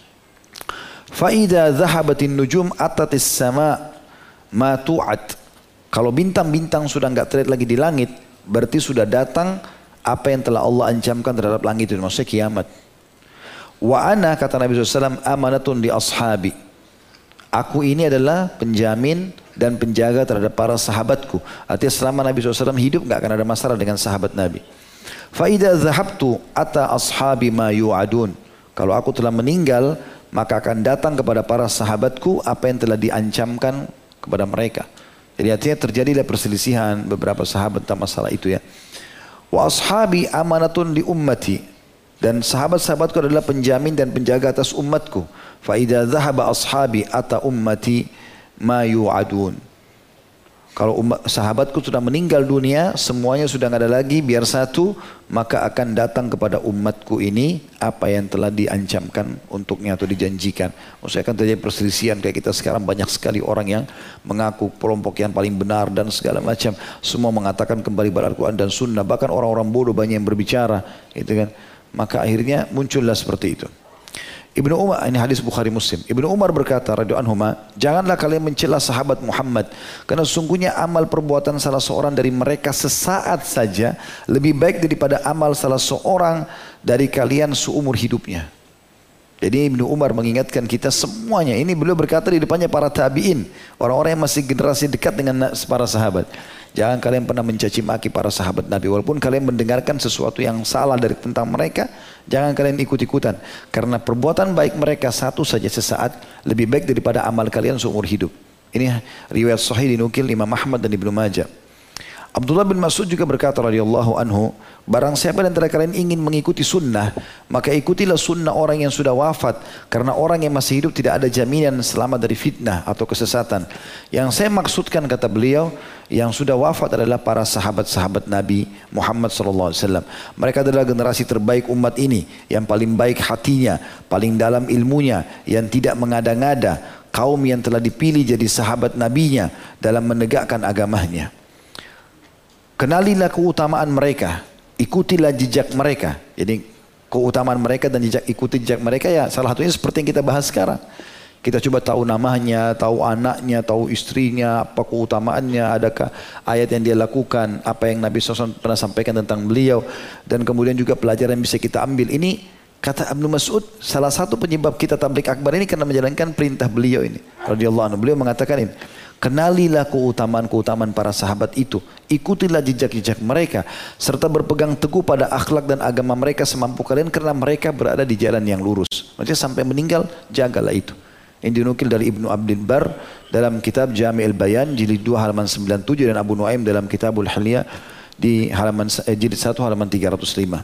[SPEAKER 1] Fa'idha zahabatin nujum atatis sama ma tu'at. Kalau bintang-bintang sudah enggak terlihat lagi di langit, berarti sudah datang apa yang telah Allah ancamkan terhadap langit itu, maksudnya kiamat. Wa ana, kata Nabi shallallahu alaihi wasallam, amanatun di ashabi. Aku ini adalah penjamin dan penjaga terhadap para sahabatku. Artinya selama Nabi shallallahu alaihi wasallam hidup enggak akan ada masalah dengan sahabat Nabi. Fa'idha zahabtu ata ashabi ma yu'adun. Kalau aku telah meninggal, maka akan datang kepada para sahabatku apa yang telah diancamkan kepada mereka. Jadi artinya terjadilah perselisihan beberapa sahabat tentang masalah itu ya. Wa ashabi amanatun li ummati. Dan sahabat-sahabatku adalah penjamin dan penjaga atas umatku. Fa idza dhahaba ashabi ata ummati ma yu'adun. Kalau umat, sahabatku sudah meninggal dunia, semuanya sudah tidak ada lagi, biar satu, maka akan datang kepada umatku ini apa yang telah diancamkan untuknya atau dijanjikan. Maksudnya akan terjadi perselisihan kayak kita sekarang, banyak sekali orang yang mengaku kelompok yang paling benar dan segala macam. Semua mengatakan kembali pada Al-Quran dan Sunnah. Bahkan orang-orang bodoh banyak yang berbicara, gitu kan. Maka akhirnya muncullah seperti itu. Ibnu Umar, ini hadis Bukhari Muslim. Ibnu Umar berkata radhiyallahu anhuma, janganlah kalian mencela sahabat Muhammad, karena sesungguhnya amal perbuatan salah seorang dari mereka sesaat saja lebih baik daripada amal salah seorang dari kalian seumur hidupnya. Jadi Ibnu Umar mengingatkan kita semuanya. Ini beliau berkata di depannya para tabi'in, orang-orang yang masih generasi dekat dengan para sahabat. Jangan kalian pernah mencaci maki para sahabat Nabi. Walaupun kalian mendengarkan sesuatu yang salah dari tentang mereka, jangan kalian ikut-ikutan. Karena perbuatan baik mereka satu saja sesaat lebih baik daripada amal kalian seumur hidup. Ini riwayat sahih dinukil Imam Ahmad dan Ibnu Majah. Abdullah bin Mas'ud juga berkata radhiyallahu anhu, barang siapa di antara kalian ingin mengikuti sunnah, maka ikutilah sunnah orang yang sudah wafat, karena orang yang masih hidup tidak ada jaminan selamat dari fitnah atau kesesatan. Yang saya maksudkan, kata beliau, yang sudah wafat adalah para sahabat-sahabat Nabi Muhammad sallallahu alaihi wasallam. Mereka adalah generasi terbaik umat ini, yang paling baik hatinya, paling dalam ilmunya, yang tidak mengada-ngada, kaum yang telah dipilih jadi sahabat nabinya dalam menegakkan agamanya. Kenalilah keutamaan mereka, ikutilah jejak mereka. Jadi keutamaan mereka dan jejak, ikuti jejak mereka ya salah satunya seperti yang kita bahas sekarang. Kita coba tahu namanya, tahu anaknya, tahu istrinya, apa keutamaannya, adakah ayat yang dia lakukan, apa yang Nabi shallallahu alaihi wasallam pernah sampaikan tentang beliau, dan kemudian juga pelajaran yang bisa kita ambil. Ini kata Ibnu Mas'ud, salah satu penyebab kita tabligh akbar ini karena menjalankan perintah beliau ini. Radhiyallahu anhu. Beliau mengatakan ini, kenalilah keutamaan-keutamaan para sahabat itu, ikutilah jejak-jejak mereka, serta berpegang teguh pada akhlak dan agama mereka semampu kalian, karena mereka berada di jalan yang lurus. Maksudnya sampai meninggal, jagalah itu. Ini dinukil dari Ibnu Abdul Bar dalam kitab Jami'ul Bayan jilid dua halaman sembilan puluh tujuh, dan Abu Nuaim dalam Kitabul Hilyah di halaman eh, jilid satu halaman tiga ratus lima.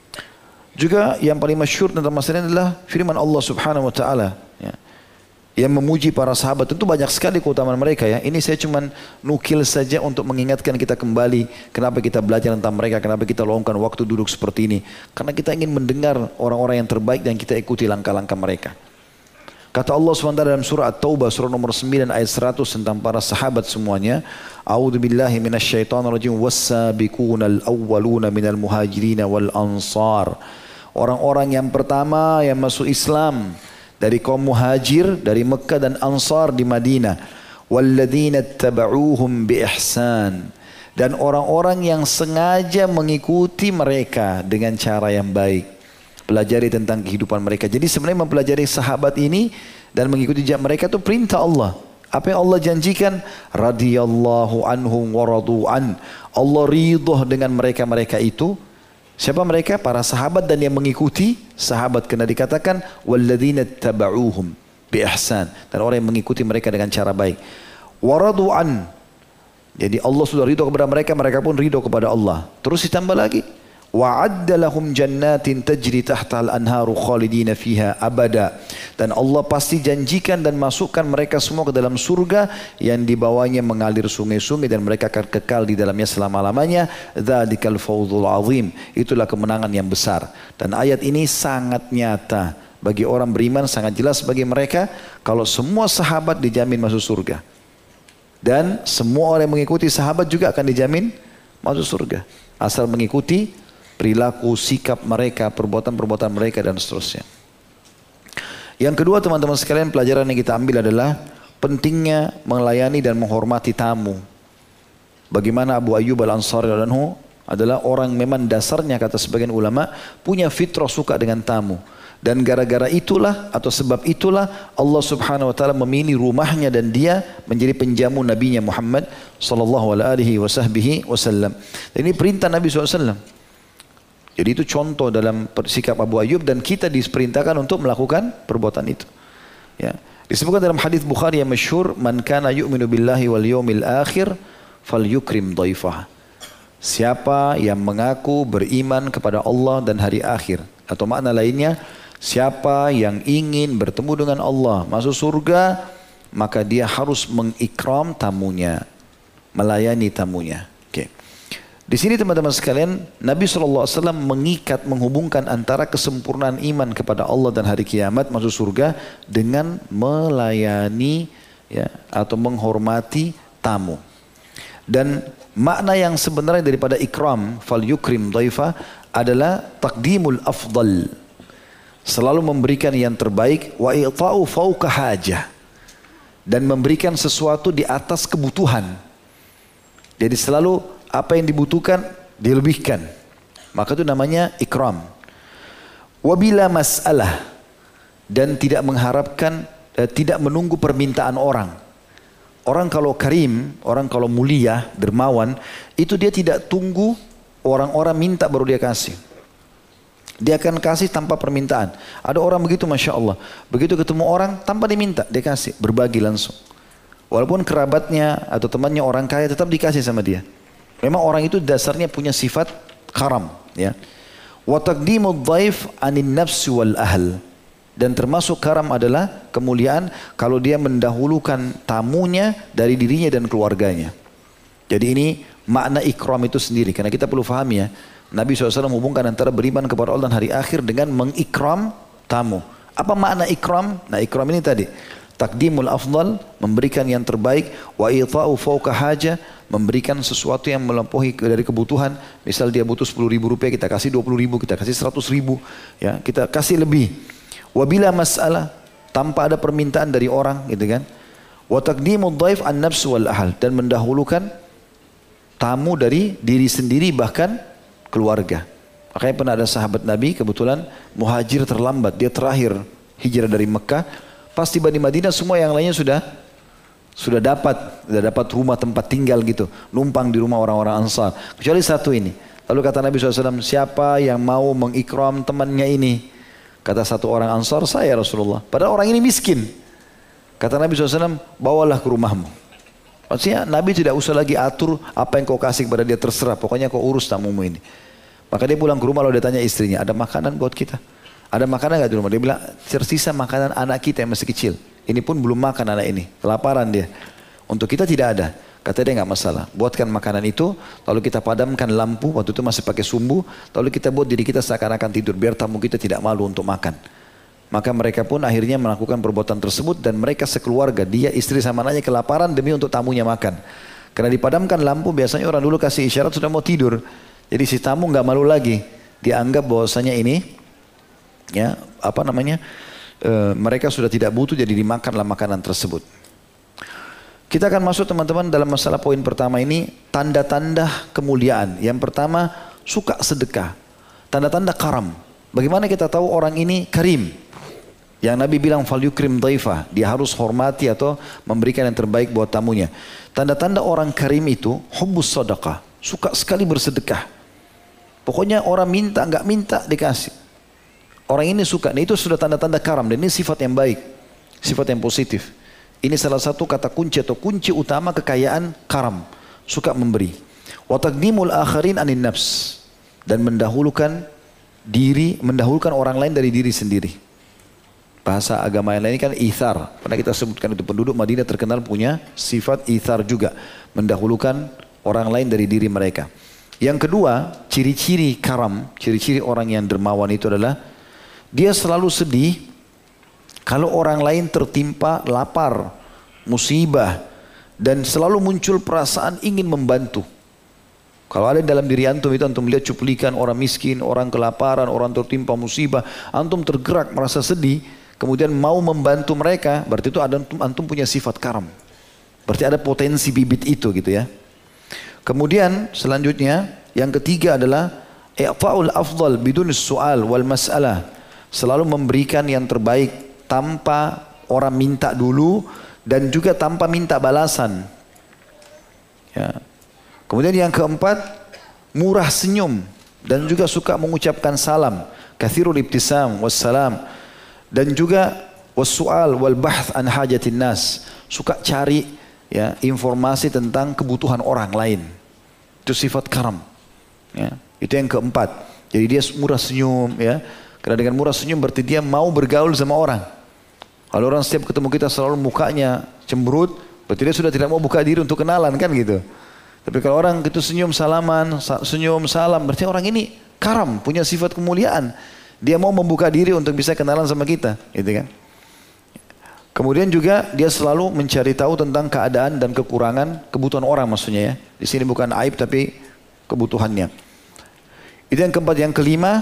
[SPEAKER 1] Juga yang paling masyhur tentang masalah ini adalah firman Allah Subhanahu wa taala, ya, yang memuji para sahabat. Tentu banyak sekali keutamaan mereka ya. Ini saya cuma nukil saja untuk mengingatkan kita kembali kenapa kita belajar tentang mereka, kenapa kita luangkan waktu duduk seperti ini. Karena kita ingin mendengar orang-orang yang terbaik dan kita ikuti langkah-langkah mereka. Kata Allah subhanahu wa taala dalam surah At-Taubah surah nomor sembilan ayat seratus tentang para sahabat semuanya. A'udzu billahi minasyaitonir rajim. Was-sabiqunal awwaluna minal muhajirin wal ansar. Orang-orang yang pertama yang masuk Islam dari kaum muhajir dari Mekah dan Ansar di Madinah. Walladzina tabauhum bi ihsan. Dan orang-orang yang sengaja mengikuti mereka dengan cara yang baik. Pelajari tentang kehidupan mereka. Jadi sebenarnya mempelajari sahabat ini dan mengikuti jejak mereka itu perintah Allah. Apa yang Allah janjikan? Radiyallahu anhum wa radu'an. Allah ridho dengan mereka-mereka itu. Siapa mereka? Para sahabat dan yang mengikuti sahabat. Kena dikatakan walladzina tabauhum bi ihsan. Dan orang yang mengikuti mereka dengan cara baik. Wa radu'an. Jadi Allah sudah ridho kepada mereka, mereka pun ridho kepada Allah. Terus ditambah lagi. Wa'adda lahum jannatin tajri tahtal anharu khalidina fiha abada. Dan Allah pasti janjikan dan masukkan mereka semua ke dalam surga yang di bawahnya mengalir sungai-sungai dan mereka akan kekal di dalamnya selama-lamanya. Dzalikal fawzul azim. Itulah kemenangan yang besar. Dan ayat ini sangat nyata bagi orang beriman, sangat jelas bagi mereka kalau semua sahabat dijamin masuk surga. Dan semua orang yang mengikuti sahabat juga akan dijamin masuk surga. Asal mengikuti perilaku, sikap mereka, perbuatan-perbuatan mereka dan seterusnya. Yang kedua teman-teman sekalian, pelajaran yang kita ambil adalah pentingnya melayani dan menghormati tamu. Bagaimana Abu Ayyub Al-Ansari radhiyallahu anhu adalah orang memang dasarnya kata sebagian ulama punya fitrah suka dengan tamu. Dan gara-gara itulah atau sebab itulah Allah subhanahu wa ta'ala memilih rumahnya dan dia menjadi penjamu Nabi-Nya Muhammad sallallahu alaihi wasallam. Dan ini perintah Nabi shallallahu alaihi wasallam. Jadi itu contoh dalam sikap Abu Ayyub dan kita diperintahkan untuk melakukan perbuatan itu. Ya. Disebutkan dalam hadis Bukhari yang masyhur, "Man kana yu'minu billahi wal yawmil akhir falyukrim dhaifah." Siapa yang mengaku beriman kepada Allah dan hari akhir, atau makna lainnya, siapa yang ingin bertemu dengan Allah, masuk surga, maka dia harus mengikram tamunya, melayani tamunya. Oke. Di sini teman-teman sekalian, Nabi shallallahu alaihi wasallam mengikat, menghubungkan antara kesempurnaan iman kepada Allah dan hari kiamat masuk surga dengan melayani ya, atau menghormati tamu. Dan makna yang sebenarnya daripada ikram, fal yukrim dhaifa, adalah taqdimul afdal. Selalu memberikan yang terbaik, wa i'ta'u fauqa hajah. Dan memberikan sesuatu di atas kebutuhan. Jadi selalu apa yang dibutuhkan dilebihkan, maka itu namanya ikram. Wabila masalah, dan tidak mengharapkan, eh, tidak menunggu permintaan orang. Orang kalau karim, orang kalau mulia, dermawan, itu dia tidak tunggu orang-orang minta baru dia kasih. Dia akan kasih tanpa permintaan. Ada orang begitu, masya Allah. Begitu ketemu orang tanpa diminta, dia kasih, berbagi langsung. Walaupun kerabatnya atau temannya orang kaya, tetap dikasih sama dia. Memang orang itu dasarnya punya sifat karam, ya. Wa taqdimud dhaif anin nafsi wal ahl. Dan termasuk karam adalah kemuliaan kalau dia mendahulukan tamunya dari dirinya dan keluarganya. Jadi ini makna ikram itu sendiri. Karena kita perlu fahami ya, Nabi shallallahu alaihi wasallam hubungkan antara beriman kepada Allah dan hari akhir dengan mengikram tamu. Apa makna ikram? Nah, ikram ini tadi, taqdimul afdal, memberikan yang terbaik, wa ita'u fauqa haja, memberikan sesuatu yang melampaui dari kebutuhan. Misal dia butuh sepuluh ribu rupiah, kita kasih dua puluh ribu, kita kasih seratus ribu, ya, kita kasih lebih. Wabila masalah, tanpa ada permintaan dari orang, gitu kan. Wa taqdimud dhaif an nafs wal ahl, dan mendahulukan tamu dari diri sendiri bahkan keluarga. Makanya pernah ada sahabat Nabi kebetulan muhajir terlambat, dia terakhir hijrah dari Mekah. Pas tiba di Madinah semua yang lainnya sudah sudah dapat, sudah dapat rumah tempat tinggal gitu, numpang di rumah orang-orang Ansar. Kecuali satu ini. Lalu kata Nabi shallallahu alaihi wasallam, siapa yang mau mengikram temannya ini? Kata satu orang Ansar, saya Rasulullah. Padahal orang ini miskin. Kata Nabi shallallahu alaihi wasallam, bawalah ke rumahmu. Maksudnya Nabi tidak usah lagi atur apa yang kau kasih kepada dia, terserah. Pokoknya kau urus tamumu ini. Maka dia pulang ke rumah lalu dia tanya istrinya, ada makanan buat kita? Ada makanan gak di rumah? Dia bilang, tersisa makanan anak kita yang masih kecil. Ini pun belum makan anak ini, kelaparan dia. Untuk kita tidak ada. Kata dia nggak masalah, buatkan makanan itu, lalu kita padamkan lampu, waktu itu masih pakai sumbu, lalu kita buat diri kita seakan-akan tidur, biar tamu kita tidak malu untuk makan. Maka mereka pun akhirnya melakukan perbuatan tersebut dan mereka sekeluarga, dia istri sama anaknya kelaparan demi untuk tamunya makan. Karena dipadamkan lampu biasanya orang dulu kasih isyarat sudah mau tidur. Jadi si tamu nggak malu lagi. Dia anggap bahwasanya ini ya apa namanya e, mereka sudah tidak butuh jadi dimakanlah makanan tersebut. Kita akan masuk teman-teman dalam masalah poin pertama ini, tanda-tanda kemuliaan. Yang pertama, suka sedekah. Tanda-tanda karam. Bagaimana kita tahu orang ini karim? Yang Nabi bilang fal yukrim dhaifah, dia harus hormati atau memberikan yang terbaik buat tamunya. Tanda-tanda orang karim itu hubbus sadaqah, suka sekali bersedekah. Pokoknya orang minta enggak minta dikasih. Orang ini suka, nah itu sudah tanda-tanda karam dan ini sifat yang baik, sifat yang positif. Ini salah satu kata kunci atau kunci utama kekayaan karam, suka memberi. Wa taqdimul akharin anin nafs, dan mendahulukan diri, mendahulukan orang lain dari diri sendiri. Bahasa agama yang lain kan ithar. Pernah kita sebutkan itu, penduduk Madinah terkenal punya sifat ithar juga, mendahulukan orang lain dari diri mereka. Yang kedua, ciri-ciri karam, ciri-ciri orang yang dermawan itu adalah dia selalu sedih kalau orang lain tertimpa lapar, musibah, dan selalu muncul perasaan ingin membantu. Kalau ada dalam diri antum itu, antum lihat cuplikan orang miskin, orang kelaparan, orang tertimpa musibah, antum tergerak merasa sedih, kemudian mau membantu mereka, berarti itu ada antum, antum punya sifat karam. Berarti ada potensi bibit itu gitu ya. Kemudian selanjutnya yang ketiga adalah i'fa'ul afdal bidun su'al wal mas'alah. Selalu memberikan yang terbaik tanpa orang minta dulu dan juga tanpa minta balasan. Ya. Kemudian yang keempat, murah senyum dan juga suka mengucapkan salam. Kathirul ibtisam wassalam. Dan juga wassu'al wal bahth an hajatin nas. Suka cari ya informasi tentang kebutuhan orang lain. Itu sifat karam. Ya, itu yang keempat. Jadi dia murah senyum ya. Karena dengan murah senyum berarti dia mau bergaul sama orang. Kalau orang setiap ketemu kita selalu mukanya cemberut, berarti dia sudah tidak mau buka diri untuk kenalan kan gitu. Tapi kalau orang itu senyum salaman, senyum salam, berarti orang ini karam, punya sifat kemuliaan. Dia mau membuka diri untuk bisa kenalan sama kita, gitu kan. Kemudian juga dia selalu mencari tahu tentang keadaan dan kekurangan, kebutuhan orang maksudnya ya. Di sini bukan aib tapi kebutuhannya. Itu yang keempat. Yang kelima,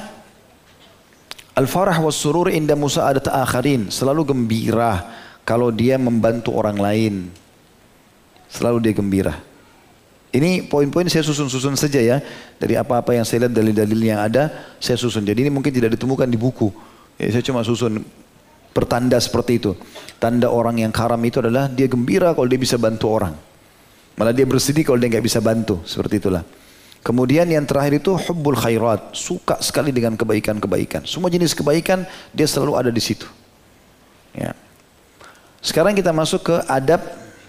[SPEAKER 1] al-farah was surur inda musa'adat akharin. Selalu gembira kalau dia membantu orang lain. Selalu dia gembira. Ini poin-poin saya susun-susun saja ya. Dari apa-apa yang saya lihat dalil-dalil yang ada, saya susun. Jadi ini mungkin tidak ditemukan di buku. Ya, saya cuma susun pertanda seperti itu. Tanda orang yang karam itu adalah dia gembira kalau dia bisa bantu orang. Malah dia bersedih kalau dia nggak bisa bantu. Seperti itulah. Kemudian yang terakhir itu hubbul khairat. Suka sekali dengan kebaikan-kebaikan. Semua jenis kebaikan dia selalu ada di situ. Ya. Sekarang kita masuk ke adab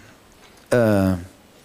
[SPEAKER 1] uh,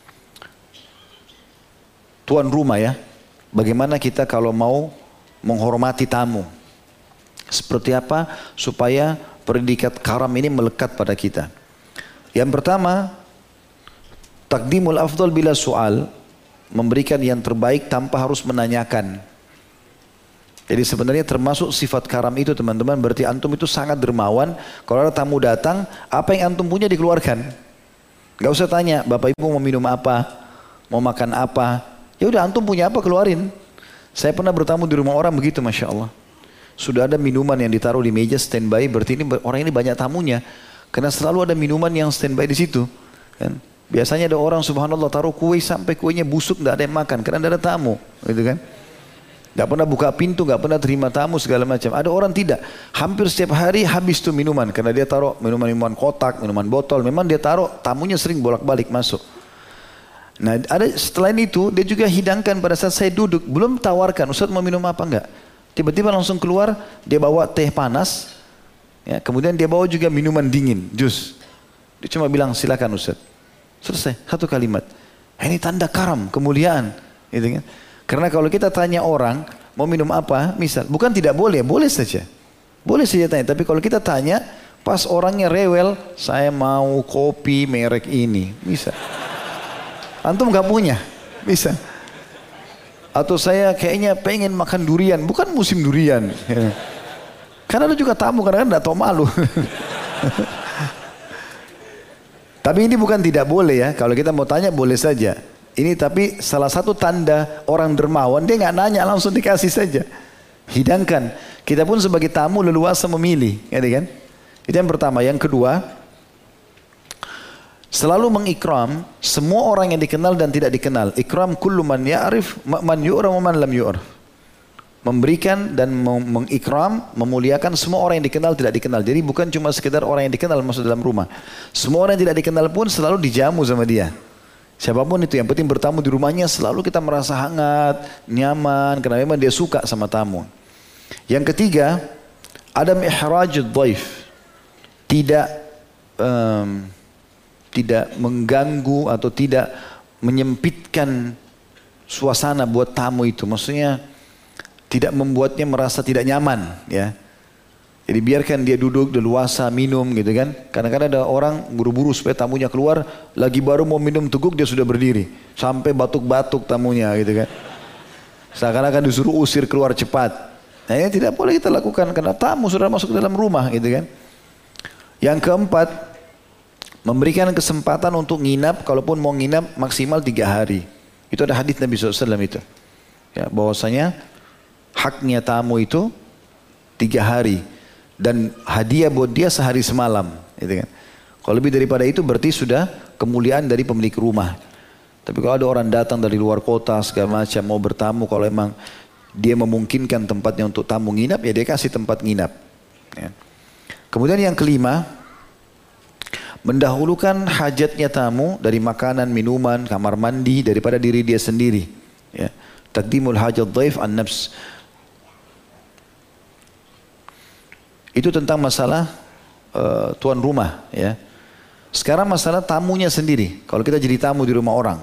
[SPEAKER 1] tuan rumah ya. Bagaimana kita kalau mau menghormati tamu. Seperti apa supaya predikat karam ini melekat pada kita. Yang pertama, takdimul afdal bila soal, memberikan yang terbaik tanpa harus menanyakan. Jadi sebenarnya termasuk sifat karam itu teman-teman, berarti antum itu sangat dermawan. Kalau ada tamu datang, apa yang antum punya dikeluarkan. Gak usah tanya, bapak ibu mau minum apa, mau makan apa. Ya udah antum punya apa keluarin. Saya pernah bertamu di rumah orang begitu, masya Allah. Sudah ada minuman yang ditaruh di meja standby, berarti ini orang ini banyak tamunya. Karena selalu ada minuman yang standby di situ. Kan? Biasanya ada orang subhanallah taruh kue sampai kuenya busuk, tidak ada yang makan karena tidak ada tamu, gitu kan? Tidak pernah buka pintu, tidak pernah terima tamu segala macam. Ada orang tidak, hampir setiap hari habis tuh minuman karena dia taruh minuman-minuman kotak, minuman botol. Memang dia taruh, tamunya sering bolak-balik masuk. Nah, ada selain itu dia juga hidangkan pada saat saya duduk, belum tawarkan, Ustaz mau minum apa enggak? Tiba-tiba langsung keluar, dia bawa teh panas, ya, kemudian dia bawa juga minuman dingin, jus. Dia cuma bilang silakan Ustaz. Selesai, satu kalimat. Ini tanda karam, kemuliaan. Gitu kan? Karena kalau kita tanya orang, mau minum apa, misal, bukan tidak boleh, boleh saja. Boleh saja tanya, tapi kalau kita tanya, pas orangnya rewel, saya mau kopi merek ini, bisa. Antum gak punya, bisa. Atau saya kayaknya pengen makan durian, bukan musim durian. Karena ada juga tamu kadang-kadang tidak tahu malu. Tapi ini bukan tidak boleh ya. Kalau kita mau tanya boleh saja. Ini tapi salah satu tanda orang dermawan, dia nggak nanya, langsung dikasih saja. Hidangkan. Kita pun sebagai tamu leluasa memilih, ya kan? Itu yang pertama. Yang kedua, selalu mengikram semua orang yang dikenal dan tidak dikenal. Ikram kullu man ya'rif man yu'ram wa man lam yu'raf. Memberikan dan mengikram, memuliakan semua orang yang dikenal tidak dikenal. Jadi bukan cuma sekedar orang yang dikenal masuk dalam rumah. Semua orang yang tidak dikenal pun selalu dijamu sama dia. Siapapun itu, yang penting bertamu di rumahnya selalu kita merasa hangat, nyaman, karena memang dia suka sama tamu. Yang ketiga, adam ihrajud dhaif. Tidak um, tidak mengganggu atau tidak menyempitkan suasana buat tamu itu. Maksudnya tidak membuatnya merasa tidak nyaman, ya. Jadi biarkan dia duduk leluasa minum gitu kan. Kadang-kadang ada orang buru-buru supaya tamunya keluar, lagi baru mau minum teguk dia sudah berdiri. Sampai batuk-batuk tamunya gitu kan. Seakan-akan disuruh usir keluar cepat. Nah ini tidak boleh kita lakukan karena tamu sudah masuk ke dalam rumah gitu kan. Yang keempat, memberikan kesempatan untuk nginap, kalaupun mau nginap maksimal tiga hari. Itu ada hadis Nabi shallallahu alaihi wasallam itu. Ya, bahwasanya haknya tamu itu tiga hari. Dan hadiah buat dia sehari semalam. Gitu kan. Kalau lebih daripada itu berarti sudah kemuliaan dari pemilik rumah. Tapi kalau ada orang datang dari luar kota segala macam mau bertamu, kalau emang dia memungkinkan tempatnya untuk tamu nginap, ya dia kasih tempat nginap. Ya. Kemudian yang kelima, mendahulukan hajatnya tamu dari makanan, minuman, kamar mandi daripada diri dia sendiri. Ya. Taqdimul hajat dhaif an nafs. Itu tentang masalah uh, tuan rumah, ya. Sekarang masalah tamunya sendiri. Kalau kita jadi tamu di rumah orang,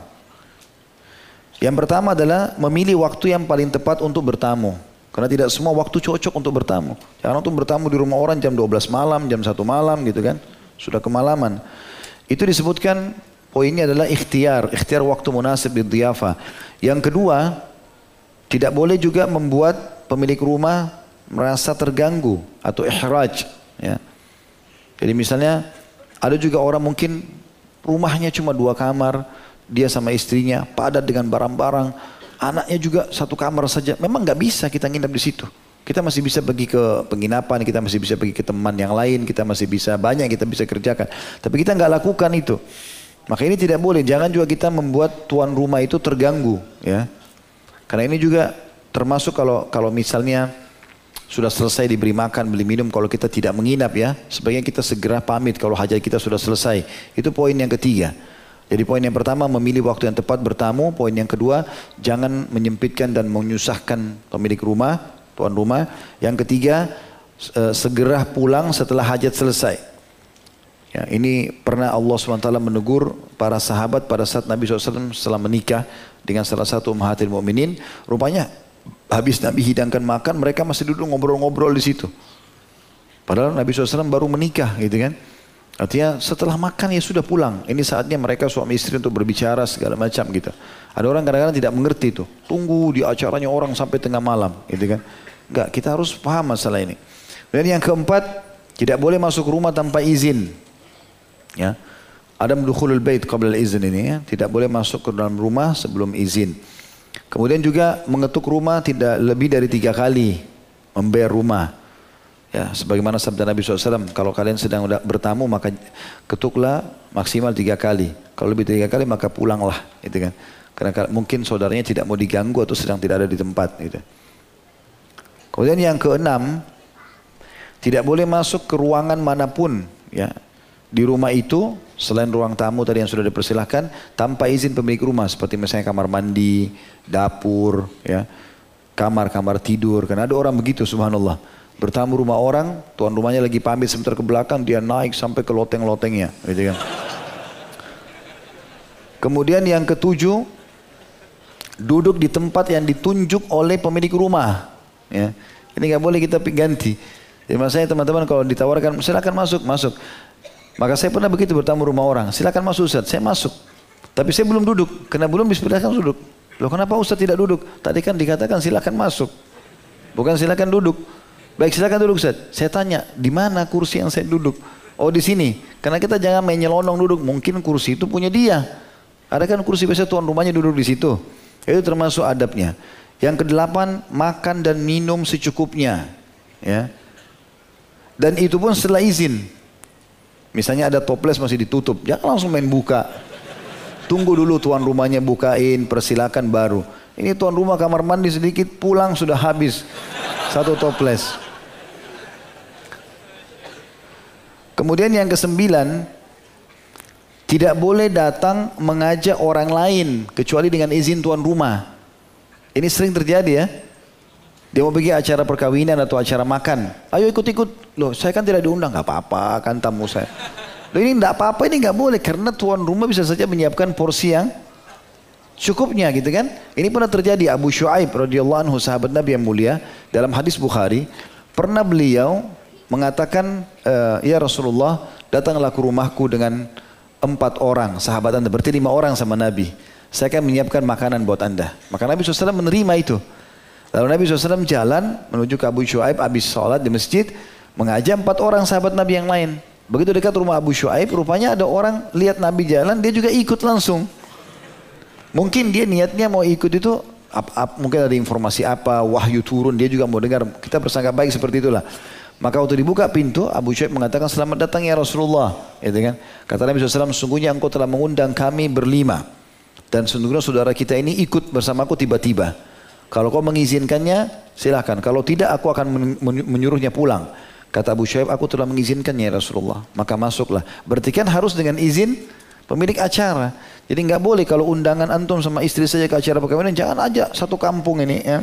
[SPEAKER 1] yang pertama adalah memilih waktu yang paling tepat untuk bertamu. Karena tidak semua waktu cocok untuk bertamu. Jangan untuk bertamu di rumah orang jam dua belas malam, jam satu malam gitu kan. Sudah kemalaman. Itu disebutkan poinnya adalah ikhtiar. Ikhtiar waktu munasib di dhiyafah. Yang kedua, tidak boleh juga membuat pemilik rumah merasa terganggu atau ihraj, ya. Jadi misalnya ada juga orang mungkin rumahnya cuma dua kamar, dia sama istrinya padat dengan barang-barang, anaknya juga satu kamar saja. Memang nggak bisa kita nginap di situ. Kita masih bisa pergi ke penginapan, kita masih bisa pergi ke teman yang lain, kita masih bisa banyak kita bisa kerjakan. Tapi kita nggak lakukan itu. Maka ini tidak boleh. Jangan juga kita membuat tuan rumah itu terganggu, ya. Karena ini juga termasuk kalau kalau misalnya sudah selesai diberi makan, beli minum, kalau kita tidak menginap ya, sebaiknya kita segera pamit kalau hajat kita sudah selesai. Itu poin yang ketiga. Jadi poin yang pertama memilih waktu yang tepat bertamu. Poin yang kedua, jangan menyempitkan dan menyusahkan pemilik rumah, tuan rumah. Yang ketiga, segera pulang setelah hajat selesai. Ya, ini pernah Allah subhanahu wa taala menegur para sahabat pada saat Nabi shallallahu alaihi wasallam setelah menikah dengan salah satu ummahatil mu'minin. Rupanya habis Nabi hidangkan makan, mereka masih duduk ngobrol-ngobrol di situ. Padahal Nabi shallallahu alaihi wasallam baru menikah, gitu kan? Artinya setelah makan ya sudah pulang. Ini saatnya mereka suami istri untuk berbicara segala macam gitu. Ada orang kadang-kadang tidak mengerti itu. Tunggu di acaranya orang sampai tengah malam, gitu kan? Enggak, kita harus paham masalah ini. Dan yang keempat, tidak boleh masuk rumah tanpa izin. Ya, Adam dukhulul bait qabla al-izn ini ya, tidak boleh masuk ke dalam rumah sebelum izin. Kemudian juga mengetuk rumah tidak lebih dari tiga kali membayar rumah. Ya, sebagaimana sabda Nabi shallallahu alaihi wasallam, kalau kalian sedang bertamu maka ketuklah maksimal tiga kali. Kalau lebih dari tiga kali maka pulanglah, gitu kan? Karena mungkin saudaranya tidak mau diganggu atau sedang tidak ada di tempat, gitu. Kemudian yang keenam, tidak boleh masuk ke ruangan manapun, ya. Di rumah itu selain ruang tamu tadi yang sudah dipersilahkan tanpa izin pemilik rumah, seperti misalnya kamar mandi, dapur, ya, kamar-kamar tidur. Karena ada orang begitu, subhanallah, bertamu rumah orang, tuan rumahnya lagi pamit sebentar ke belakang, dia naik sampai ke loteng-lotengnya, gitu kan. Kemudian yang ketujuh, duduk di tempat yang ditunjuk oleh pemilik rumah, ya. Ini nggak boleh kita ganti. Jadi maksudnya teman-teman kalau ditawarkan silakan masuk, masuk. Maka saya pernah begitu bertamu rumah orang, silakan masuk Ustaz, saya masuk. Tapi saya belum duduk, karena belum diperintahkan duduk. Loh kenapa Ustaz tidak duduk? Tadi kan dikatakan silakan masuk, bukan silakan duduk. Baik, silakan duduk Ustaz. Saya tanya, di mana kursi yang saya duduk? Oh di sini. Karena kita jangan main nyelonong duduk. Mungkin kursi itu punya dia. Ada kan kursi biasa tuan rumahnya duduk di situ. Itu termasuk adabnya. Yang kedelapan, makan dan minum secukupnya. Ya. Dan itu pun setelah izin. Misalnya ada toples masih ditutup, jangan langsung main buka. Tunggu dulu tuan rumahnya bukain, persilakan baru. Ini tuan rumah kamar mandi sedikit, pulang sudah habis satu toples. Kemudian yang kesembilan, tidak boleh datang mengajak orang lain kecuali dengan izin tuan rumah. Ini sering terjadi ya. Dia mau pergi acara perkawinan atau acara makan. Ayo ikut-ikut. Loh saya kan tidak diundang. Gak apa-apa kan tamu saya. Loh ini gak apa-apa, ini gak boleh. Karena tuan rumah bisa saja menyiapkan porsi yang cukupnya gitu kan. Ini pernah terjadi. Abu Shu'aib radhiyallahu anhu, sahabat Nabi yang mulia, dalam hadis Bukhari, pernah beliau mengatakan, e, ya Rasulullah, datanglah ke rumahku dengan empat orang sahabat anda, berarti lima orang sama Nabi. Saya akan menyiapkan makanan buat anda. Maka Nabi shallallahu alaihi wasallam menerima itu. Lalu Nabi shallallahu alaihi wasallam jalan menuju ke Abu Shu'aib habis sholat di masjid, mengajak empat orang sahabat Nabi yang lain. Begitu dekat rumah Abu Shu'aib, rupanya ada orang lihat Nabi jalan, dia juga ikut langsung. Mungkin dia niatnya mau ikut itu, ap, ap, mungkin ada informasi apa, wahyu turun, dia juga mau dengar. Kita bersangka baik seperti itulah. Maka waktu dibuka pintu, Abu Shu'aib mengatakan, selamat datang ya Rasulullah. Gitu kan? Kata Nabi shallallahu alaihi wasallam, sungguhnya engkau telah mengundang kami berlima. Dan sesungguhnya saudara kita ini ikut bersamaku tiba-tiba. Kalau kau mengizinkannya, silahkan. Kalau tidak, aku akan menyuruhnya pulang. Kata Abu Shu'aib, aku telah mengizinkannya ya Rasulullah. Maka masuklah. Berarti kan harus dengan izin pemilik acara. Jadi nggak boleh kalau undangan antum sama istri saja ke acara perkawinan, jangan ajak satu kampung ini. Ya.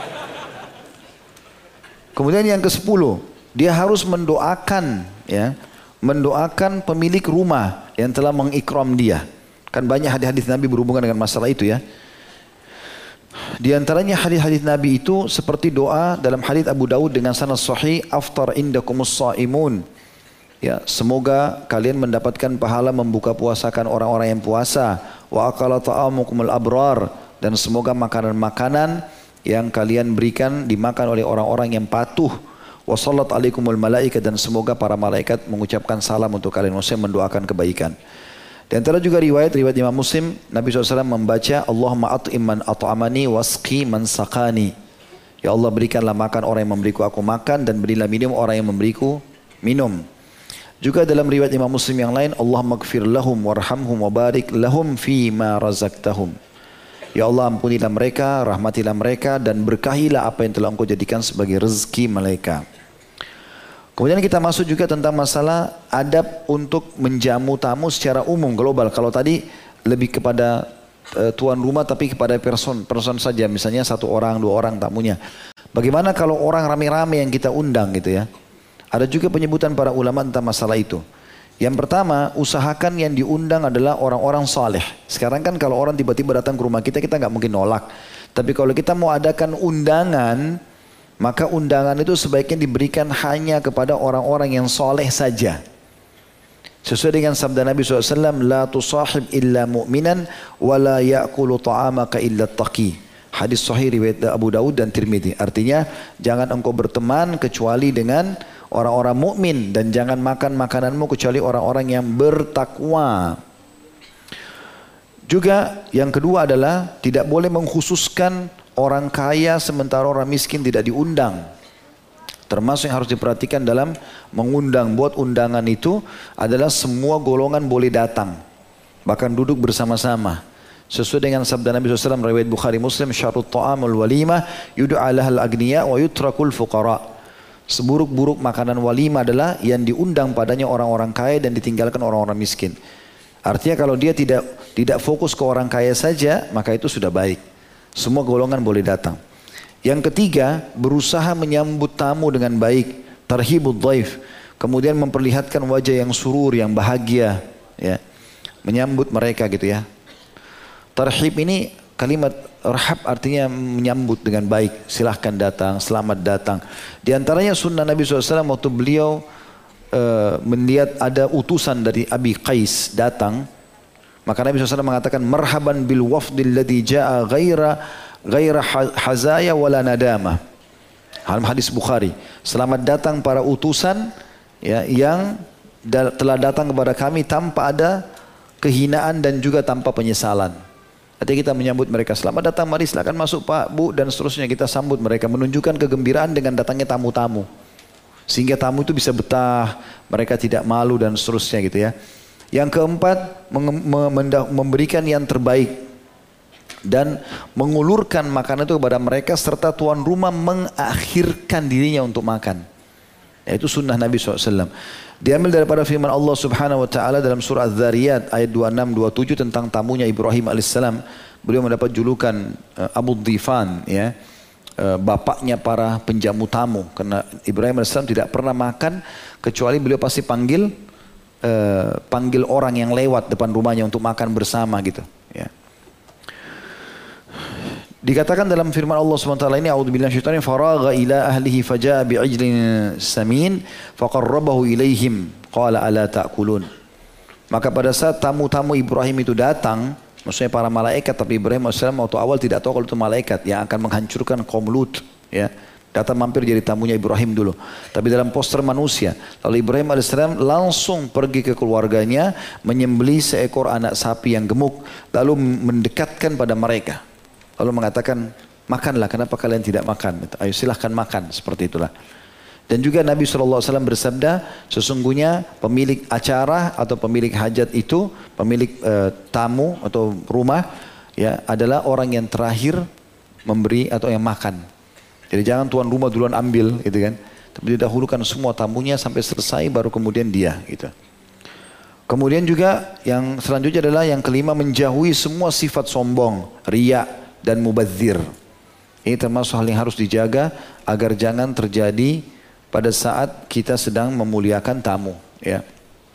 [SPEAKER 1] Kemudian yang kesepuluh, dia harus mendoakan, ya, mendoakan pemilik rumah yang telah mengikram dia. Kan banyak hadis-hadis Nabi berhubungan dengan masalah itu ya. Di antaranya hadis-hadis Nabi itu seperti doa dalam hadis Abu Daud dengan sanad sahih, aftar indakumus shaimun. Ya, semoga kalian mendapatkan pahala membuka puasakan orang-orang yang puasa. Wa akala ta'amukumul abrar, dan semoga makanan-makanan yang kalian berikan dimakan oleh orang-orang yang patuh. Wa sallat alaikumul malaikat, dan semoga para malaikat mengucapkan salam untuk kalian, maksudnya mendoakan kebaikan. Di antara juga riwayat-riwayat Imam Muslim, Nabi shallallahu alaihi wasallam membaca, Allahumma at'im man at'amani wasqi man saqani. Ya Allah, berikanlah makan orang yang memberiku aku makan, dan berilah minum orang yang memberiku minum. Juga dalam riwayat Imam Muslim yang lain, Allahumma gfir lahum warhamhum wabarik lahum fima razaqtahum. Ya Allah, ampunilah mereka, rahmatilah mereka, dan berkahilah apa yang telah engkau jadikan sebagai rezeki mereka. Kemudian kita masuk juga tentang masalah adab untuk menjamu tamu secara umum, global. Kalau tadi lebih kepada uh, tuan rumah tapi kepada person, person saja, misalnya satu orang, dua orang tamunya. Bagaimana kalau orang rame-rame yang kita undang gitu ya? Ada juga penyebutan para ulama tentang masalah itu. Yang pertama, usahakan yang diundang adalah orang-orang saleh. Sekarang kan kalau orang tiba-tiba datang ke rumah kita, kita nggak mungkin nolak. Tapi kalau kita mau adakan undangan, maka undangan itu sebaiknya diberikan hanya kepada orang-orang yang soleh saja. Sesuai dengan sabda Nabi shallallahu alaihi wasallam, La tusahib illa mu'minan, wa la ya'kulu ta'amaka illa taqi. Hadis sahih riwayat Abu Daud dan Tirmidzi. Artinya, jangan engkau berteman kecuali dengan orang-orang mukmin, dan jangan makan makananmu kecuali orang-orang yang bertakwa. Juga yang kedua adalah tidak boleh mengkhususkan orang kaya sementara orang miskin tidak diundang. Termasuk yang harus diperhatikan dalam mengundang, buat undangan itu adalah semua golongan boleh datang, bahkan duduk bersama-sama. Sesuai dengan sabda Nabi shallallahu alaihi wasallam riwayat Bukhari Muslim, syarut ta'amul walimah yud'a lahal agniya wa yutrakul fuqara. Seburuk-buruk makanan walimah adalah yang diundang padanya orang-orang kaya dan ditinggalkan orang-orang miskin. Artinya kalau dia tidak tidak fokus ke orang kaya saja, maka itu sudah baik. Semua golongan boleh datang. Yang ketiga, berusaha menyambut tamu dengan baik, tarhibud dhaif. Kemudian memperlihatkan wajah yang surur, yang bahagia, ya. Menyambut mereka gitu ya. Tarhib ini kalimat rahab artinya menyambut dengan baik. Silahkan datang, selamat datang. Di antaranya sunnah Nabi shallallahu alaihi wasallam waktu beliau uh, melihat ada utusan dari Abi Qais datang, maka Nabi shallallahu alaihi wasallam mengatakan, marhaban bil wafdil ladzi ja'a ghaira ghaira hazaya wala nadama. Hadis Bukhari. Selamat datang para utusan ya, yang da telah datang kepada kami tanpa ada kehinaan dan juga tanpa penyesalan. Artinya kita menyambut mereka, selamat datang, mari silakan masuk Pak, Bu, dan seterusnya. Kita sambut mereka, menunjukkan kegembiraan dengan datangnya tamu-tamu. Sehingga tamu itu bisa betah, mereka tidak malu dan seterusnya gitu ya. Yang keempat, memberikan yang terbaik. Dan mengulurkan makanan itu kepada mereka serta tuan rumah mengakhirkan dirinya untuk makan. Yaitu sunnah Nabi shallallahu alaihi wasallam. Diambil daripada firman Allah subhanahu wa ta'ala dalam surah Az-Zariyat ayat dua puluh enam dua puluh tujuh tentang tamunya Ibrahim alaihissalam. Beliau mendapat julukan uh, Abu Dhifan, ya, uh, bapaknya para penjamu tamu. Karena Ibrahim alaihissalam tidak pernah makan kecuali beliau pasti panggil uh, panggil orang yang lewat depan rumahnya untuk makan bersama gitu. Ya. Dikatakan dalam firman Allah subhanahu wa taala ini, a'udzubillahi minasyaitonir rajim, faragha ila ahlihi faja'a bi'ijlin samin faqarrabahu ilaihim qala ala ta'kulun. Maka pada saat tamu-tamu Ibrahim itu datang, maksudnya para malaikat, tapi Ibrahim alaihissalam waktu awal tidak tahu kalau itu malaikat yang akan menghancurkan kaum Lut, ya. Datang mampir jadi tamunya Ibrahim dulu, tapi dalam poster manusia. Lalu Ibrahim alaihissalam langsung pergi ke keluarganya, menyembelih seekor anak sapi yang gemuk, lalu mendekatkan pada mereka. Lalu mengatakan, makanlah, kenapa kalian tidak makan? Ayo silahkan makan, seperti itulah. Dan juga Nabi shallallahu alaihi wasallam bersabda, sesungguhnya pemilik acara atau pemilik hajat itu, pemilik uh, tamu atau rumah, ya, adalah orang yang terakhir memberi atau yang makan. Jadi jangan tuan rumah duluan ambil, gitu kan? Tapi didahulukan semua tamunya sampai selesai, baru kemudian dia, gitu. Kemudian juga yang selanjutnya adalah yang kelima, menjauhi semua sifat sombong, riya dan mubadzir. Ini termasuk hal yang harus dijaga agar jangan terjadi pada saat kita sedang memuliakan tamu, ya.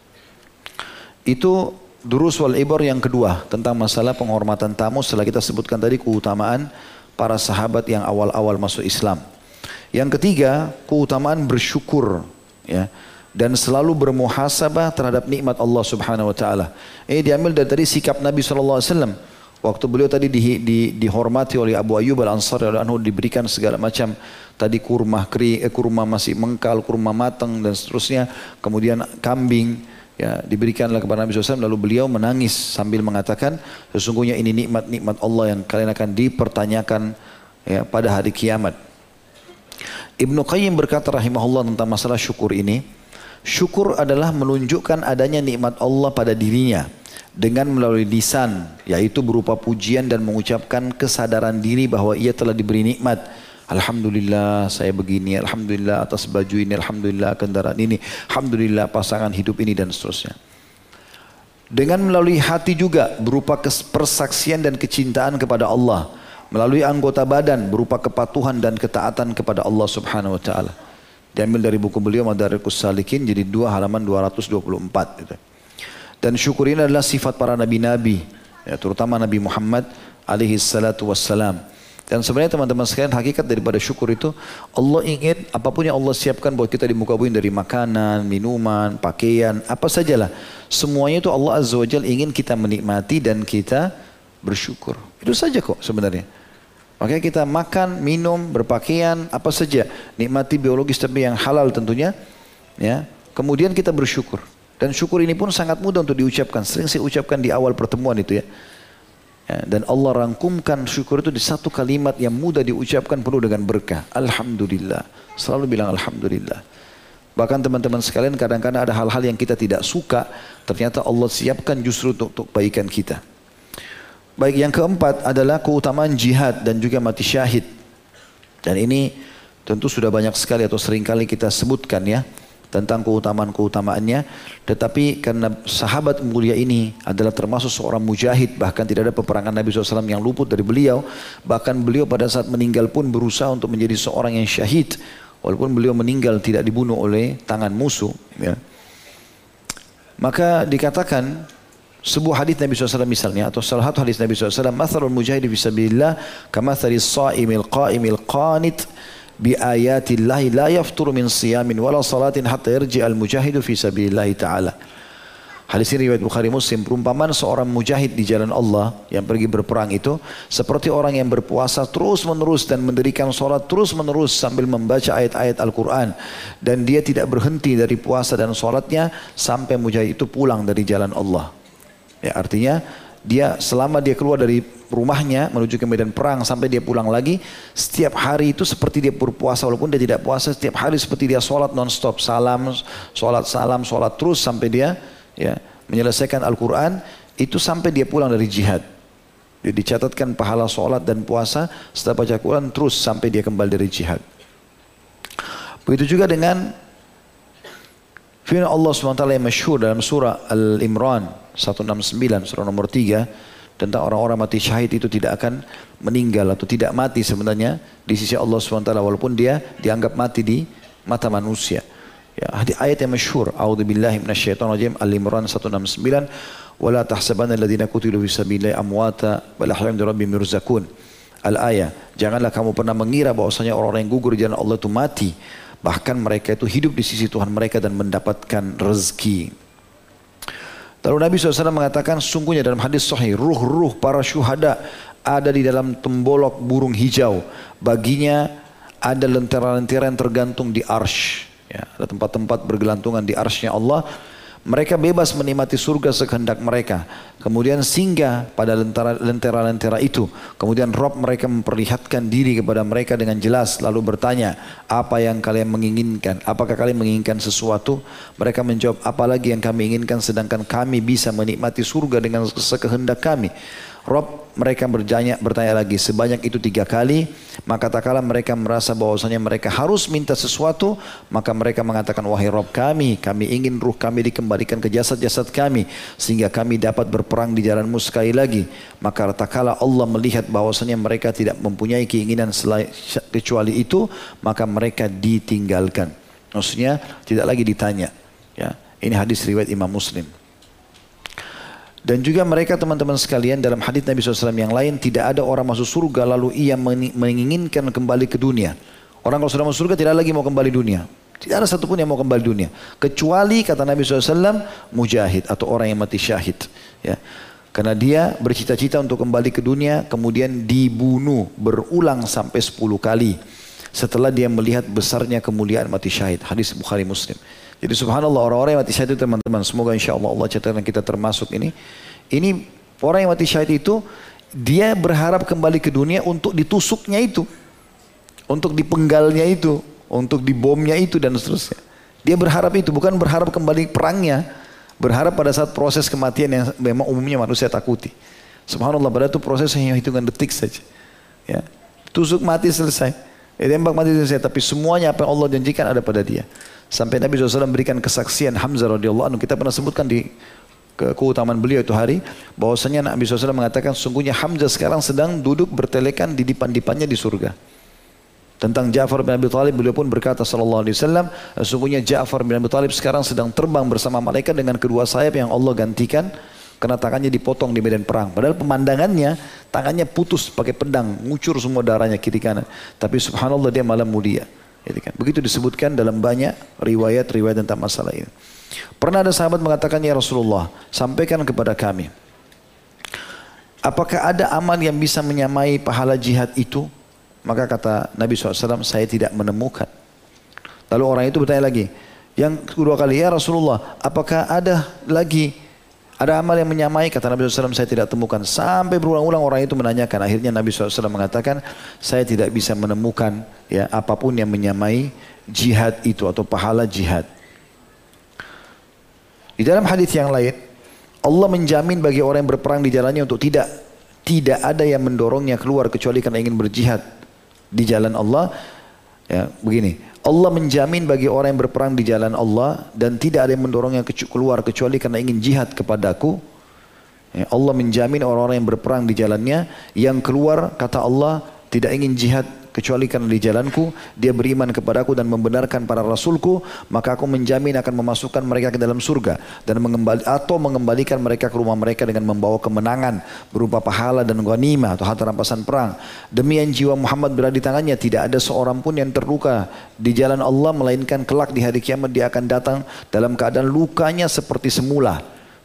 [SPEAKER 1] Itu durus wal ibar yang kedua tentang masalah penghormatan tamu setelah kita sebutkan tadi keutamaan para sahabat yang awal-awal masuk Islam. Yang ketiga, keutamaan bersyukur, ya, dan selalu bermuhasabah terhadap nikmat Allah Subhanahu wa taala. Ini diambil dari tadi sikap Nabi sallallahu alaihi wasallam. Waktu beliau tadi di, di, dihormati oleh Abu Ayyub Al-Ansari anhu, diberikan segala macam tadi kurma kering, eh, kurma masih mengkal, kurma matang dan seterusnya, kemudian kambing, ya, diberikanlah kepada Nabi shallallahu alaihi wasallam. Lalu beliau menangis sambil mengatakan, sesungguhnya ini nikmat-nikmat Allah yang kalian akan dipertanyakan, ya, pada hari kiamat. Ibnu Qayyim berkata rahimahullah tentang masalah syukur ini, syukur adalah menunjukkan adanya nikmat Allah pada dirinya dengan melalui lisan, yaitu berupa pujian dan mengucapkan kesadaran diri bahwa ia telah diberi nikmat. Alhamdulillah saya begini, alhamdulillah atas baju ini, alhamdulillah kendaraan ini, alhamdulillah pasangan hidup ini dan seterusnya. Dengan melalui hati juga berupa persaksian dan kecintaan kepada Allah, melalui anggota badan berupa kepatuhan dan ketaatan kepada Allah Subhanahu wa taala. Diambil dari buku beliau Madarikus Salikin jadi dua halaman dua ratus dua puluh empat gitu. Dan syukur ini adalah sifat para nabi-nabi, ya, terutama Nabi Muhammad alaihi salatu wassalam. Dan sebenarnya teman-teman sekalian, hakikat daripada syukur itu, Allah ingin apapun yang Allah siapkan buat kita di muka bumi, dari makanan, minuman, pakaian, apa sajalah, semuanya itu Allah Azza wa Jalla ingin kita menikmati dan kita bersyukur. Itu saja kok sebenarnya. Makanya kita makan, minum, berpakaian, apa saja, nikmati biologis tapi yang halal tentunya, ya. Kemudian kita bersyukur. Dan syukur ini pun sangat mudah untuk diucapkan. Sering saya ucapkan di awal pertemuan itu, ya. Ya, dan Allah rangkumkan syukur itu di satu kalimat yang mudah diucapkan penuh dengan berkah. Alhamdulillah. Selalu bilang Alhamdulillah. Bahkan teman-teman sekalian, kadang-kadang ada hal-hal yang kita tidak suka, ternyata Allah siapkan justru untuk, untuk kebaikan kita. Baik, yang keempat adalah keutamaan jihad dan juga mati syahid. Dan ini tentu sudah banyak sekali atau seringkali kita sebutkan, ya, tentang keutamaan-keutamaannya. Tetapi karena sahabat mulia ini adalah termasuk seorang mujahid, bahkan tidak ada peperangan Nabi shallallahu alaihi wasallam yang luput dari beliau. Bahkan beliau pada saat meninggal pun berusaha untuk menjadi seorang yang syahid, walaupun beliau meninggal tidak dibunuh oleh tangan musuh, ya. Maka dikatakan sebuah hadis Nabi shallallahu alaihi wasallam misalnya, atau salah satu hadis Nabi shallallahu alaihi wasallam, mathalul mujahidi fisabilillah kamathalis saimil qaimil qanit bi ayatillahi la yafturu min siyamin wala salatin hatta yarji al mujahidu fi sabilillahi ta'ala. Hadis ini riwayat Bukhari Muslim, perumpamaan seorang mujahid di jalan Allah yang pergi berperang itu seperti orang yang berpuasa terus menerus dan mendirikan sholat terus menerus sambil membaca ayat-ayat Al-Quran, dan dia tidak berhenti dari puasa dan sholatnya sampai mujahid itu pulang dari jalan Allah. Ya, artinya dia selama dia keluar dari rumahnya menuju ke medan perang sampai dia pulang lagi, setiap hari itu seperti dia berpuasa, walaupun dia tidak puasa, setiap hari seperti dia sholat non-stop, salam, sholat, salam, sholat terus sampai dia ya menyelesaikan Al-Quran itu sampai dia pulang dari jihad. Dia dicatatkan pahala sholat dan puasa setelah baca Quran terus sampai dia kembali dari jihad. Begitu juga dengan firman Allah subhanahu wa taala yang masyhur dalam surah Al-Imran seratus enam puluh sembilan, surah nomor tiga, tentang orang-orang mati syahid itu tidak akan meninggal atau tidak mati sebenarnya di sisi Allah subhanahu wa taala walaupun dia dianggap mati di mata manusia. Ya, ayat yang masyhur, A'udzubillahi minasyaitonirrajim, Al-Imran seratus enam puluh sembilan, "Wala tahsabanna alladziina qutilu fi sabilillahi amwata bal ahya'un 'inda rabbihim yurzaqun." Al-ayah, janganlah kamu pernah mengira bahwasanya orang-orang yang gugur di jalan Allah itu mati, bahkan mereka itu hidup di sisi Tuhan mereka dan mendapatkan rezeki. Lalu Nabi shallallahu alaihi wasallam mengatakan, sungguhnya dalam hadis sahih, ruh-ruh para syuhada ada di dalam tembolok burung hijau. Baginya ada lentera-lentera yang tergantung di arsy. Ya, ada tempat-tempat bergelantungan di arsy-Nya Allah. Mereka bebas menikmati surga sekehendak mereka. Kemudian singgah pada lentera-lentera itu. Kemudian Rabb mereka memperlihatkan diri kepada mereka dengan jelas. Lalu bertanya, apa yang kalian menginginkan? Apakah kalian menginginkan sesuatu? Mereka menjawab, apalagi yang kami inginkan sedangkan kami bisa menikmati surga dengan sekehendak kami. Rabb mereka bertanya, bertanya lagi sebanyak itu tiga kali. Maka tak kala mereka merasa bahwasanya mereka harus minta sesuatu, maka mereka mengatakan, wahai Rabb kami, kami ingin ruh kami dikembalikan ke jasad-jasad kami sehingga kami dapat berperang di jalan-Mu sekali lagi. Maka tak kala Allah melihat bahwasanya mereka tidak mempunyai keinginan selain, kecuali itu, maka mereka ditinggalkan. Maksudnya tidak lagi ditanya. Ya, ini hadis riwayat Imam Muslim. Dan juga mereka teman-teman sekalian dalam hadis Nabi shallallahu alaihi wasallam yang lain, tidak ada orang masuk surga lalu ia menginginkan kembali ke dunia. Orang kalau sudah masuk surga tidak lagi mau kembali dunia. Tidak ada satupun yang mau kembali dunia. Kecuali kata Nabi shallallahu alaihi wasallam mujahid atau orang yang mati syahid. Ya. Karena dia bercita-cita untuk kembali ke dunia kemudian dibunuh berulang sampai sepuluh kali. Setelah dia melihat besarnya kemuliaan mati syahid. Hadis Bukhari Muslim. Jadi subhanallah orang-orang yang mati syahid itu teman-teman, semoga insya Allah Allah catatkan kita termasuk ini. Ini orang yang mati syahid itu dia berharap kembali ke dunia untuk ditusuknya itu, untuk dipenggalnya itu, untuk dibomnya itu dan seterusnya. Dia berharap itu, bukan berharap kembali perangnya, berharap pada saat proses kematian yang memang umumnya manusia takuti. Subhanallah, padahal itu prosesnya hitungan detik saja. Ya, tusuk mati selesai, ya, tembak mati selesai. Tapi semuanya apa yang Allah janjikan ada pada dia. Sampai Nabi shallallahu alaihi wasallam berikan kesaksian Hamzah radhiyallahu anhu. Kita pernah sebutkan di ke keutamaan beliau itu hari, bahwasanya Nabi shallallahu alaihi wasallam mengatakan sungguhnya Hamzah sekarang sedang duduk bertelekan di dipan-dipannya di surga. Tentang Ja'far bin Abi Thalib beliau pun berkata sallallahu alaihi wasallam, sungguhnya Ja'far bin Abi Thalib sekarang sedang terbang bersama malaikat dengan kedua sayap yang Allah gantikan karena tangannya dipotong di medan perang. Padahal pemandangannya tangannya putus pakai pedang, ngucur semua darahnya kiri kanan. Tapi subhanallah dia malah mulia. Begitu disebutkan dalam banyak riwayat-riwayat tentang masalah ini. Pernah ada sahabat mengatakan, ya Rasulullah, sampaikan kepada kami, apakah ada amal yang bisa menyamai pahala jihad itu? Maka kata Nabi shallallahu alaihi wasallam, saya tidak menemukan. Lalu orang itu bertanya lagi, yang kedua kali, ya Rasulullah, apakah ada lagi ada amal yang menyamai? Kata Nabi shallallahu alaihi wasallam, saya tidak temukan. Sampai berulang-ulang orang itu menanyakan. Akhirnya Nabi shallallahu alaihi wasallam mengatakan, saya tidak bisa menemukan ya apapun yang menyamai jihad itu atau pahala jihad. Di dalam hadis yang lain, Allah menjamin bagi orang yang berperang di jalannya untuk tidak tidak ada yang mendorongnya keluar kecuali karena ingin berjihad di jalan Allah. Ya, begini. Allah menjamin bagi orang yang berperang di jalan Allah dan tidak ada yang mendorongnya keluar kecuali karena ingin jihad kepadaku. Ya, Allah menjamin orang-orang yang berperang di jalannya yang keluar kata Allah tidak ingin jihad kecuali karena di jalanku, dia beriman kepadaku dan membenarkan para rasulku, maka aku menjamin akan memasukkan mereka ke dalam surga dan mengembali, atau mengembalikan mereka ke rumah mereka dengan membawa kemenangan berupa pahala dan ghanimah atau harta rampasan perang. Demi yang jiwa Muhammad berada di tangannya, tidak ada seorang pun yang terluka di jalan Allah melainkan kelak di hari kiamat dia akan datang dalam keadaan lukanya seperti semula.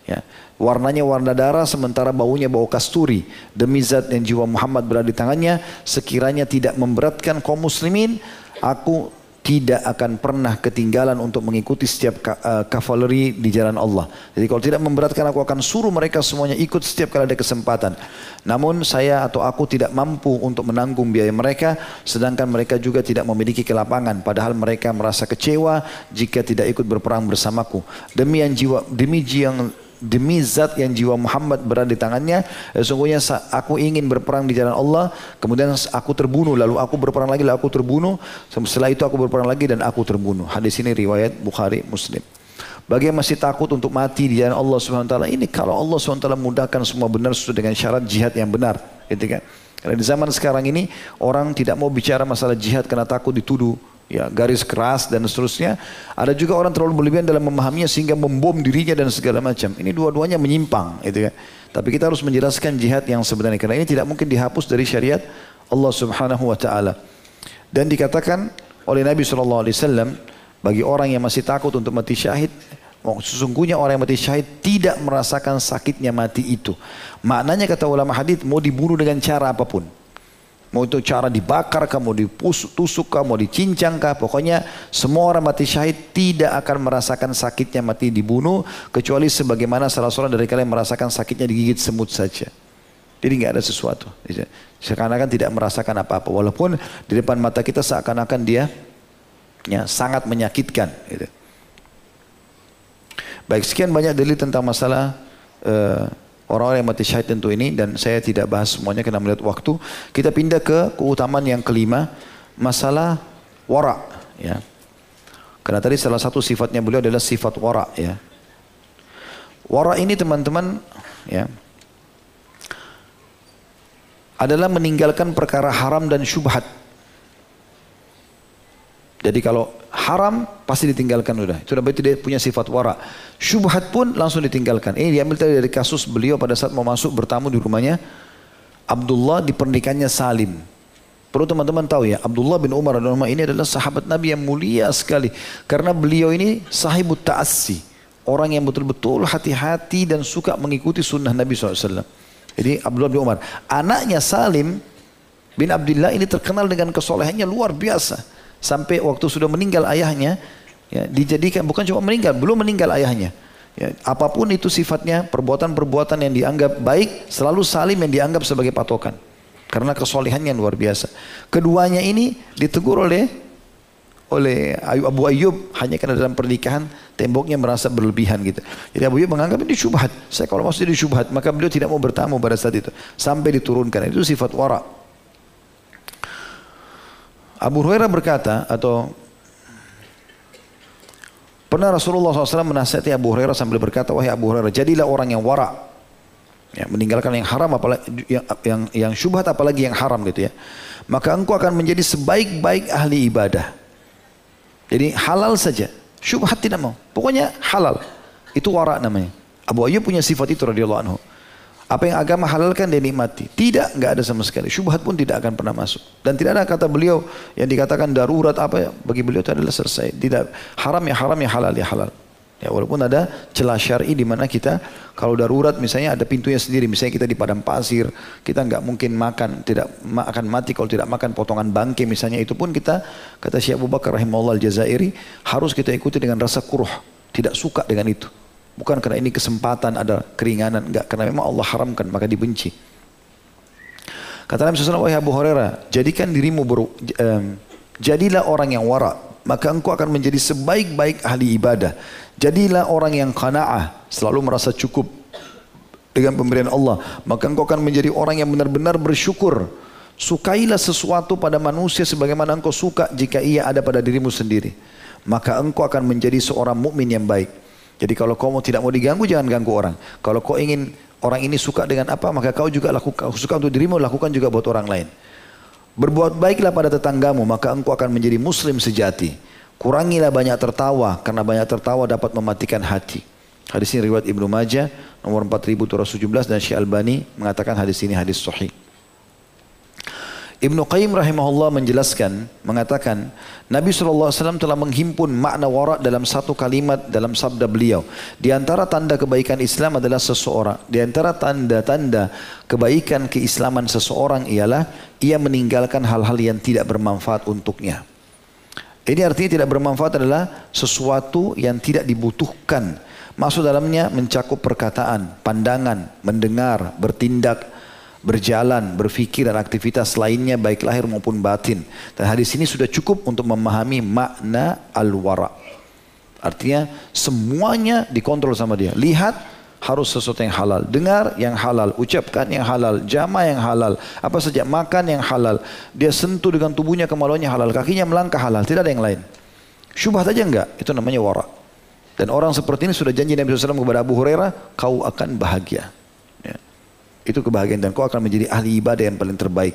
[SPEAKER 1] Ya. Warnanya warna darah sementara baunya bau kasturi. Demi zat yang jiwa Muhammad berada di tangannya, sekiranya tidak memberatkan kaum muslimin, aku tidak akan pernah ketinggalan untuk mengikuti setiap uh, kavaleri di jalan Allah. Jadi kalau tidak memberatkan, aku akan suruh mereka semuanya ikut setiap kali ada kesempatan. Namun saya atau aku tidak mampu untuk menanggung biaya mereka, sedangkan mereka juga tidak memiliki kelapangan. Padahal mereka merasa kecewa jika tidak ikut berperang bersamaku. Demi yang jiwa, demi yang Demi zat yang jiwa Muhammad berada di tangannya, sesungguhnya aku ingin berperang di jalan Allah, kemudian aku terbunuh, lalu aku berperang lagi, lalu aku terbunuh, setelah itu aku berperang lagi dan aku terbunuh. Hadis ini riwayat Bukhari Muslim. Bagi yang masih takut untuk mati di jalan Allah subhanahu wa taala, ini kalau Allah subhanahu wa taala mudahkan semua benar sesuai dengan syarat jihad yang benar, gitu kan. Karena di zaman sekarang ini orang tidak mau bicara masalah jihad karena takut dituduh ya garis keras dan seterusnya. Ada juga orang terlalu berlebihan dalam memahaminya sehingga membom dirinya dan segala macam. Ini dua-duanya menyimpang, gitu kan. Tapi kita harus menjelaskan jihad yang sebenarnya, karena ini tidak mungkin dihapus dari syariat Allah Subhanahu wa taala. Dan dikatakan oleh Nabi sallallahu alaihi wasallam, bagi orang yang masih takut untuk mati syahid, sesungguhnya orang yang mati syahid tidak merasakan sakitnya mati itu. Maknanya kata ulama hadis, mau dibunuh dengan cara apapun. Mau itu cara dibakar kah, mau ditusuk kah, mau dicincang kah, pokoknya semua orang mati syahid tidak akan merasakan sakitnya mati dibunuh, kecuali sebagaimana salah seorang dari kalian merasakan sakitnya digigit semut saja. Jadi nggak ada sesuatu. Seakan-akan tidak merasakan apa-apa, walaupun di depan mata kita seakan-akan dia ya, sangat menyakitkan. Gitu. Baik, sekian banyak dalil tentang masalah uh, orang-orang yang mati syahid tentu ini, dan saya tidak bahas semuanya karena melihat waktu. Kita pindah ke keutamaan yang kelima, masalah wara. Ya. Karena tadi salah satu sifatnya beliau adalah sifat wara. Ya. Wara ini teman-teman ya, adalah meninggalkan perkara haram dan syubhat. Jadi kalau haram pasti ditinggalkan udah. Itu berarti dia punya sifat wara. Syubhat pun langsung ditinggalkan. Ini diambil tadi dari kasus beliau pada saat mau masuk bertamu di rumahnya Abdullah di pernikahannya Salim. Perlu teman-teman tahu ya, Abdullah bin Umar radhiyallahu anhu ini adalah sahabat Nabi yang mulia sekali. Karena beliau ini sahibut ta'assi. Orang yang betul-betul hati-hati dan suka mengikuti sunnah Nabi shallallahu alaihi wasallam. Jadi Abdullah bin Umar. Anaknya Salim bin Abdullah ini terkenal dengan kesolehannya luar biasa. Sampai waktu sudah meninggal ayahnya, ya, dijadikan, bukan cuma meninggal, belum meninggal ayahnya. Ya, apapun itu sifatnya, perbuatan-perbuatan yang dianggap baik, selalu Salim yang dianggap sebagai patokan. Karena kesolehannya luar biasa. Keduanya ini ditegur oleh oleh Abu Ayyub hanya karena dalam pernikahan temboknya merasa berlebihan gitu. Jadi Abu Ayyub menganggap ini syubhat. Saya kalau masuk di syubhat, maka beliau tidak mau bertamu pada saat itu. Sampai diturunkan. Itu sifat wara. Abu Hurairah berkata, atau pernah Rasulullah shallallahu alaihi wasallam menasihati Abu Hurairah sambil berkata, wahai Abu Hurairah, jadilah orang yang wara, ya, meninggalkan yang haram, apalagi yang, yang, yang syubhat, apalagi yang haram gitu ya. Maka engkau akan menjadi sebaik-baik ahli ibadah. Jadi halal saja, syubhat tidak mau, pokoknya halal. Itu wara namanya. Abu Ayyub punya sifat itu radhiyallahu anhu. Apa yang agama halalkan dia nikmati. Tidak, nggak ada sama sekali. Syubhat pun tidak akan pernah masuk. Dan tidak ada kata beliau yang dikatakan darurat apa ya, bagi beliau itu adalah selesai. Tidak, haram ya haram, ya halal ya halal. Ya, walaupun ada celah syar'i di mana kita kalau darurat misalnya ada pintunya sendiri. Misalnya kita di padang pasir, kita nggak mungkin makan, tidak akan mati kalau tidak makan potongan bangkai misalnya. Itu pun kita, kata Syekh Abu Bakar rahimahullah al-Jazairi, harus kita ikuti dengan rasa kuruh. Tidak suka dengan itu. Bukan karena ini kesempatan ada keringanan, enggak, karena memang Allah haramkan maka dibenci. Kata Nabi shallallahu alaihi wasallam, wahai Abu Hurairah, jadikan dirimu ber, um, jadilah orang yang wara, maka engkau akan menjadi sebaik-baik ahli ibadah. Jadilah orang yang qanaah, selalu merasa cukup dengan pemberian Allah, maka engkau akan menjadi orang yang benar-benar bersyukur. Sukailah sesuatu pada manusia sebagaimana engkau suka jika ia ada pada dirimu sendiri, maka engkau akan menjadi seorang mukmin yang baik. Jadi kalau kau tidak mau diganggu, jangan ganggu orang. Kalau kau ingin orang ini suka dengan apa, maka kau juga lakukan, suka untuk dirimu, lakukan juga buat orang lain. Berbuat baiklah pada tetanggamu, maka engkau akan menjadi muslim sejati. Kurangilah banyak tertawa, karena banyak tertawa dapat mematikan hati. Hadis ini riwayat Ibnu Majah nomor empat ribu tujuh ratus tujuh belas dan Syekh Albani mengatakan hadis ini hadis sahih. Ibnu Qayyim rahimahullah menjelaskan, mengatakan Nabi shallallahu alaihi wasallam telah menghimpun makna wara dalam satu kalimat dalam sabda beliau. Di antara tanda kebaikan Islam adalah seseorang, di antara tanda-tanda kebaikan keislaman seseorang ialah ia meninggalkan hal-hal yang tidak bermanfaat untuknya. Ini artinya tidak bermanfaat adalah sesuatu yang tidak dibutuhkan. Masuk dalamnya mencakup perkataan, pandangan, mendengar, bertindak, berjalan, berfikir dan aktivitas lainnya baik lahir maupun batin. Dan hadis ini sudah cukup untuk memahami makna al-wara. Artinya semuanya dikontrol sama dia. Lihat harus sesuatu yang halal, dengar yang halal, ucapkan yang halal, jama yang halal, apa saja makan yang halal. Dia sentuh dengan tubuhnya kemaluannya halal, kakinya melangkah halal, tidak ada yang lain. Syubhat aja enggak, itu namanya wara. Dan orang seperti ini sudah janji Nabi shallallahu alaihi wasallam kepada Abu Hurairah, kau akan bahagia. Itu kebahagiaan dan kau akan menjadi ahli ibadah yang paling terbaik.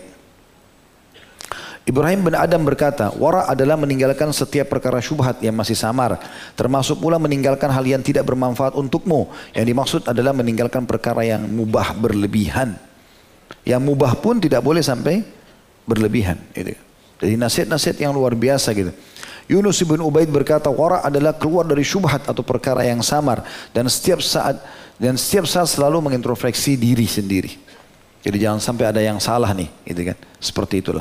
[SPEAKER 1] Ibrahim bin Adam berkata, wara adalah meninggalkan setiap perkara syubhat yang masih samar, termasuk pula meninggalkan hal yang tidak bermanfaat untukmu. Yang dimaksud adalah meninggalkan perkara yang mubah berlebihan. Yang mubah pun tidak boleh sampai berlebihan. Gitu. Jadi nasihat-nasihat yang luar biasa gitu. Yunus bin Ubaid berkata, wara adalah keluar dari syubhat atau perkara yang samar dan setiap saat dan setiap saat selalu mengintrospeksi diri sendiri. Jadi jangan sampai ada yang salah nih, gitu kan? Seperti itulah.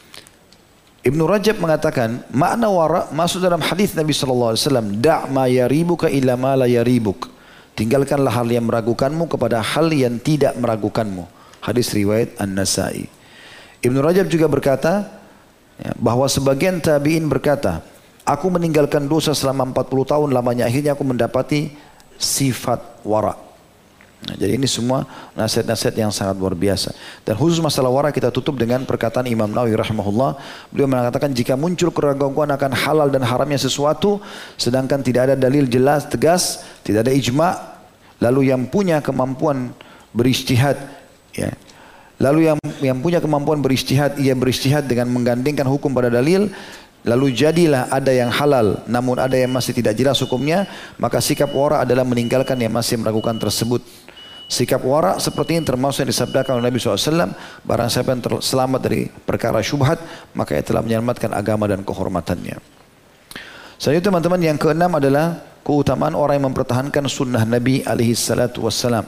[SPEAKER 1] Ibnu Rajab mengatakan makna wara masuk dalam hadis Nabi sallallahu alaihi wasallam, da' ma yaribuka ila ma la yaribuk. Tinggalkanlah hal yang meragukanmu kepada hal yang tidak meragukanmu. Hadis riwayat An-Nasa'i. Ibnu Rajab juga berkata ya, bahwa sebagian tabi'in berkata, aku meninggalkan dosa selama empat puluh tahun lamanya, akhirnya aku mendapati sifat wara. Nah, jadi ini semua nasihat-nasihat yang sangat luar biasa. Dan khusus masalah wara kita tutup dengan perkataan Imam Nawawi rahimahullah. Beliau mengatakan jika muncul keraguan akan halal dan haramnya sesuatu, sedangkan tidak ada dalil jelas tegas, tidak ada ijma, lalu yang punya kemampuan berijtihad, ya, lalu yang yang punya kemampuan berijtihad, ia berijtihad dengan menggandengkan hukum pada dalil. Lalu jadilah ada yang halal namun ada yang masih tidak jelas hukumnya, maka sikap wara adalah meninggalkan yang masih meragukan tersebut. Sikap wara seperti ini termasuk yang disabdakan oleh Nabi shallallahu alaihi wasallam, barang siapa yang selamat dari perkara syubhat maka ia telah menyelamatkan agama dan kehormatannya. Selanjutnya teman-teman, yang keenam adalah keutamaan orang yang mempertahankan sunnah Nabi alaihi salatu wassalam.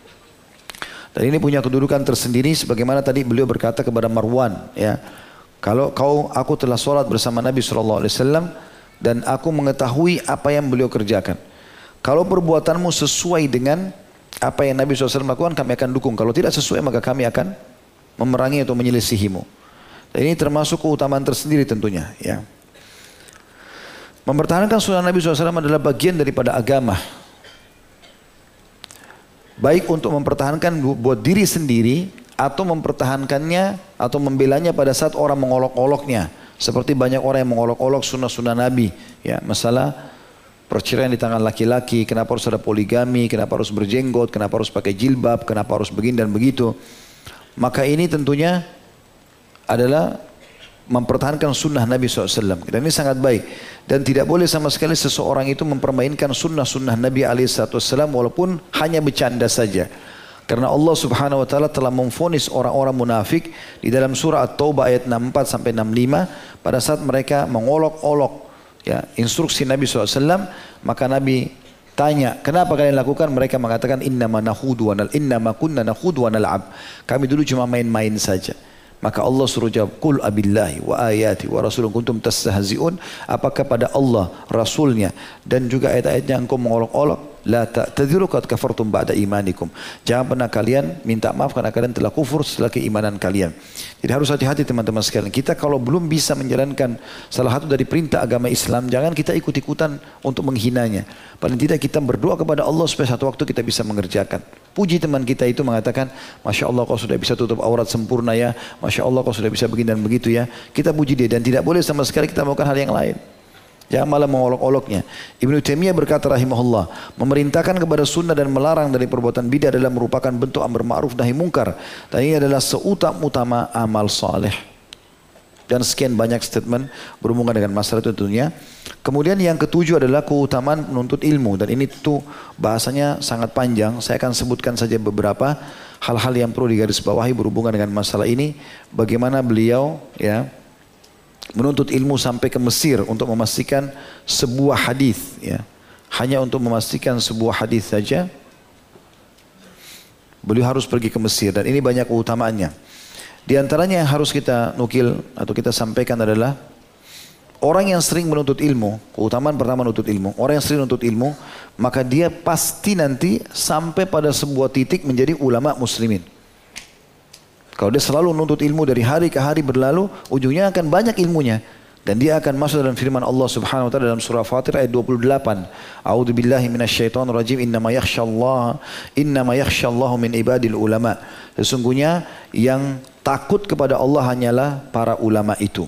[SPEAKER 1] Dan ini punya kedudukan tersendiri sebagaimana tadi beliau berkata kepada Marwan, ya, kalau kau aku telah sholat bersama Nabi shallallahu alaihi wasallam dan aku mengetahui apa yang beliau kerjakan. Kalau perbuatanmu sesuai dengan apa yang Nabi shallallahu alaihi wasallam lakukan, kami akan dukung. Kalau tidak sesuai, maka kami akan memerangi atau menyelisihimu. Dan ini termasuk keutamaan tersendiri tentunya. Ya. Mempertahankan sunnah Nabi shallallahu alaihi wasallam adalah bagian daripada agama. Baik untuk mempertahankan buat diri sendiri, atau mempertahankannya atau membelanya pada saat orang mengolok-oloknya. Seperti banyak orang yang mengolok-olok sunnah-sunnah Nabi. Ya, masalah perceraian di tangan laki-laki, kenapa harus ada poligami, kenapa harus berjenggot, kenapa harus pakai jilbab, kenapa harus begini dan begitu. Maka ini tentunya adalah mempertahankan sunnah Nabi shallallahu alaihi wasallam. Dan ini sangat baik. Dan tidak boleh sama sekali seseorang itu mempermainkan sunnah-sunnah Nabi shallallahu alaihi wasallam walaupun hanya bercanda saja. Karena Allah subhanahu wa ta'ala telah memvonis orang-orang munafik di dalam surah At-Taubah ayat enam puluh empat sampai enam puluh lima pada saat mereka mengolok-olok ya, instruksi Nabi shallallahu alaihi wasallam, maka Nabi tanya, kenapa kalian lakukan? Mereka mengatakan innama nakhudu wa nal innama kunna nakhudu wa nal'ab. Kami dulu cuma main-main saja. Maka Allah suruh jawab, qul abillahi wa ayati wa rasulun kuntum tastahzi'un. Apakah pada Allah, Rasulnya dan juga ayat-ayatnya engkau mengolok-olok? La ta'tadiru qad kafartum ba'da imanikum. Jangan pernah kalian minta maaf karena kalian telah kufur setelah keimanan kalian. Jadi harus hati-hati teman-teman sekalian. Kita kalau belum bisa menjalankan salah satu dari perintah agama Islam, jangan kita ikut-ikutan untuk menghinanya. Paling tidak kita berdoa kepada Allah supaya satu waktu kita bisa mengerjakan. Puji teman kita itu mengatakan, Masya Allah kau sudah bisa tutup aurat sempurna ya. Masya Allah kau sudah bisa begini dan begitu ya. Kita puji dia dan tidak boleh sama sekali kita melakukan hal yang lain. Jangan malah mengolok-oloknya. Ibnu Taimiyah berkata rahimahullah, memerintahkan kepada sunnah dan melarang dari perbuatan bidah adalah merupakan bentuk amar ma'ruf nahi mungkar. Dan ini adalah seutama-utama amal saleh. Dan sekian banyak statement berhubungan dengan masalah itu tentunya. Kemudian yang ketujuh adalah keutamaan menuntut ilmu. Dan ini tuh bahasanya sangat panjang. Saya akan sebutkan saja beberapa hal-hal yang perlu digarisbawahi berhubungan dengan masalah ini. Bagaimana beliau ya menuntut ilmu sampai ke Mesir untuk memastikan sebuah hadis. Ya. Hanya untuk memastikan sebuah hadis saja. Beliau harus pergi ke Mesir. Dan ini banyak keutamaannya. Di antaranya yang harus kita nukil atau kita sampaikan adalah orang yang sering menuntut ilmu, keutamaan pertama menuntut ilmu. Orang yang sering menuntut ilmu, maka dia pasti nanti sampai pada sebuah titik menjadi ulama muslimin. Kalau dia selalu menuntut ilmu dari hari ke hari berlalu, ujungnya akan banyak ilmunya. Dan dia akan masuk dalam firman Allah Subhanahu wa taala dalam surah Fatir ayat dua puluh delapan. A'udzubillahi minasyaitonir rajim. Innama yakhsyallaha innama yakhsyallahu min ibadil ulama. Sesungguhnya yang takut kepada Allah hanyalah para ulama itu.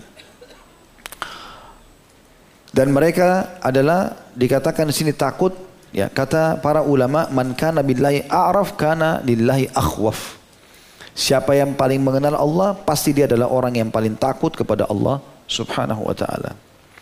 [SPEAKER 1] Dan mereka adalah dikatakan di sini takut, ya, kata para ulama, man kana billahi a'raf kana lillahi akhwaf. Siapa yang paling mengenal Allah, pasti dia adalah orang yang paling takut kepada Allah Subhanahu wa ta'ala.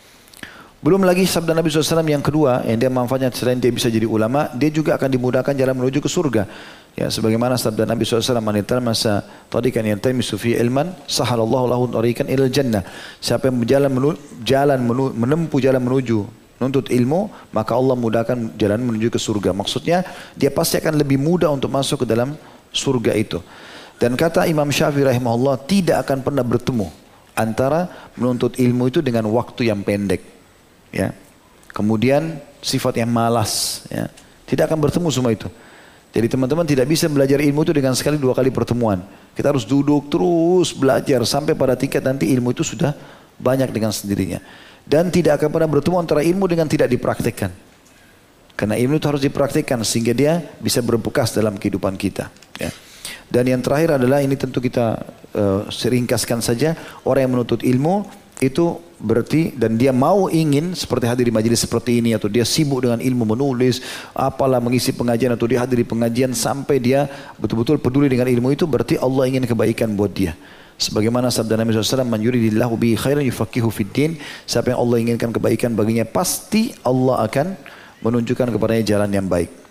[SPEAKER 1] Belum lagi sabda Nabi shallallahu alaihi wasallam yang kedua, yang dia manfaatnya selain dia bisa jadi ulama, dia juga akan dimudahkan jalan menuju ke surga. Ya, sebagaimana sabda Nabi shallallahu alaihi wasallam, "Man talmasa tariqan yaltamisu fi ilman, sahalallahu lahu tariqan ilal jannah." Siapa yang berjalan menuju, jalan menuju, menempuh jalan menuju menuntut ilmu, maka Allah mudahkan jalan menuju ke surga. Maksudnya dia pasti akan lebih mudah untuk masuk ke dalam surga itu. Dan kata Imam Syafi'i rahimahullah, tidak akan pernah bertemu antara menuntut ilmu itu dengan waktu yang pendek, ya. Kemudian sifat yang malas, ya. Tidak akan bertemu semua itu. Jadi teman-teman tidak bisa belajar ilmu itu dengan sekali dua kali pertemuan. Kita harus duduk terus belajar sampai pada tingkat nanti ilmu itu sudah banyak dengan sendirinya. Dan tidak akan pernah bertemu antara ilmu dengan tidak dipraktikkan. Karena ilmu itu harus dipraktikkan sehingga dia bisa berbekas dalam kehidupan kita, ya. Dan yang terakhir adalah, ini tentu kita uh, seringkaskan saja, orang yang menuntut ilmu itu berarti, dan dia mau ingin seperti hadir di majelis seperti ini, atau dia sibuk dengan ilmu menulis, apalah mengisi pengajian, atau dia hadir di pengajian sampai dia betul-betul peduli dengan ilmu itu, berarti Allah ingin kebaikan buat dia. Sebagaimana sabda Nabi shallallahu alaihi wasallam, "Man yuridillahu bihi khairan yufaqihu fiddin." Siapa yang Allah inginkan kebaikan baginya, pasti Allah akan menunjukkan kepadanya jalan yang baik.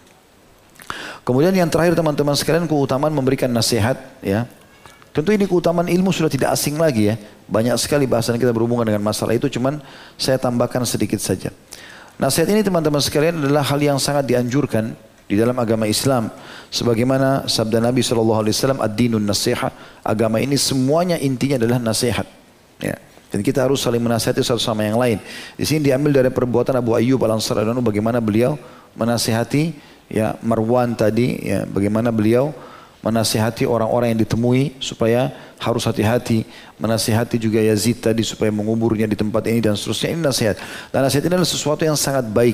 [SPEAKER 1] Kemudian yang terakhir teman-teman sekalian, keutamaan memberikan nasihat, ya. Tentu ini keutamaan ilmu sudah tidak asing lagi, ya. Banyak sekali bahasan kita berhubungan dengan masalah itu, cuman saya tambahkan sedikit saja. Nasihat ini teman-teman sekalian adalah hal yang sangat dianjurkan di dalam agama Islam. Sebagaimana sabda Nabi shallallahu alaihi wasallam, ad-dinun nasihat. Agama ini semuanya intinya adalah nasihat, ya. Dan kita harus saling menasihati satu sama yang lain. Di sini diambil dari perbuatan Abu Ayyub Al-Ansari, bagaimana beliau menasihati, ya, Marwan tadi, ya, bagaimana beliau menasihati orang-orang yang ditemui supaya harus hati-hati, menasihati juga Yazid tadi supaya menguburnya di tempat ini dan seterusnya. Ini nasihat. Dan nasihat ini adalah sesuatu yang sangat baik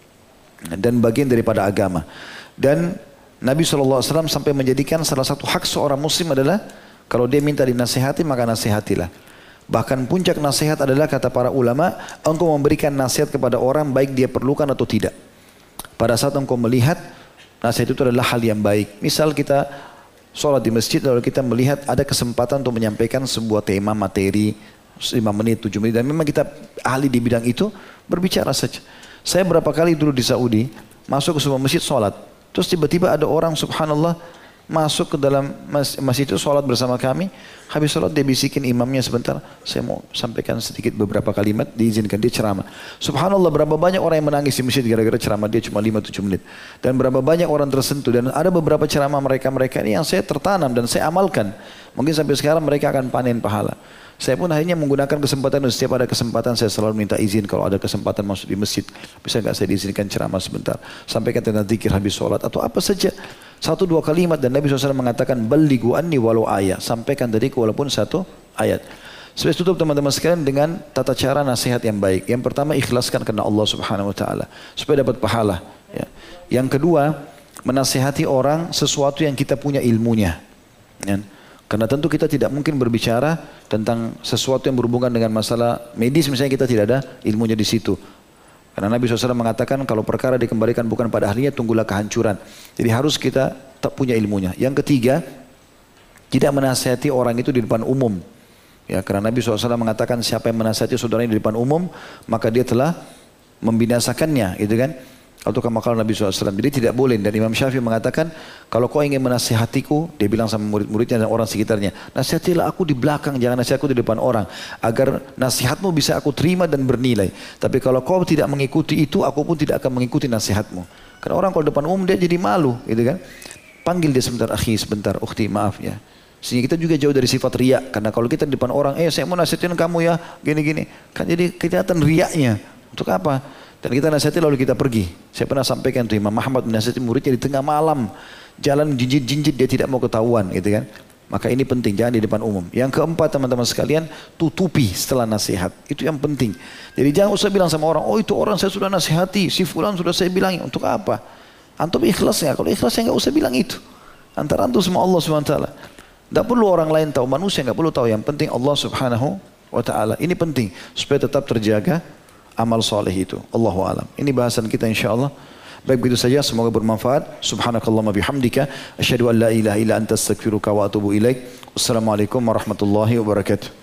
[SPEAKER 1] dan bagian daripada agama. Dan Nabi shallallahu alaihi wasallam sampai menjadikan salah satu hak seorang muslim adalah kalau dia minta dinasihati, maka nasihatilah. Bahkan puncak nasihat adalah, kata para ulama, engkau memberikan nasihat kepada orang baik dia perlukan atau tidak. Pada saat engkau melihat nasihat itu adalah hal yang baik. Misal kita sholat di masjid lalu kita melihat ada kesempatan untuk menyampaikan sebuah tema materi lima menit, tujuh menit. Dan memang kita ahli di bidang itu, berbicara saja. Saya berapa kali dulu di Saudi masuk ke sebuah masjid sholat. Terus tiba-tiba ada orang subhanallah masuk ke dalam masjid itu sholat bersama kami. Habis sholat dia bisikin imamnya, sebentar saya mau sampaikan sedikit beberapa kalimat, diizinkan. Dia ceramah. Subhanallah, berapa banyak orang yang menangis di masjid gara-gara ceramah dia cuma lima tujuh menit. Dan berapa banyak orang tersentuh. Dan ada beberapa ceramah mereka-mereka ini yang saya tertanam dan saya amalkan. Mungkin sampai sekarang mereka akan panen pahala. Saya pun akhirnya menggunakan kesempatan, dan setiap ada kesempatan saya selalu minta izin kalau ada kesempatan masuk di masjid. Bisa nggak saya diizinkan ceramah sebentar? Sampaikan tentang zikir habis sholat atau apa saja. Satu dua kalimat, dan Nabi shallallahu alaihi wasallam mengatakan, "Ballighu anni walau ayat." Sampaikan dariku walaupun satu ayat. Saya tutup teman-teman sekalian dengan tata cara nasihat yang baik. Yang pertama, ikhlaskan karena Allah Subhanahu wa taala supaya dapat pahala, ya. Yang kedua, menasihati orang sesuatu yang kita punya ilmunya, ya. Karena tentu kita tidak mungkin berbicara tentang sesuatu yang berhubungan dengan masalah medis misalnya, kita tidak ada ilmunya di situ. Karena Nabi shallallahu alaihi wasallam mengatakan kalau perkara dikembalikan bukan pada ahlinya, tunggulah kehancuran. Jadi harus kita tak punya ilmunya. Yang ketiga, tidak menasihati orang itu di depan umum. Ya, karena Nabi shallallahu alaihi wasallam mengatakan siapa yang menasihati saudaranya di depan umum, maka dia telah membinasakannya, gitu kan? Atau kama qala Nabi shallallahu alaihi wasallam. Jadi tidak boleh. Dan Imam Syafi'i mengatakan, kalau kau ingin menasihatiku, dia bilang sama murid-muridnya dan orang sekitarnya, nasihatilah aku di belakang, jangan nasihatku di depan orang, agar nasihatmu bisa aku terima dan bernilai. Tapi kalau kau tidak mengikuti itu, aku pun tidak akan mengikuti nasihatmu. Karena orang kalau depan umum dia jadi malu, gitu kan? Panggil dia sebentar, akhi, sebentar, ukhti, maaf ya. Sehingga kita juga jauh dari sifat riak. Karena kalau kita di depan orang, eh saya mau nasihatin kamu ya, gini-gini. Kan jadi kelihatan riaknya. Untuk apa? Dan kita nasihati lalu kita pergi. Saya pernah sampaikan tuh Imam Ahmad menasihati muridnya di tengah malam. Jalan jinjit-jinjit dia tidak mau ketahuan, gitu kan. Maka ini penting, jangan di depan umum. Yang keempat teman-teman sekalian, tutupi setelah nasihat. Itu yang penting. Jadi jangan usah bilang sama orang, oh itu orang saya sudah nasihati, si fulan sudah saya bilang. Untuk apa? Antum ikhlasnya, kalau ikhlasnya nggak usah bilang itu. Antara antum sama Allah subhanahu wa taala. Tidak perlu orang lain tahu, manusia nggak perlu tahu. Yang penting Allah subhanahu wa taala. Ini penting supaya tetap terjaga amal soleh itu. Allahu alam. Ini bahasan kita insyaallah. Baik, begitu saja, semoga bermanfaat. Subhanakallahumma bihamdika asyhadu an la ilaha illa anta astaghfiruka wa atubu ilaik. Wassalamualaikum warahmatullahi wabarakatuh.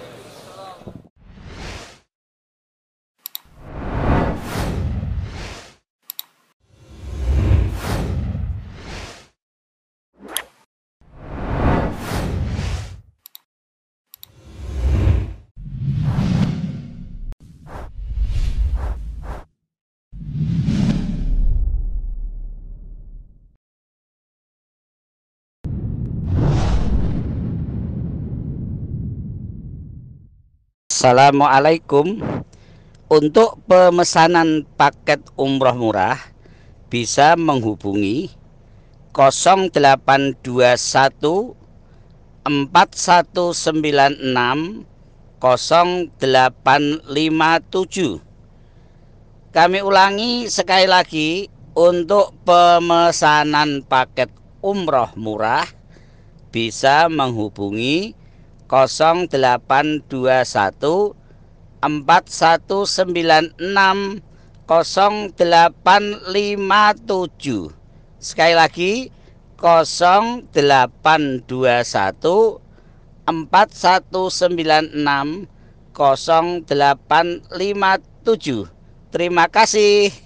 [SPEAKER 2] Assalamualaikum. Untuk pemesanan paket umroh murah bisa menghubungi nol delapan dua satu empat satu sembilan enam nol delapan lima tujuh. Kami ulangi sekali lagi, untuk pemesanan paket umroh murah bisa menghubungi nol delapan dua satu empat satu sembilan enam nol delapan lima tujuh. Sekali lagi, nol delapan dua satu empat satu sembilan enam nol delapan lima tujuh. Terima kasih.